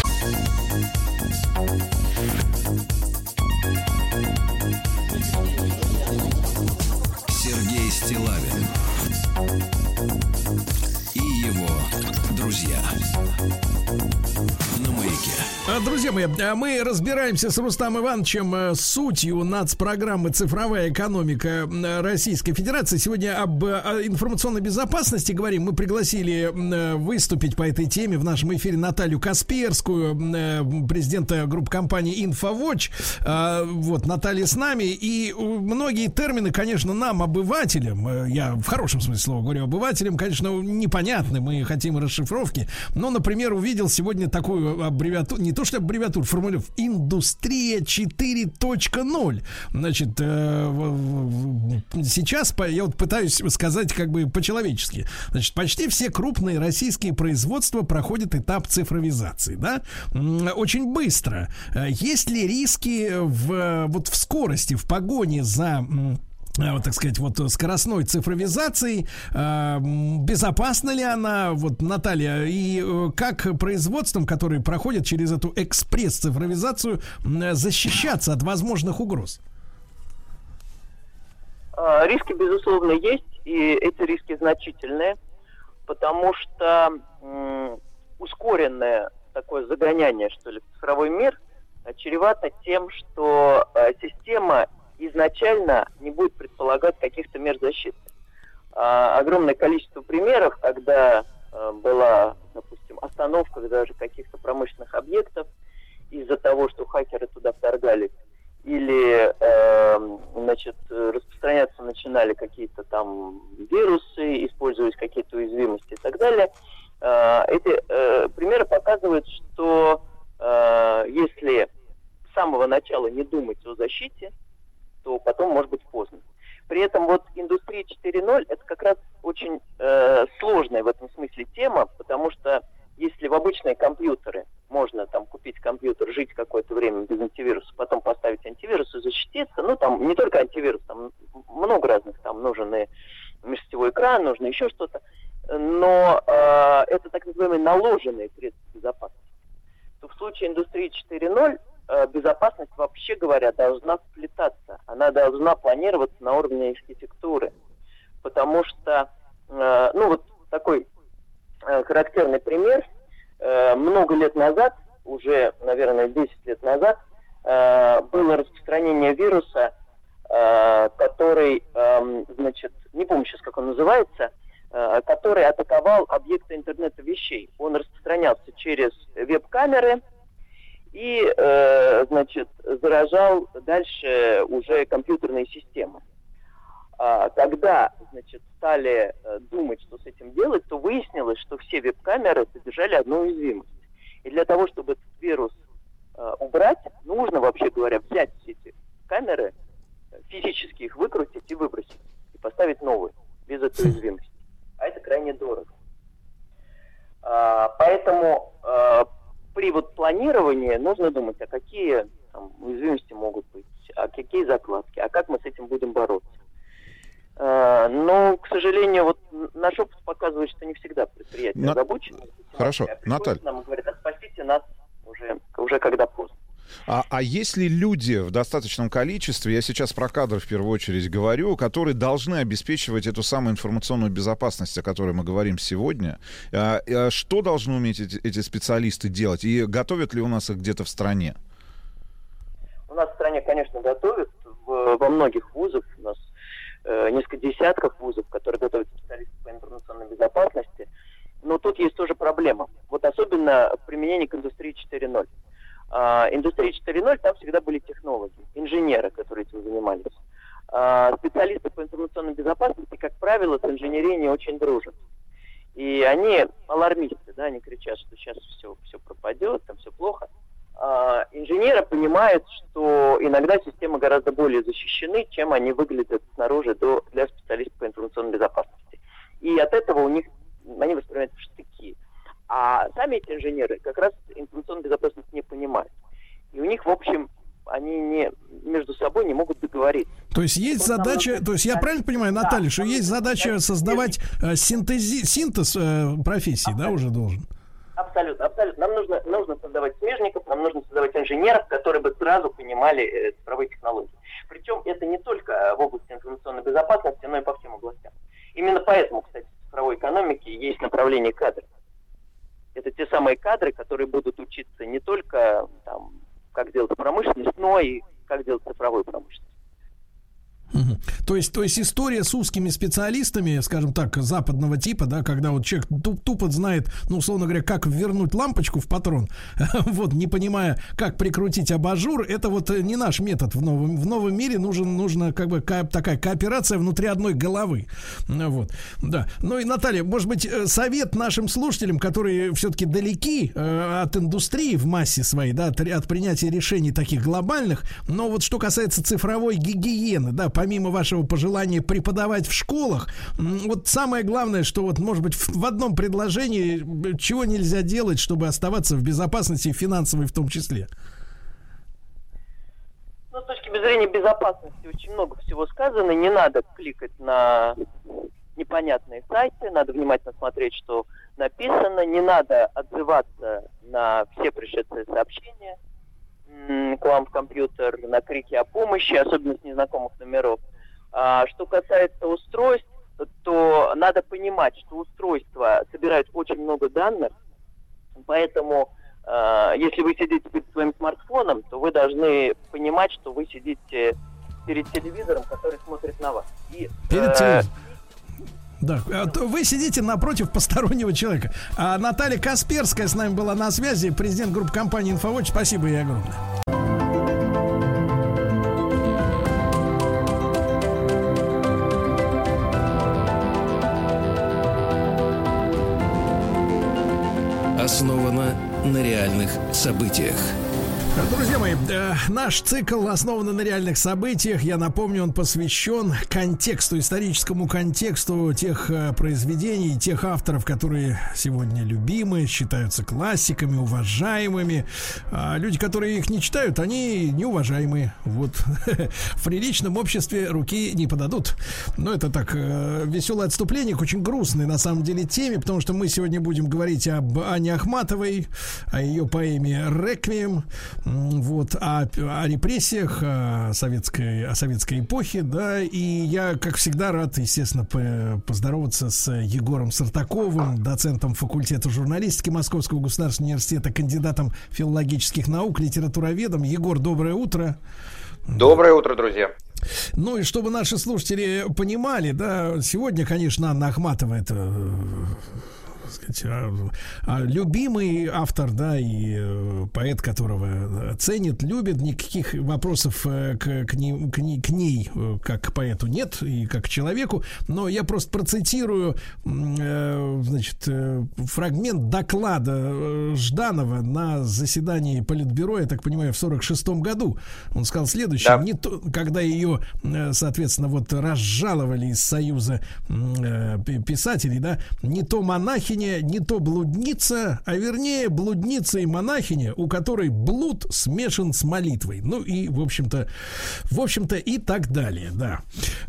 Сергей Стиллавин и его друзья. Друзья мои, мы разбираемся с Рустамом Ивановичем сутью нацпрограммы «Цифровая экономика» Российской Федерации. Сегодня об информационной безопасности говорим. Мы пригласили выступить по этой теме в нашем эфире Наталью Касперскую, президента группы компании InfoWatch. Вот, Наталья с нами. И многие термины, конечно, нам, обывателям, я в хорошем смысле слова говорю, обывателям, конечно, непонятны. Мы хотим расшифровки. Но, например, увидел сегодня такую аббревиатуру, не то что аббревиатуру, формулировку «Индустрия 4.0». Значит, сейчас я вот пытаюсь сказать как бы по-человечески. Значит, почти все крупные российские производства проходят этап цифровизации, да? Очень быстро. Есть ли риски вот в скорости, в погоне за... вот, так сказать, вот скоростной цифровизацией, безопасна ли она, вот, Наталья, и как производствам, которые проходят через эту экспресс-цифровизацию, защищаться от возможных угроз? Риски, безусловно, есть, и эти риски значительные, потому что ускоренное такое загоняние, что ли, в цифровой мир чревато тем, что система изначально не будет предполагать каких-то мер защиты. Огромное количество примеров, когда была, допустим, остановка даже каких-то промышленных объектов из-за того, что хакеры туда вторгались, или, значит, распространяться начинали какие-то там вирусы, использовались какие-то уязвимости и так далее. Эти примеры показывают, что если с самого начала не думать о защите, то потом может быть поздно. При этом вот индустрия 4.0 это как раз очень сложная в этом смысле тема, потому что если в обычные компьютеры можно там купить компьютер, жить какое-то время без антивируса, потом поставить антивирус и защититься, ну там не только антивирус, там много разных, там нужен и межсетевой экран, нужно еще что-то, но это так называемые наложенные средства безопасности. То в случае индустрии 4.0 безопасность, вообще говоря, должна вплетаться. Она должна планироваться на уровне архитектуры. Потому что, ну вот такой характерный пример. Много лет назад, уже, наверное, 10 лет назад, было распространение вируса, который, значит, не помню сейчас, как он называется, который атаковал объекты интернета вещей. Он распространялся через веб-камеры, и, значит, заражал дальше уже компьютерные системы. Когда, значит, стали думать, что с этим делать, то выяснилось, что все веб-камеры содержали одну уязвимость. И для того, чтобы этот вирус убрать, нужно, вообще говоря, взять все эти камеры, физически их выкрутить и выбросить, и поставить новые, без этой уязвимости. А это крайне дорого. Поэтому... при вот планировании нужно думать, а какие там уязвимости могут быть, а какие закладки, а как мы с этим будем бороться. Но, к сожалению, вот наш опыт показывает, что не всегда предприятия озабочены. Хорошо, Наталья. Нам говорят, спасите нас уже когда поздно. А есть ли люди в достаточном количестве, я сейчас про кадры в первую очередь говорю, которые должны обеспечивать эту самую информационную безопасность, о которой мы говорим сегодня? Что должны уметь эти специалисты делать? И готовят ли у нас их где-то в стране? У нас в стране, конечно, готовят. Во многих вузах у нас несколько десятков вузов, которые готовят специалистов по информационной безопасности. Но тут есть тоже проблема. Вот особенно в применении к индустрии 4.0. Индустрия 4.0, там всегда были технологи, инженеры, которые этим занимались. Специалисты по информационной безопасности, как правило, с инженерией не очень дружат. И они алармисты, да, они кричат, что сейчас все пропадет, там все плохо. Инженеры понимают, что иногда системы гораздо более защищены, чем они выглядят снаружи для специалистов по информационной безопасности. И от этого они воспринимают в штыки. А сами эти инженеры как раз информационную безопасность не понимают. И у них, в общем, они между собой не могут договориться. То есть есть задача, то есть я правильно понимаю, Наталья, что есть задача создавать синтез профессий, да, уже должен? Абсолютно. Нам нужно создавать смежников, нам нужно создавать инженеров, которые бы сразу понимали цифровые технологии. Причем это не только в области информационной безопасности, но и по всем областям. Именно поэтому, кстати, в цифровой экономике есть направление кадров. Это те самые кадры, которые будут учиться не только там, как делать промышленность, но и как делать цифровую промышленность. То есть история с узкими специалистами, скажем так, западного типа, да, когда вот человек тупо знает, ну, условно говоря, как вернуть лампочку в патрон, вот, не понимая, как прикрутить абажур, это вот не наш метод в новом мире, нужна как бы такая кооперация внутри одной головы, вот, да. Ну и, Наталья, может быть, совет нашим слушателям, которые все-таки далеки от индустрии в массе своей, да, от принятия решений таких глобальных, но вот что касается цифровой гигиены, да, помимо вашего пожелания преподавать в школах, вот самое главное, что вот, может быть, в одном предложении, чего нельзя делать, чтобы оставаться в безопасности, финансовой в том числе? Ну, с точки зрения безопасности очень много всего сказано. Не надо кликать на непонятные сайты, надо внимательно смотреть, что написано, не надо отзываться на все пришедшие сообщения к вам в компьютер, на крики о помощи, особенно с незнакомых номеров. Что касается устройств, то надо понимать, что устройства собирают очень много данных, поэтому если вы сидите перед своим смартфоном, то вы должны понимать, что вы сидите перед телевизором, который смотрит на вас. Перед телевизором. Да, вы сидите напротив постороннего человека. Наталья Касперская с нами была на связи, президент группы компании «Инфовоч». Спасибо ей огромное. Основано на реальных событиях. Друзья мои, наш цикл основан на реальных событиях. Я напомню, он посвящен контексту, историческому контексту тех произведений, тех авторов, которые сегодня любимы, считаются классиками, уважаемыми. А люди, которые их не читают, они неуважаемые. Вот. В приличном обществе руки не подадут. Но это так, веселое отступление к очень грустной, на самом деле, теме, потому что мы сегодня будем говорить об Анне Ахматовой, о ее поэме «Реквием», вот, о репрессиях, о советской эпохе, да, и я, как всегда, рад, естественно, поздороваться с Егором Сартаковым, доцентом факультета журналистики Московского государственного университета, кандидатом филологических наук, литературоведом. Егор, доброе утро. Доброе утро, друзья. Ну и чтобы наши слушатели понимали, да, сегодня, конечно, Анна Ахматова — это, так сказать, любимый автор, да, и поэт, которого ценит, любит, никаких вопросов к ней как к поэту нет и как к человеку, но я просто процитирую, значит, фрагмент доклада Жданова на заседании Политбюро, я так понимаю, в 1946 году. Он сказал следующее: да. Не то, когда ее, соответственно, вот разжаловали из Союза писателей, да, не то монахиня монахиня не то блудница, а вернее блудница и монахиня, у которой блуд смешан с молитвой. Ну и, в общем-то, и так далее, да.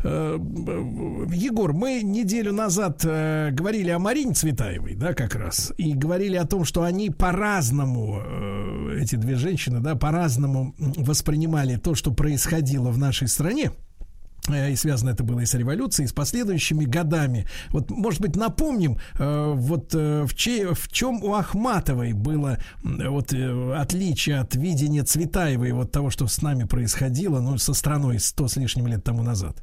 Егор, мы неделю назад говорили о Марине Цветаевой, да, как раз, и говорили о том, что они по-разному, эти две женщины, да, по-разному воспринимали то, что происходило в нашей стране. И связано это было и с революцией, и с последующими годами. Вот, может быть, напомним, в чем у Ахматовой было отличие от видения Цветаевой, вот того, что с нами происходило, со страной 100 с лишним лет тому назад.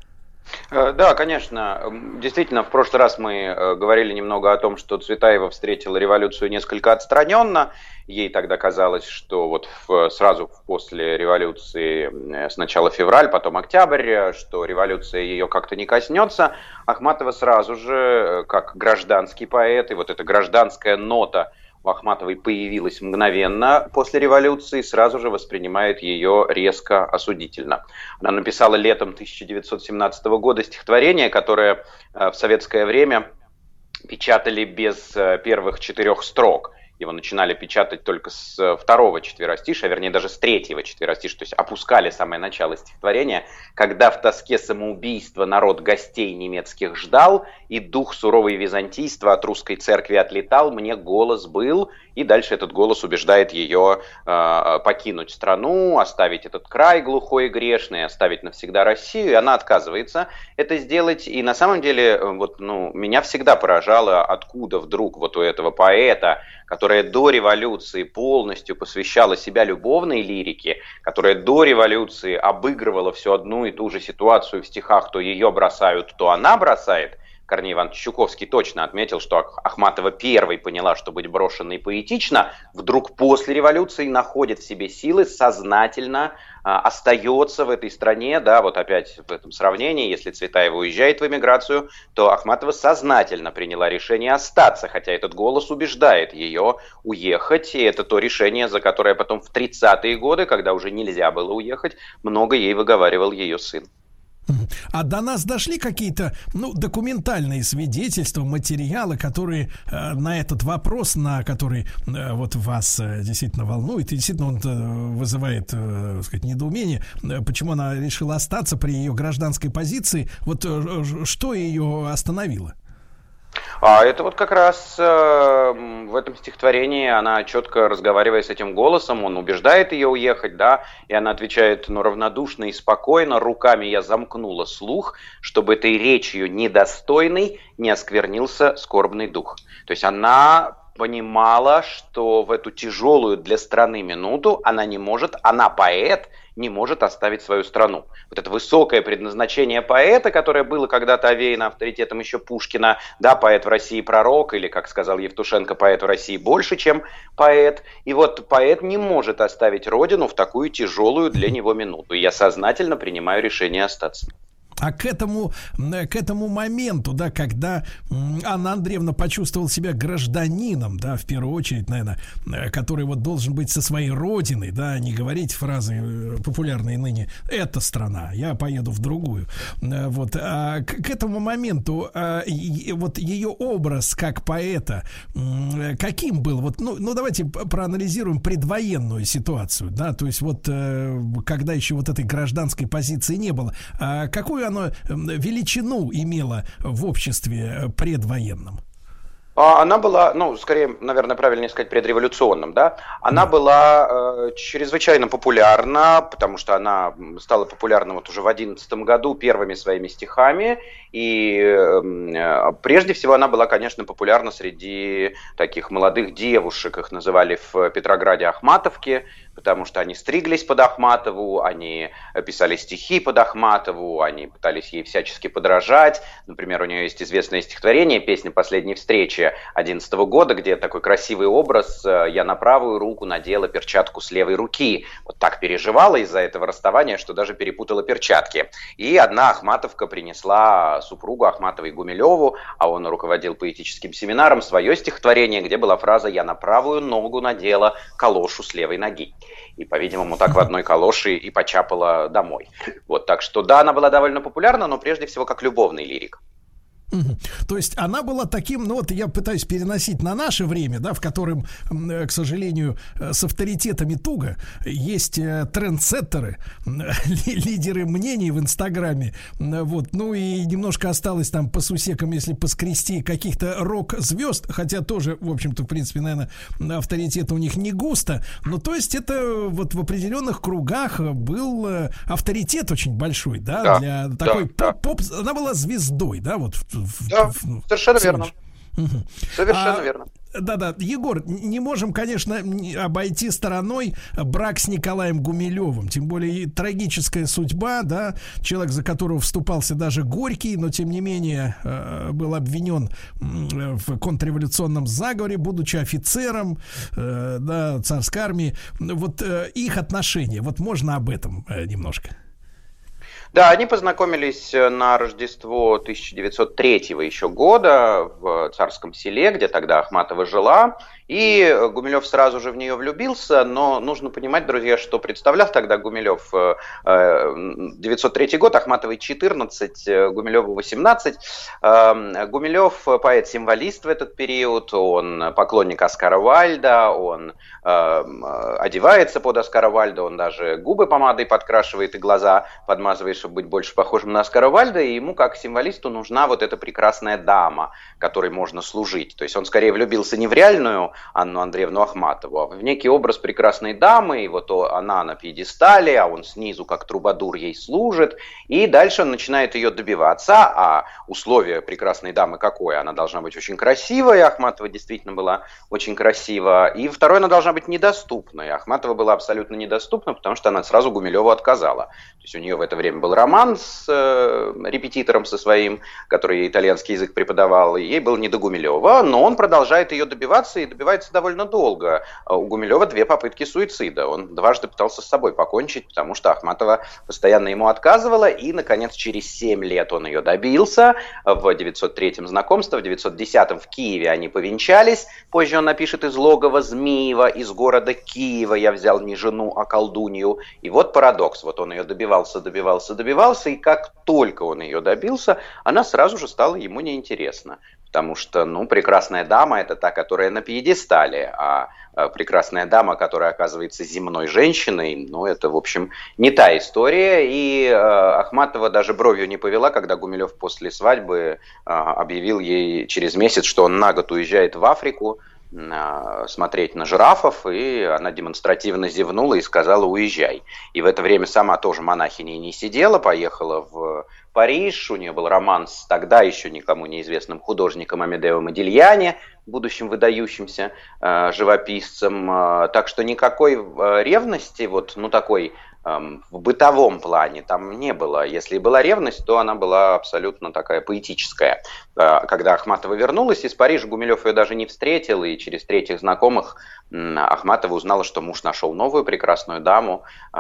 Да, конечно. Действительно, в прошлый раз мы говорили немного о том, что Цветаева встретила революцию несколько отстраненно. Ей тогда казалось, что сразу после революции, сначала февраль, потом октябрь, что революция ее как-то не коснется. Ахматова сразу же, как гражданский поэт, и вот эта гражданская нота у Ахматовой появилась мгновенно после революции, сразу же воспринимает ее резко осудительно. Она написала летом 1917 года стихотворение, которое в советское время печатали без первых 4 строк. Его начинали печатать только с 2-го четверостишия, вернее даже с 3-го четверостишия, то есть опускали самое начало стихотворения. «Когда в тоске самоубийства народ гостей немецких ждал, и дух суровой византийства от русской церкви отлетал, мне голос был». И дальше этот голос убеждает ее покинуть страну, оставить этот край глухой и грешный, оставить навсегда Россию. И она отказывается это сделать. И на самом деле меня всегда поражало, откуда вдруг у этого поэта, которая до революции полностью посвящала себя любовной лирике, которая до революции обыгрывала всю одну и ту же ситуацию в стихах, то ее бросают, то она бросает. Корней Иванович Чуковский точно отметил, что Ахматова первой поняла, что быть брошенной поэтично, вдруг после революции находит в себе силы, сознательно остается в этой стране, да, вот опять в этом сравнении, если Цветаева уезжает в эмиграцию, то Ахматова сознательно приняла решение остаться, хотя этот голос убеждает ее уехать, и это то решение, за которое потом в 30-е годы, когда уже нельзя было уехать, много ей выговаривал ее сын. А до нас дошли какие-то документальные свидетельства, материалы, которые на этот вопрос, на который вас действительно волнует, и действительно он вызывает, недоумение, почему она решила остаться при ее гражданской позиции, что ее остановило? А это как раз в этом стихотворении она четко разговаривая с этим голосом, он убеждает ее уехать, да, и она отвечает, равнодушно и спокойно, руками я замкнула слух, чтобы этой речью недостойной не осквернился скорбный дух. То есть она понимала, что в эту тяжелую для страны минуту она поэт, не может оставить свою страну. Вот это высокое предназначение поэта, которое было когда-то овеяно авторитетом еще Пушкина, да, поэт в России пророк, или, как сказал Евтушенко, поэт в России больше, чем поэт. И поэт не может оставить родину в такую тяжелую для него минуту. И я сознательно принимаю решение остаться. А к этому моменту, да, когда Анна Андреевна почувствовала себя гражданином, да, в первую очередь, наверное, который должен быть со своей родиной, да, не говорить фразы популярные ныне «эта страна, я поеду в другую». А к этому моменту ее образ как поэта каким был? Давайте проанализируем предвоенную ситуацию, да, то есть когда еще этой гражданской позиции не было. Какую оно величину имело в обществе предвоенном? Она была, скорее, наверное, правильнее сказать, предреволюционным, да. Она была чрезвычайно популярна, потому что она стала популярна уже в 2011 году первыми своими стихами. И прежде всего она была, конечно, популярна среди таких молодых девушек, их называли в Петрограде Ахматовки, потому что они стриглись под Ахматову, они писали стихи под Ахматову, они пытались ей всячески подражать. Например, у нее есть известное стихотворение, песня «Последней встречи» 2011 года, где такой красивый образ «Я на правую руку надела перчатку с левой руки». Вот так переживала из-за этого расставания, что даже перепутала перчатки. И одна ахматовка принесла супругу Ахматовой Гумилеву, а он руководил поэтическим семинаром, свое стихотворение, где была фраза «Я на правую ногу надела калошу с левой ноги». И, по-видимому, так в одной калоши и почапала домой. Так что да, она была довольно популярна, но прежде всего как любовный лирик. То есть она была таким, ну вот я пытаюсь переносить на наше время, да, в котором, к сожалению, с авторитетами туго. Есть трендсеттеры, лидеры мнений в Инстаграме. Вот, ну и немножко осталось там по сусекам, если поскрести каких-то рок-звезд, хотя тоже, в общем-то, в принципе, наверное, авторитета у них не густо. Ну, то есть это вот в определенных кругах был авторитет очень большой, да, для такой поп. Она была звездой, да, вот. Да, совершенно верно. Совершенно верно. Да-да, Егор, не можем, конечно, обойти стороной брак с Николаем Гумилевым. Тем более трагическая судьба, да, человек, за которого вступался даже Горький, но тем не менее был обвинен в контрреволюционном заговоре, будучи офицером, да, царской армии. Вот их отношения, вот можно об этом немножко? Да, они познакомились на Рождество 1903 еще года в Царском Селе, где тогда Ахматова жила, и Гумилев сразу же в нее влюбился, но нужно понимать, друзья, что представлял тогда Гумилев 903 год, Ахматовой 14, Гумилеву 18. Гумилев поэт-символист в этот период, он поклонник Оскара Уайльда, он одевается под Оскара Уайльда, он даже губы помадой подкрашивает и глаза подмазывает, чтобы быть больше похожим на Оскара Уайльда, и ему, как символисту, нужна вот эта прекрасная дама, которой можно служить. То есть он скорее влюбился не в реальную Анну Андреевну Ахматову, а в некий образ прекрасной дамы, и вот она на пьедестале, а он снизу, как трубадур, ей служит, и дальше он начинает ее добиваться, а условие прекрасной дамы какое? Она должна быть очень красивая, Ахматова действительно была очень красива, и второе, она должна быть недоступной. Ахматова была абсолютно недоступна, потому что она сразу Гумилеву отказала. То есть у нее в это время был роман с репетитором со своим, который итальянский язык преподавал, и ей было не до Гумилева, но он продолжает ее добиваться, и добивается довольно долго. У Гумилева 2 попытки суицида. Он дважды пытался с собой покончить, потому что Ахматова постоянно ему отказывала, и, наконец, через 7 лет он ее добился. В 903-м знакомство, в 910-м в Киеве они повенчались. Позже он напишет: из логова Змиева, из города Киева я взял не жену, а колдунью. И вот парадокс. Вот он ее добивался, и как только он ее добился, она сразу же стала ему неинтересна. Потому что, прекрасная дама – это та, которая на пьедестале, а прекрасная дама, которая оказывается земной женщиной, это, в общем, не та история. И Ахматова даже бровью не повела, когда Гумилев после свадьбы объявил ей через месяц, что он на год уезжает в Африку смотреть на жирафов, и она демонстративно зевнула и сказала: уезжай. И в это время сама тоже монахиней не сидела, поехала в Париж, у нее был роман с тогда еще никому неизвестным художником Амедео Модильяне, будущим выдающимся живописцем, так что никакой ревности, такой в бытовом плане там не было. Если была ревность, то она была абсолютно такая поэтическая. Когда Ахматова вернулась из Парижа, Гумилев ее даже не встретил, и через 3 знакомых Ахматова узнала, что муж нашел новую прекрасную даму.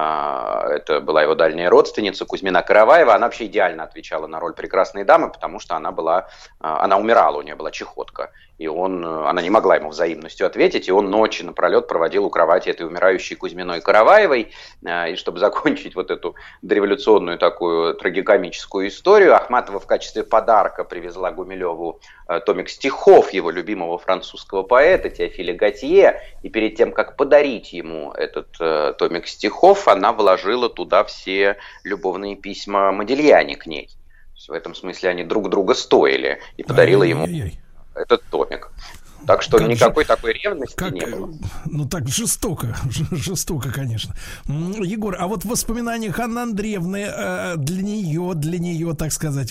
Это была его дальняя родственница Кузьмина Караваева. Она вообще идеально отвечала на роль прекрасной дамы, потому что она умирала, у нее была чехотка. И она не могла ему взаимностью ответить, и он ночи напролет проводил у кровати этой умирающей Кузьминой Караваевой. И чтобы закончить вот эту дореволюционную такую трагикомическую историю, Ахматова в качестве подарка привезла Гумилеву томик стихов его любимого французского поэта Теофиля Готье, и перед тем, как подарить ему этот томик стихов, она вложила туда все любовные письма Модильяне к ней. В этом смысле они друг друга стоили, и подарила ему этот томик. Так что никакой такой ревности не было. Так жестоко, конечно. Егор, а вот в воспоминаниях Анны Андреевны для нее, так сказать,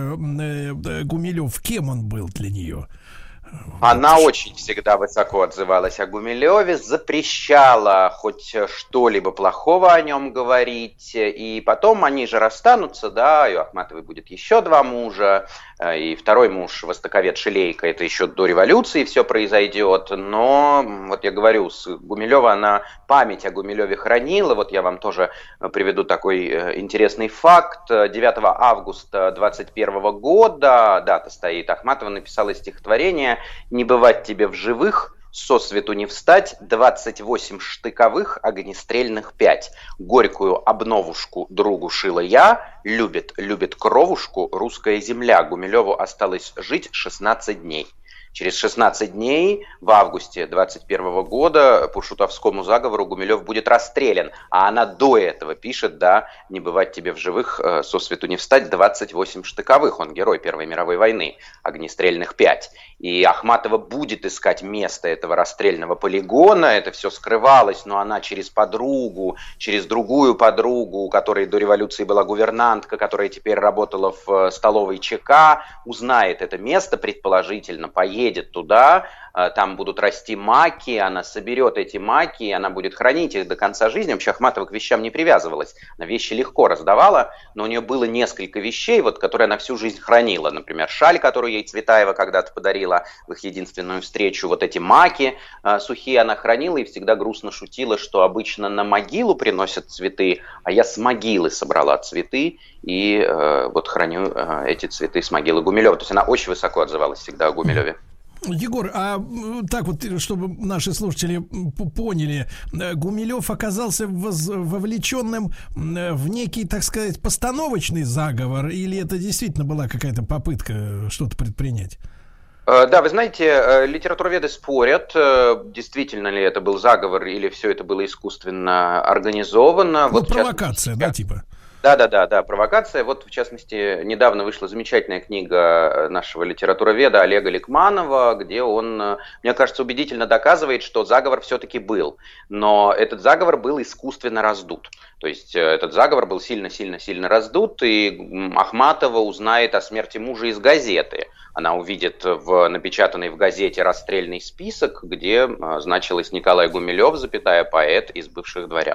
Гумилев, кем он был для нее? Она очень всегда высоко отзывалась о Гумилеве, запрещала хоть что-либо плохого о нем говорить, и потом они же расстанутся, да, и у Ахматовой будет еще 2 мужа, и второй муж, востоковед Шилейко, это еще до революции все произойдет, но, вот я говорю, с Гумилева она память о Гумилеве хранила. Вот я вам тоже приведу такой интересный факт. 9 августа 21 года, дата стоит, Ахматова написала стихотворение «Не бывать тебе в живых, сосвету не встать, 28 штыковых, огнестрельных 5. Горькую обновушку другу шила я, любит кровушку русская земля. Гумилеву осталось жить 16 дней. Через 16 дней, в августе 21 года, по шутовскому заговору Гумилев будет расстрелян. А она до этого пишет, да, не бывать тебе в живых, сосвету не встать, 28 штыковых. Он герой Первой мировой войны, огнестрельных 5. И Ахматова будет искать место этого расстрельного полигона. Это все скрывалось, но она через подругу, через другую подругу, у которой до революции была гувернантка, которая теперь работала в столовой ЧК, узнает это место, предположительно, поедет туда, там будут расти маки, она соберет эти маки, и она будет хранить их до конца жизни. Вообще Ахматова к вещам не привязывалась, она вещи легко раздавала, но у нее было несколько вещей, вот, которые она всю жизнь хранила. Например, шаль, которую ей Цветаева когда-то подарила в их единственную встречу, вот эти маки сухие она хранила и всегда грустно шутила, что обычно на могилу приносят цветы, а я с могилы собрала цветы и вот храню эти цветы с могилы Гумилева. То есть она очень высоко отзывалась всегда о Гумилеве. Егор, а так вот, чтобы наши слушатели поняли, Гумилев оказался вовлеченным в некий, так сказать, постановочный заговор, или это действительно была какая-то попытка что-то предпринять? Да, вы знаете, литературоведы спорят, действительно ли это был заговор или все это было искусственно организовано. Ну, вот провокация, да, типа? Да, провокация. Вот, в частности, недавно вышла замечательная книга нашего литературоведа Олега Ликманова, где он, мне кажется, убедительно доказывает, что заговор все-таки был. Но этот заговор был искусственно раздут. То есть этот заговор был сильно-сильно-сильно раздут, и Ахматова узнает о смерти мужа из газеты. Она увидит напечатанный в газете расстрельный список, где значилось Николай Гумилев, поэт из бывших дворян.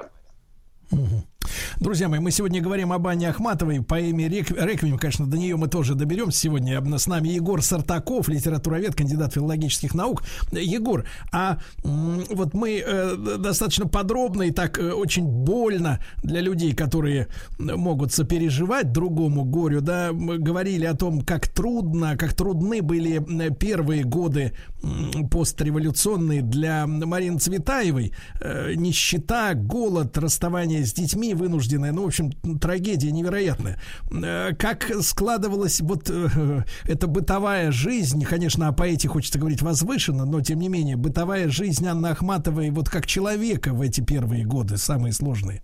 Друзья мои, мы сегодня говорим об Анне Ахматовой, поэме «Реквием». Конечно, до нее мы тоже доберемся сегодня. С нами Егор Сартаков, литературовед, кандидат филологических наук. Егор, а вот мы достаточно подробно и так очень больно для людей, которые могут сопереживать другому горю, да, мы говорили о том, как трудны были первые годы постреволюционные для Марины Цветаевой. Нищета, голод, расставание с детьми, вынужденная, ну, в общем, трагедия невероятная. Как складывалась вот эта бытовая жизнь, конечно, о поэте хочется говорить возвышенно, но, тем не менее, бытовая жизнь Анны Ахматовой вот как человека в эти первые годы, самые сложные.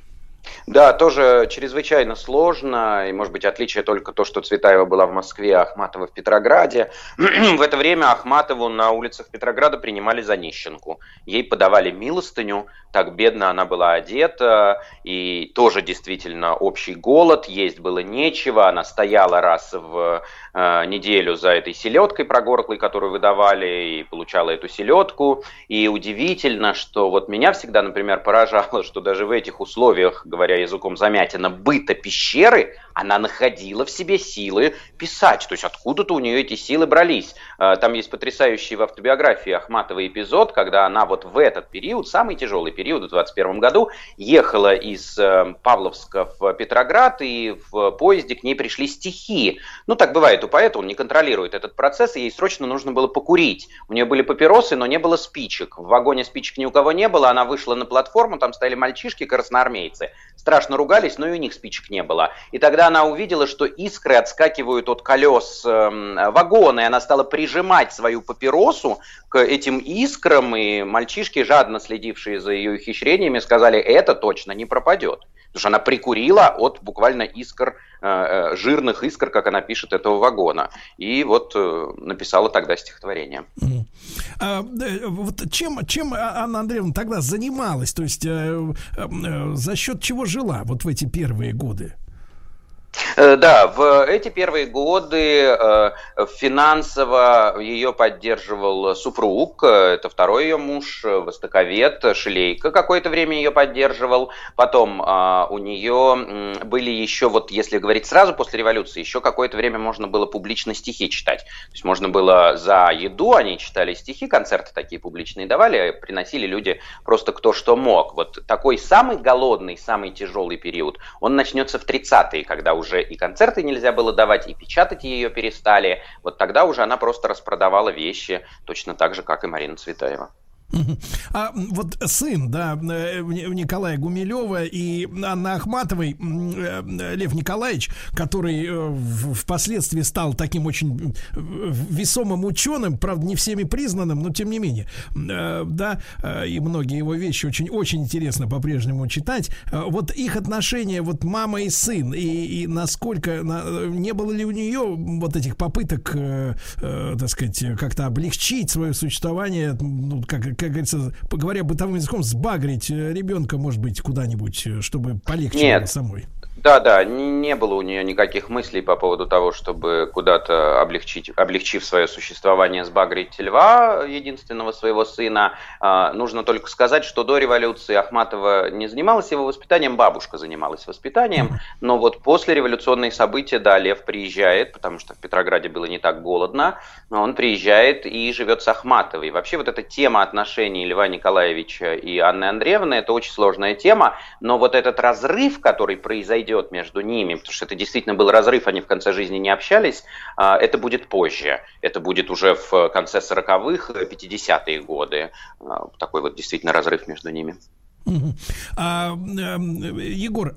Да, тоже чрезвычайно сложно, и, может быть, отличие только то, что Цветаева была в Москве, а Ахматова в Петрограде. В это время Ахматову на улицах Петрограда принимали за нищенку. Ей подавали милостыню, так бедно она была одета, и тоже действительно общий голод, есть было нечего. Она стояла раз в неделю за этой селедкой прогорклой, которую выдавали, и получала эту селедку. И удивительно, что вот меня всегда, например, поражало, что даже в этих условиях, говоря языком Замятина, быта пещеры, она находила в себе силы писать. То есть откуда-то у нее эти силы брались. Там есть потрясающий в автобиографии Ахматовой эпизод, когда она вот в этот период, самый тяжелый период в 21 году, ехала из Павловска в Петроград, и в поезде к ней пришли стихи. Ну, так бывает у поэта, он не контролирует этот процесс, и ей срочно нужно было покурить. У нее были папиросы, но не было спичек. В вагоне спичек ни у кого не было, она вышла на платформу, там стояли мальчишки, красноармейцы. Страшно ругались, но и у них спичек не было. И тогда она увидела, что искры отскакивают от колес вагона, и она стала прижимать свою папиросу к этим искрам, и мальчишки, жадно следившие за ее ухищрениями, сказали, это точно не пропадет. Потому что она прикурила от буквально искр, жирных искр, как она пишет, этого вагона. И вот написала тогда стихотворение. Вот чем Анна Андреевна тогда занималась? То есть за счет чего жила вот в эти первые годы? Да, в эти первые годы финансово ее поддерживал супруг, это второй ее муж, востоковед, Шилейко какое-то время ее поддерживал. Потом у нее были еще, вот если говорить сразу после революции, еще какое-то время можно было публично стихи читать. То есть можно было за еду, они читали стихи, концерты такие публичные давали, приносили люди просто кто что мог. Вот такой самый голодный, самый тяжелый период, он начнется в 30-е, когда уже и концерты нельзя было давать, и печатать ее перестали. Вот тогда уже она просто распродавала вещи, точно так же, как и Марина Цветаева. А вот сын, да, Николая Гумилева и Анны Ахматовой, Лев Николаевич, который впоследствии стал таким очень весомым ученым, правда, не всеми признанным, но тем не менее, да, и многие его вещи очень интересно по-прежнему читать. Вот их отношения, вот мама и сын, и насколько, не было ли у нее вот этих попыток, так сказать, как-то облегчить свое существование, ну, как говорится, говоря бытовым языком, сбагрить ребенка, может быть, куда-нибудь, чтобы полегче было самой? Да, не было у нее никаких мыслей по поводу того, чтобы куда-то облегчив свое существование, сбагрить льва, единственного своего сына. Нужно только сказать, что до революции Ахматова не занималась его воспитанием, бабушка занималась воспитанием, но вот после революционные события, да, Лев приезжает, потому что в Петрограде было не так голодно, но он приезжает и живет с Ахматовой. Вообще вот эта тема отношений Льва Николаевича и Анны Андреевны, это очень сложная тема, но вот этот разрыв, который произойдет между ними, потому что это действительно был разрыв, они в конце жизни не общались, это будет позже. Это будет уже в конце 40-х, 50-е годы. Такой вот действительно разрыв между ними. Егор,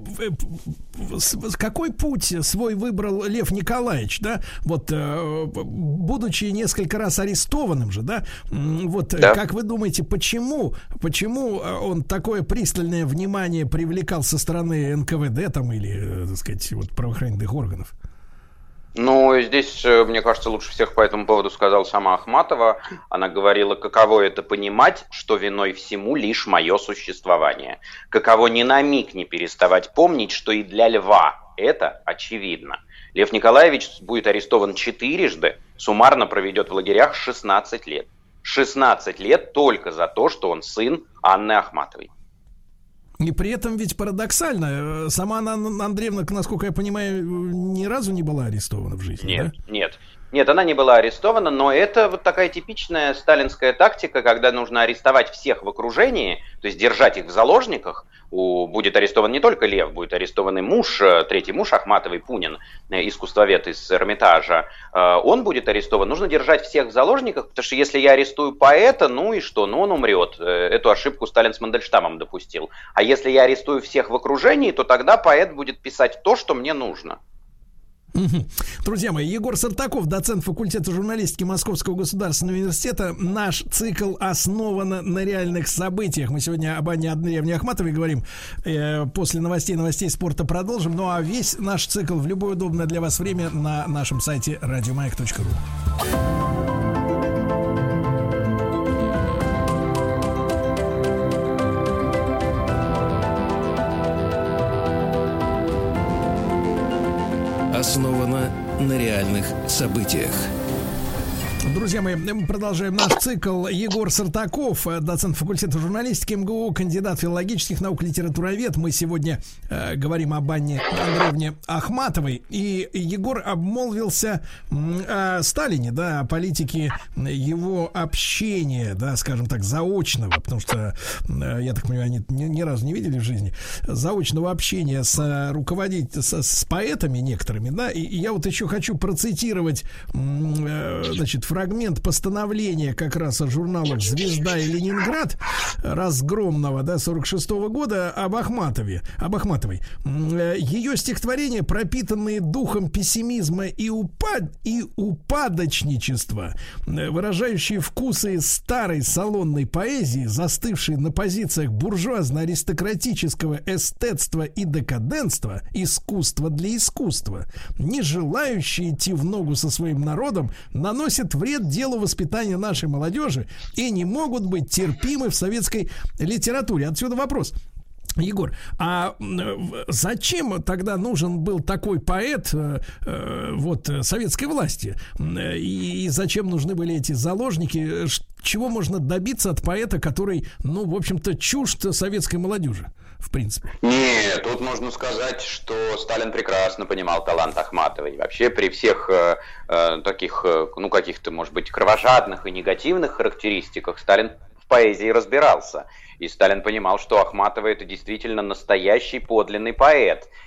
какой путь свой выбрал Лев Николаевич, да? Вот, будучи несколько раз арестованным же, да? Вот, да. Как вы думаете, почему он такое пристальное внимание привлекал со стороны НКВД там или, так сказать, вот, правоохранительных органов? Ну, здесь, мне кажется, лучше всех по этому поводу сказала сама Ахматова. Она говорила, каково это понимать, что виной всему лишь мое существование. Каково ни на миг не переставать помнить, что и для льва это очевидно. Лев Николаевич будет арестован 4-жды, суммарно проведет в лагерях 16 лет. 16 лет только за то, что он сын Анны Ахматовой. И при этом ведь парадоксально, сама Анна Андреевна, насколько я понимаю, ни разу не была арестована в жизни. Нет, да? Нет, она не была арестована, но это вот такая типичная сталинская тактика, когда нужно арестовать всех в окружении, то есть держать их в заложниках. Будет арестован не только Лев, будет арестован и муж, третий муж Ахматовой, Пунин, искусствовед из Эрмитажа. Он будет арестован. Нужно держать всех в заложниках, потому что если я арестую поэта, ну и что? Ну он умрет. Эту ошибку Сталин с Мандельштамом допустил. А если я арестую всех в окружении, то тогда поэт будет писать то, что мне нужно. Друзья мои, Егор Сартаков, доцент факультета журналистики Московского государственного университета. Наш цикл основан на реальных событиях. Мы сегодня об Анне Андреевне Ахматовой говорим. После новостей спорта продолжим. Ну а весь наш цикл в любое удобное для вас время на нашем сайте radiomayak.ru. Основано на реальных событиях. Друзья мои, мы продолжаем наш цикл. Егор Сартаков, доцент факультета журналистики МГУ, кандидат филологических наук, литературовед. Мы сегодня говорим об Анне Андреевне Ахматовой. И Егор обмолвился о Сталине, да, о политике его общения, да, скажем так, заочного, потому что, я так понимаю, они ни разу не видели в жизни, заочного общения с с поэтами некоторыми, да. И я вот еще хочу процитировать, значит, фрагмент постановления как раз о журналах «Звезда» и «Ленинград» разгромного, да, 46-го года об Ахматовой. Ее стихотворения, пропитанные духом пессимизма и упадочничества, выражающие вкусы старой салонной поэзии, застывшей на позициях буржуазно-аристократического эстетства и декаденства, искусства для искусства, не желающие идти в ногу со своим народом, наносят вред делу воспитания нашей молодежи и не могут быть терпимы в советской литературе. Отсюда вопрос. Егор, а зачем тогда нужен был такой поэт вот советской власти? И зачем нужны были эти заложники? Чего можно добиться от поэта, который, ну, в общем-то, чужд советской молодежи, в принципе? Нет, тут можно сказать, что Сталин прекрасно понимал талант Ахматовой. Вообще при всех таких, ну, каких-то, может быть, кровожадных и негативных характеристиках Сталин в поэзии разбирался. И Сталин понимал, что Ахматова — это действительно настоящий подлинный поэт.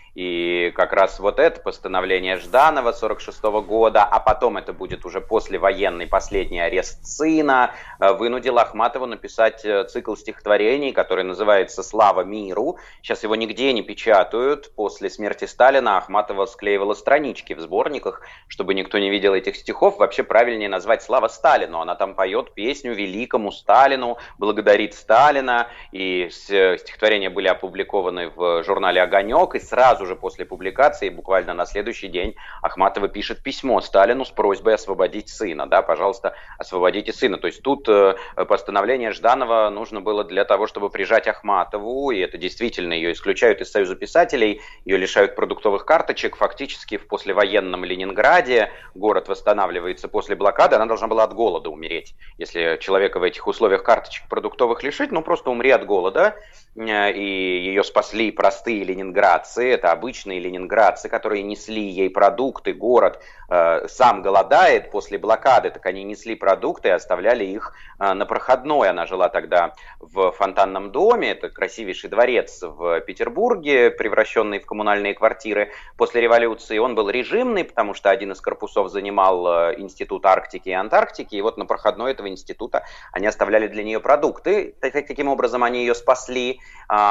И как раз вот это постановление Жданова 1946 года, а потом это будет уже послевоенный последний арест сына, вынудил Ахматову написать цикл стихотворений, который называется «Слава миру». Сейчас его нигде не печатают. После смерти Сталина Ахматова склеивала странички в сборниках, чтобы никто не видел этих стихов. Вообще правильнее назвать «Слава Сталину». Она там поет песню великому Сталину, благодарит Сталина. И стихотворения были опубликованы в журнале «Огонек», и сразу же после публикации, буквально на следующий день, Ахматова пишет письмо Сталину с просьбой освободить сына. Да, пожалуйста, освободите сына. То есть тут постановление Жданова нужно было для того, чтобы прижать Ахматову, и это действительно ее исключают из Союза писателей, ее лишают продуктовых карточек. Фактически в послевоенном Ленинграде город восстанавливается после блокады, она должна была от голода умереть. Если человека в этих условиях карточек продуктовых лишить, ну просто умри от голода. И ее спасли простые ленинградцы, это обычные ленинградцы, которые несли ей продукты. Город сам голодает после блокады, так они несли продукты и оставляли их на проходной. Она жила тогда в Фонтанном доме, это красивейший дворец в Петербурге, превращенный в коммунальные квартиры после революции. Он был режимный, потому что один из корпусов занимал Институт Арктики и Антарктики, и вот на проходной этого института они оставляли для нее продукты. Таким образом они ее спасли.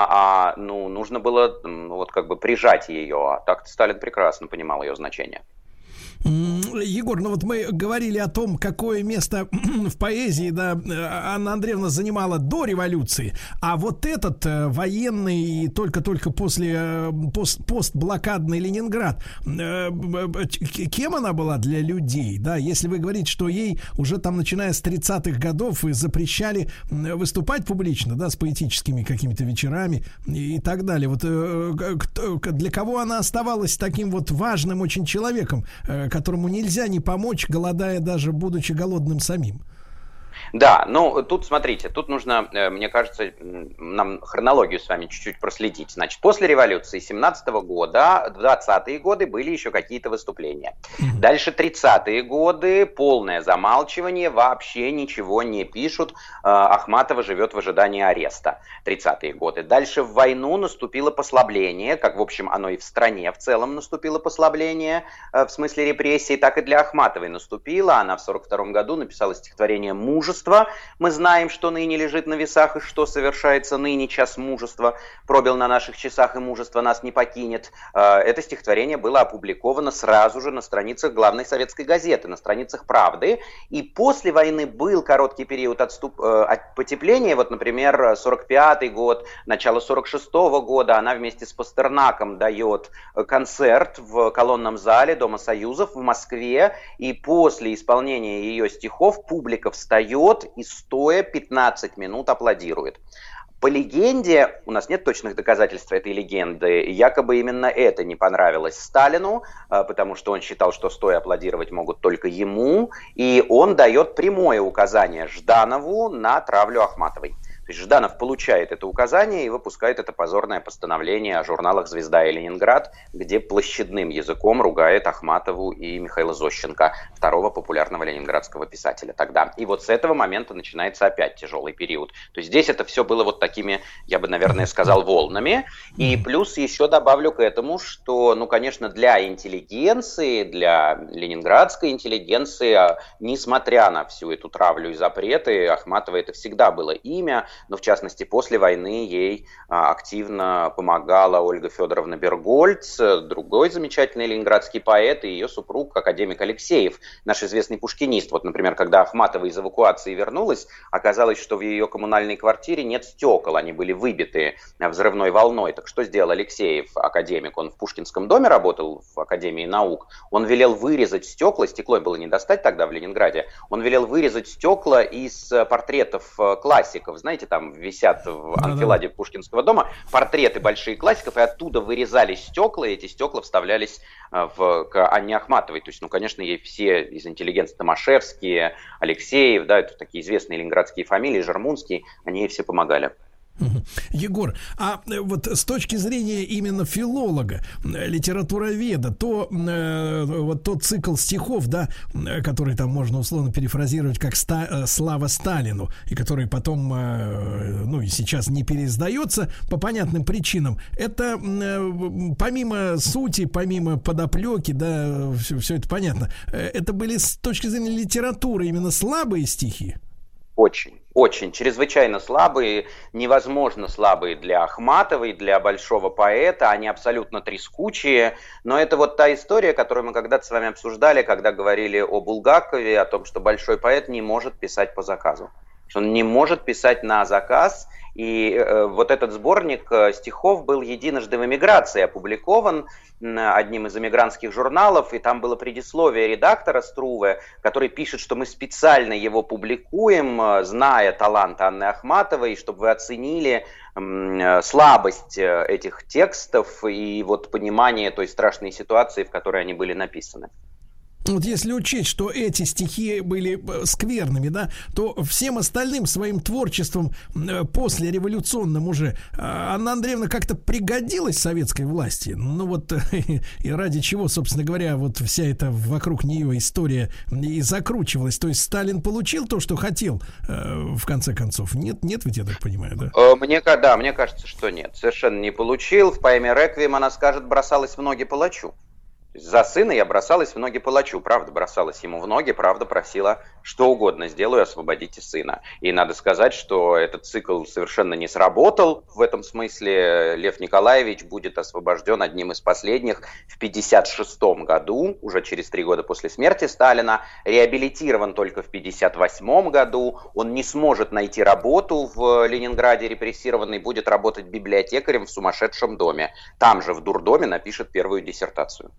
Нужно было вот как бы прижать ее, а так-то Сталин прекрасно понимал ее значение. Егор, ну вот мы говорили о том, какое место в поэзии, да, Анна Андреевна занимала до революции, а вот этот военный, только-только после постблокадный Ленинград, кем она была для людей, да, если вы говорите, что ей уже там, начиная с 30-х годов, запрещали выступать публично, да, с поэтическими какими-то вечерами и так далее, вот для кого она оставалась таким вот важным очень человеком, которому нельзя не помочь, голодая, даже будучи голодным самим? Да, ну тут смотрите, тут нужно, мне кажется, нам хронологию с вами чуть-чуть проследить. Значит, после революции 17 года, 20-е годы были еще какие-то выступления. Дальше 30-е годы, полное замалчивание, вообще ничего не пишут. Ахматова живет в ожидании ареста. 30-е годы. Дальше в войну наступило послабление, как, в общем, оно и в стране в целом наступило послабление, в смысле репрессий, так и для Ахматовой наступило. Она в 42 году написала стихотворение «Мужество». Мы знаем, что ныне лежит на весах и что совершается ныне час мужества. Пробил на наших часах, и мужество нас не покинет. Это стихотворение было опубликовано сразу же на страницах главной советской газеты, на страницах «Правды». И после войны был короткий период потепления. Вот, например, 45-й год, начало 46-го года. Она вместе с Пастернаком дает концерт в колонном зале Дома Союзов в Москве. И после исполнения ее стихов публика встает и стоя 15 минут аплодирует. По легенде, у нас нет точных доказательств этой легенды, якобы именно это не понравилось Сталину, потому что он считал, что стоя аплодировать могут только ему, и он дает прямое указание Жданову на травлю Ахматовой. То есть Жданов получает это указание и выпускает это позорное постановление о журналах «Звезда» и «Ленинград», где площадным языком ругает Ахматову и Михаила Зощенко, второго популярного ленинградского писателя тогда. И вот с этого момента начинается опять тяжелый период. То есть здесь это все было вот такими, я бы, наверное, сказал, волнами. И плюс еще добавлю к этому, что, ну, конечно, для интеллигенции, для ленинградской интеллигенции, несмотря на всю эту травлю и запреты, Ахматова это всегда было имя. Но, в частности, после войны ей активно помогала Ольга Федоровна Бергольц, другой замечательный ленинградский поэт, и ее супруг, академик Алексеев, наш известный пушкинист. Вот, например, когда Ахматова из эвакуации вернулась, оказалось, что в ее коммунальной квартире нет стекол, они были выбиты взрывной волной. Так что сделал Алексеев, академик? Он в Пушкинском доме работал, в Академии наук. Он велел вырезать стекла, стекло было не достать тогда в Ленинграде, он велел вырезать стекла из портретов классиков. Знаете, там висят в анфиладе Пушкинского дома портреты большие классиков, и оттуда вырезались стекла, и эти стекла вставлялись к Анне Ахматовой. То есть, ну, конечно, ей все из интеллигенции, Томашевские, Алексеев, да, это такие известные ленинградские фамилии, Жермунский, они ей все помогали. Егор, а вот с точки зрения именно филолога, литературоведа, то вот тот цикл стихов, да, который там можно условно перефразировать как «Слава Сталину», и который потом, ну и сейчас не переиздается по понятным причинам, это помимо сути, помимо подоплеки, да, все это понятно, это были с точки зрения литературы именно слабые стихи? Очень, чрезвычайно слабые, невозможно слабые для Ахматовой, для большого поэта, они абсолютно трескучие, но это вот та история, которую мы когда-то с вами обсуждали, когда говорили о Булгакове, о том, что большой поэт не может писать по заказу, что он не может писать на заказ, и вот этот сборник стихов был единожды в эмиграции опубликован одним из эмигрантских журналов, и там было предисловие редактора Струве, который пишет, что мы специально его публикуем, зная талант Анны Ахматовой, чтобы вы оценили слабость этих текстов и вот понимание той страшной ситуации, в которой они были написаны. Вот если учесть, что эти стихи были скверными, да, то всем остальным своим творчеством послереволюционным уже Анна Андреевна как-то пригодилась советской власти. Ну вот и ради чего, собственно говоря, вот вся эта вокруг нее история и закручивалась. То есть Сталин получил то, что хотел, в конце концов? Нет, ведь я так понимаю, да? Мне кажется, что нет. Совершенно не получил. В поэме «Реквием» она скажет: бросалась в ноги палачу. За сына я бросалась в ноги палачу, правда, бросалась ему в ноги, правда, просила что угодно сделаю, освободите сына. И надо сказать, что этот цикл совершенно не сработал в этом смысле. Лев Николаевич будет освобожден одним из последних в 1956 году, уже через 3 года после смерти Сталина, реабилитирован только в 1958 году. Он не сможет найти работу в Ленинграде репрессированный, будет работать библиотекарем в сумасшедшем доме. Там же в дурдоме напишет первую диссертацию.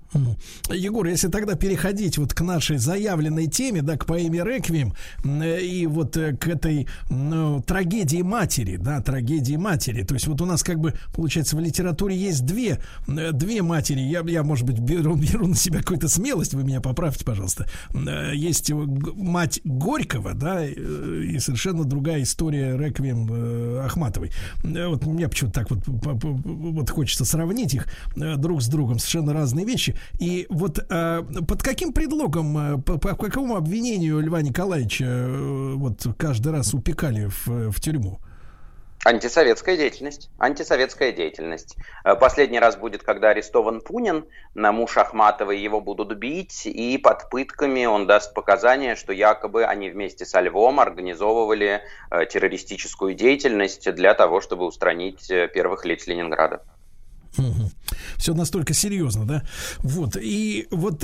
Егор, если тогда переходить вот к нашей заявленной теме, да, к поэме «Реквием» и вот к этой трагедии матери, да, трагедии матери. То есть вот у нас как бы, получается, в литературе есть две матери. Я, может быть, беру на себя какую-то смелость, вы меня поправьте, пожалуйста. Есть мать Горького, да, и совершенно другая история «Реквием» Ахматовой. Вот мне почему-то так вот хочется сравнить их друг с другом, совершенно разные вещи. И вот под каким предлогом, по какому обвинению Льва Николаевича вот каждый раз упекали в тюрьму? Антисоветская деятельность. Последний раз будет, когда арестован Пунин, муж Ахматовой, его будут бить, и под пытками он даст показания, что якобы они вместе со Львом организовывали террористическую деятельность для того, чтобы устранить первых лиц Ленинграда. Все настолько серьезно, да? Вот. И вот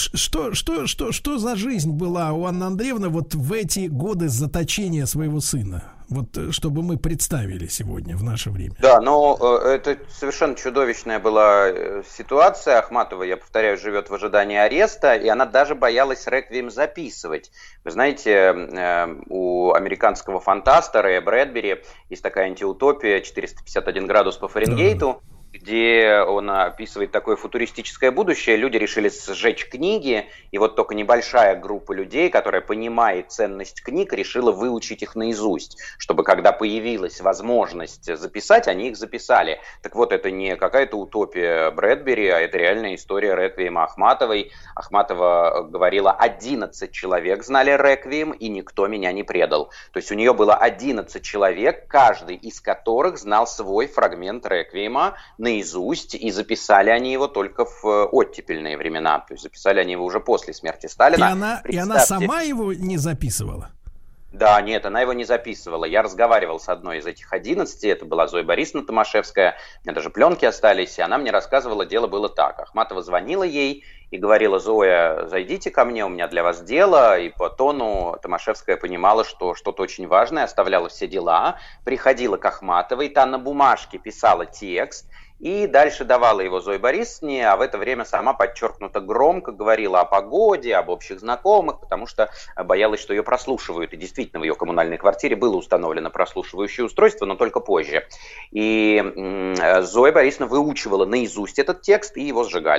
что за жизнь была у Анны Андреевны вот в эти годы заточения своего сына? Вот чтобы мы представили сегодня в наше время. Да, но это совершенно чудовищная была ситуация. Ахматова, я повторяю, живет в ожидании ареста, и она даже боялась «Реквием» записывать. Вы знаете, у американского фантаста Рэя Брэдбери есть такая антиутопия «451 градус по Фаренгейту», где он описывает такое футуристическое будущее. Люди решили сжечь книги, и вот только небольшая группа людей, которая понимает ценность книг, решила выучить их наизусть, чтобы когда появилась возможность записать, они их записали. Так вот, это не какая-то утопия Брэдбери, а это реальная история «Реквиема» Ахматовой. Ахматова говорила: 11 человек знали «Реквием», и никто меня не предал. То есть у нее было 11 человек, каждый из которых знал свой фрагмент «Реквиема» наизусть, и записали они его только в оттепельные времена. То есть записали они его уже после смерти Сталина. И она сама его не записывала? Да, нет, она его не записывала. Я разговаривал с одной из этих 11, это была Зоя Борисовна Томашевская, у меня даже пленки остались, и она мне рассказывала, дело было так. Ахматова звонила ей и говорила: Зоя, зайдите ко мне, у меня для вас дело. И по тону Томашевская понимала, что что-то очень важное, оставляла все дела, приходила к Ахматовой, та на бумажке писала текст, и дальше давала его Зое Борисовне, а в это время сама подчеркнуто громко говорила о погоде, об общих знакомых, потому что боялась, что ее прослушивают. И действительно, в ее коммунальной квартире было установлено прослушивающее устройство, но только позже. И Зоя Борисовна выучивала наизусть этот текст, и его сжигали.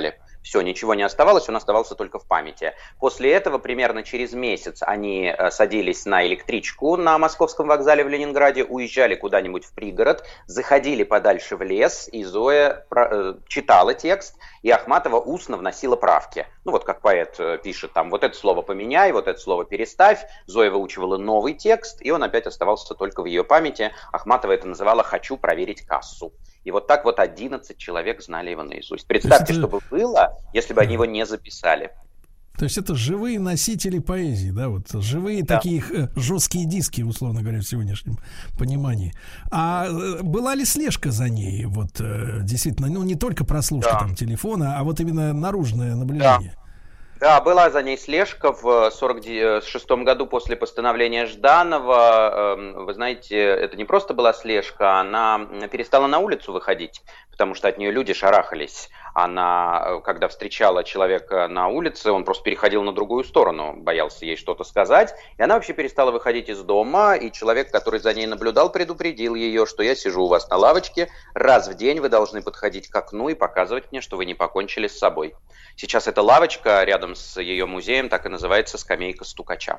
Все, ничего не оставалось, он оставался только в памяти. После этого, примерно через месяц, они садились на электричку на Московском вокзале в Ленинграде, уезжали куда-нибудь в пригород, заходили подальше в лес, и Зоя читала текст, и Ахматова устно вносила правки. Ну вот как поэт пишет там, вот это слово поменяй, вот это слово переставь. Зоя выучивала новый текст, и он опять оставался только в ее памяти. Ахматова это называла «хочу проверить кассу». И вот так вот 11 человек знали его наизусть. Представьте, что бы было, если бы они его не записали. То есть это живые носители поэзии, да, вот живые такие жесткие диски, условно говоря, в сегодняшнем понимании. А была ли слежка за ней? Вот действительно, ну не только прослушка там телефона, а вот именно наружное наблюдение. Да, была за ней слежка в 1946 году после постановления Жданова. Вы знаете, это не просто была слежка, она перестала на улицу выходить, потому что от нее люди шарахались. Она, когда встречала человека на улице, он просто переходил на другую сторону, боялся ей что-то сказать. И она вообще перестала выходить из дома, и человек, который за ней наблюдал, предупредил ее, что я сижу у вас на лавочке, раз в день вы должны подходить к окну и показывать мне, что вы не покончили с собой. Сейчас эта лавочка рядом с ее музеем так и называется «Скамейка стукача».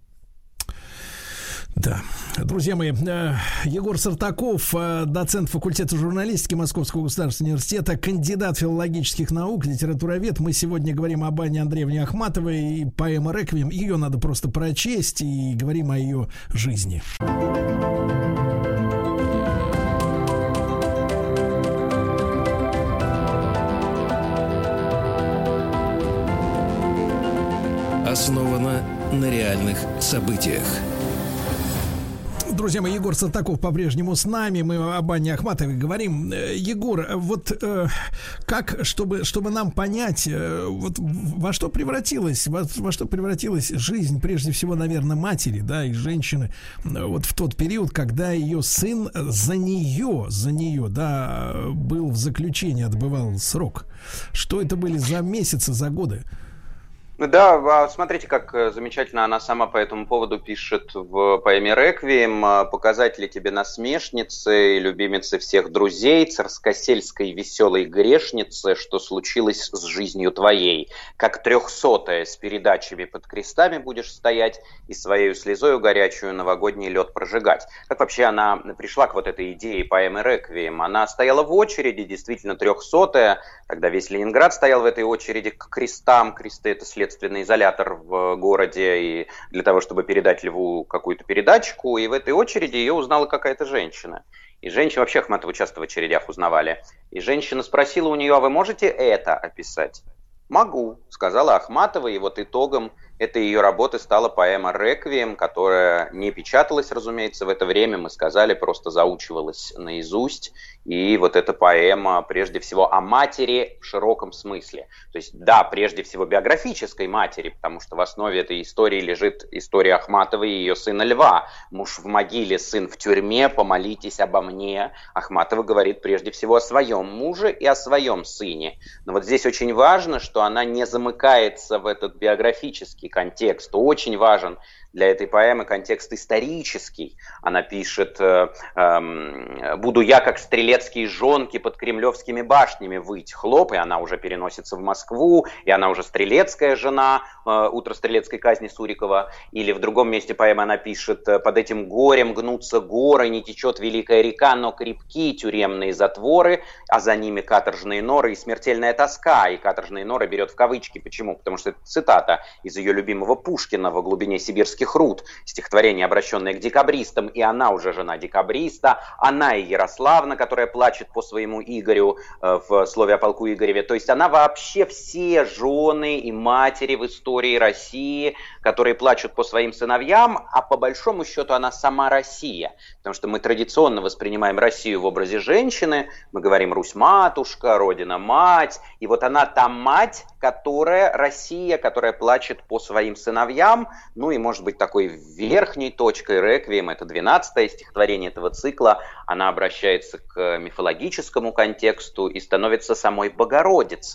Да, друзья мои, Егор Сартаков, доцент факультета журналистики Московского государственного университета, кандидат филологических наук, литературовед. Мы сегодня говорим об Анне Андреевне Ахматовой и поэма «Реквием». Ее надо просто прочесть, и говорим о ее жизни. Основано на реальных событиях. Друзья мои, Егор Сартаков по-прежнему с нами. Мы об Анне Ахматовой говорим. Егор, вот как, чтобы нам понять, вот во что превратилась жизнь, прежде всего, наверное, матери, да, и женщины, вот в тот период, когда ее сын за нее, да, был в заключении, отбывал срок. Что это были за месяцы, за годы? Да, смотрите, как замечательно она сама по этому поводу пишет в поэме «Реквием». «Показать ли тебе насмешницы, любимицы всех друзей, царскосельской веселой грешницы, что случилось с жизнью твоей? Как 300-я с передачами под крестами будешь стоять и своею слезою горячую новогодний лед прожигать». Как вообще она пришла к вот этой идее поэмы «Реквием»? Она стояла в очереди, действительно 300-я, тогда весь Ленинград стоял в этой очереди к крестам. Кресты — это следственный изолятор в городе, и для того, чтобы передать Льву какую-то передачку, и в этой очереди ее узнала какая-то женщина. И женщина, вообще Ахматову часто в очередях узнавали. И женщина спросила у нее: а вы можете это описать? «Могу», — сказала Ахматова, и вот итогом этой ее работы стала поэма «Реквием», которая не печаталась, разумеется, в это время, мы сказали, просто заучивалась наизусть. И вот эта поэма прежде всего о матери в широком смысле. То есть, да, прежде всего биографической матери, потому что в основе этой истории лежит история Ахматовой и ее сына Льва. «Муж в могиле, сын в тюрьме, помолитесь обо мне». Ахматова говорит прежде всего о своем муже и о своем сыне. Но вот здесь очень важно, что она не замыкается в этот биографический контекст. Очень важен для этой поэмы контекст исторический. Она пишет: «Буду я, как стрелецкие жонки, под кремлевскими башнями выть». Хлоп, и она уже переносится в Москву, и она уже стрелецкая жена, «Утро стрелецкой казни» Сурикова. Или в другом месте поэмы она пишет: «Под этим горем гнутся горы, не течет великая река, но крепки тюремные затворы, а за ними каторжные норы и смертельная тоска». И каторжные норы берет в кавычки. Почему? Потому что это цитата из ее любимого Пушкина «Во глубине сибирских руд», стихотворение, обращенное к декабристам, и она уже жена декабриста, она и Ярославна, которая плачет по своему Игорю в слове о полку Игореве. То есть она вообще все жены и матери в истории России, которые плачут по своим сыновьям, а по большому счету она сама Россия. Потому что мы традиционно воспринимаем Россию в образе женщины, мы говорим «Русь-матушка», «Родина-мать», и вот она та мать, которая Россия, которая плачет по своим сыновьям. Ну и, может быть, такой верхней точкой «Реквием», это 12-е стихотворение этого цикла, она обращается к мифологическому контексту и становится самой Богородицей,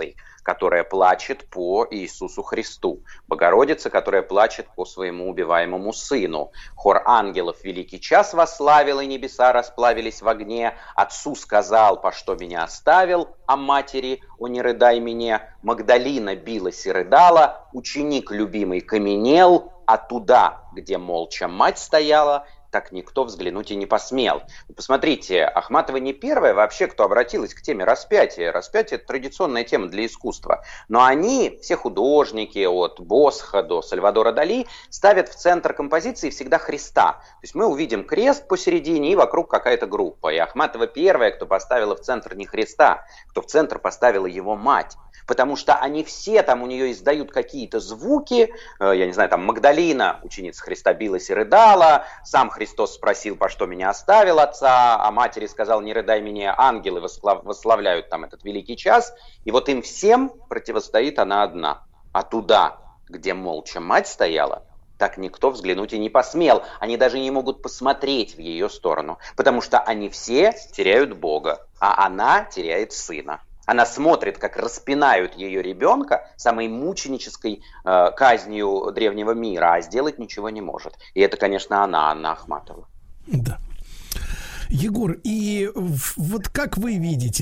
которая плачет по Иисусу Христу, Богородица, которая плачет по своему убиваемому сыну. Хор ангелов великий час восславил, и небеса расплавились в огне. Отцу сказал, по что меня оставил, а матери, о не рыдай мне. Магдалина билась и рыдала, ученик любимый каменел, а туда, где молча мать стояла, так никто взглянуть и не посмел. Посмотрите, Ахматова не первая вообще, кто обратилась к теме распятия. Распятие – это традиционная тема для искусства. Но они, все художники, от Босха до Сальвадора Дали, ставят в центр композиции всегда Христа. То есть мы увидим крест посередине и вокруг какая-то группа. И Ахматова первая, кто поставила в центр не Христа, кто в центр поставила его мать. Потому что они все там у нее издают какие-то звуки, я не знаю, там Магдалина, ученица Христа, билась и рыдала, сам Христос спросил, по что меня оставил отца, а матери сказал, не рыдай меня, ангелы восславляют там этот великий час, и вот им всем противостоит она одна. А туда, где молча мать стояла, так никто взглянуть и не посмел, они даже не могут посмотреть в ее сторону, потому что они все теряют Бога, а она теряет сына. Она смотрит, как распинают ее ребенка самой мученической казнью древнего мира, а сделать ничего не может. И это, конечно, Анна Ахматова. Да. Егор, и вот как вы видите,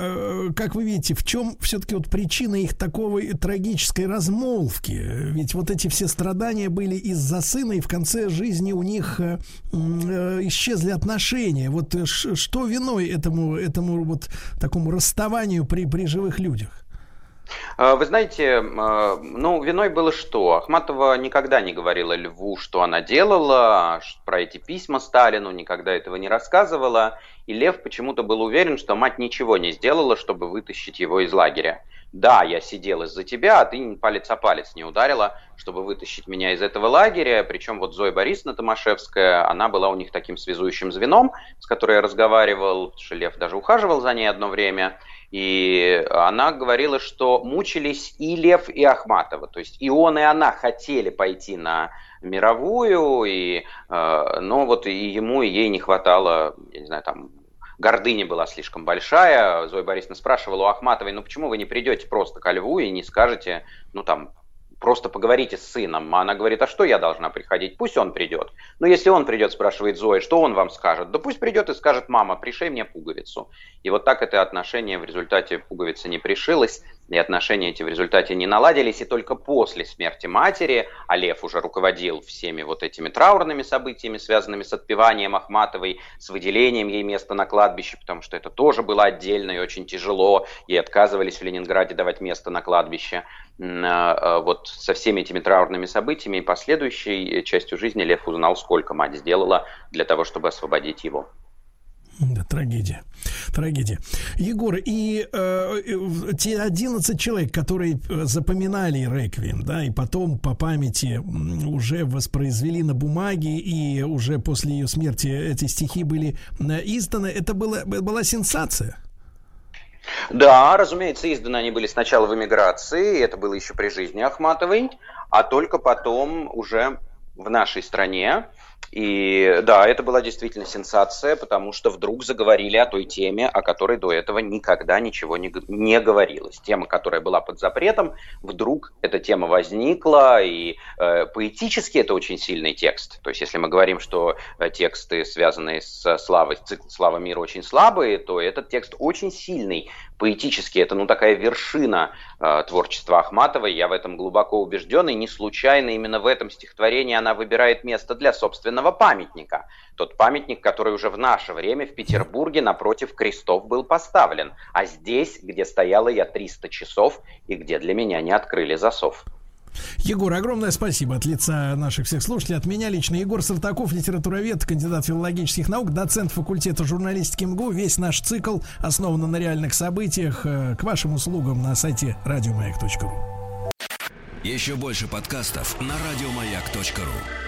в чем все-таки вот причина их такой трагической размолвки? Ведь вот эти все страдания были из-за сына, и в конце жизни у них исчезли отношения. Вот что виной этому вот такому расставанию при живых людях? Вы знаете, виной было что? Ахматова никогда не говорила Льву, что она делала, про эти письма Сталину, никогда этого не рассказывала. И Лев почему-то был уверен, что мать ничего не сделала, чтобы вытащить его из лагеря. Да, я сидел из-за тебя, а ты палец о палец не ударила, чтобы вытащить меня из этого лагеря. Причем вот Зоя Борисовна Томашевская, она была у них таким связующим звеном, с которой я разговаривал, потому что Лев даже ухаживал за ней одно время. И она говорила, что мучились и Лев, и Ахматова. То есть и он, и она хотели пойти на мировую, но вот и ему, и ей не хватало, я не знаю, там, гордыня была слишком большая. Зоя Борисовна спрашивала у Ахматовой, почему вы не придете просто ко Льву и не скажете, просто поговорите с сыном. А она говорит, а что я должна приходить? Пусть он придет. Но если он придет, спрашивает Зоя, что он вам скажет? Да пусть придет и скажет, мама, пришей мне пуговицу. И вот так это отношение в результате пуговицы не пришилось, и отношения эти в результате не наладились. И только после смерти матери, а Лев уже руководил всеми вот этими траурными событиями, связанными с отпеванием Ахматовой, с выделением ей места на кладбище, потому что это тоже было отдельно и очень тяжело. Ей отказывались в Ленинграде давать место на кладбище. Вот со всеми этими траурными событиями и последующей частью жизни Лев узнал, сколько мать сделала для того, чтобы освободить его. Да, трагедия. Егор, и те 11 человек, которые запоминали реквием, да, и потом по памяти уже воспроизвели на бумаге, и уже после ее смерти эти стихи были изданы, это была сенсация? Да, разумеется, изданы они были сначала в эмиграции, это было еще при жизни Ахматовой, а только потом уже в нашей стране. И да, это была действительно сенсация, потому что вдруг заговорили о той теме, о которой до этого никогда ничего не говорилось. Тема, которая была под запретом, вдруг эта тема возникла, и поэтически это очень сильный текст. То есть если мы говорим, что тексты, связанные с славой, цикл «Слава миру» очень слабые, то этот текст очень сильный. Поэтически это такая вершина творчества Ахматовой, я в этом глубоко убежден, и не случайно именно в этом стихотворении она выбирает место для собственного памятника. Тот памятник, который уже в наше время в Петербурге напротив крестов был поставлен, а здесь, где стояла я 300 часов и где для меня не открыли засов. Егор, огромное спасибо от лица наших всех слушателей, от меня лично. Егор Сартаков, литературовед, кандидат филологических наук, доцент факультета журналистики МГУ. Весь наш цикл основан на реальных событиях. К вашим услугам на сайте радиомаяк.ру. Еще больше подкастов на радиомаяк.ру.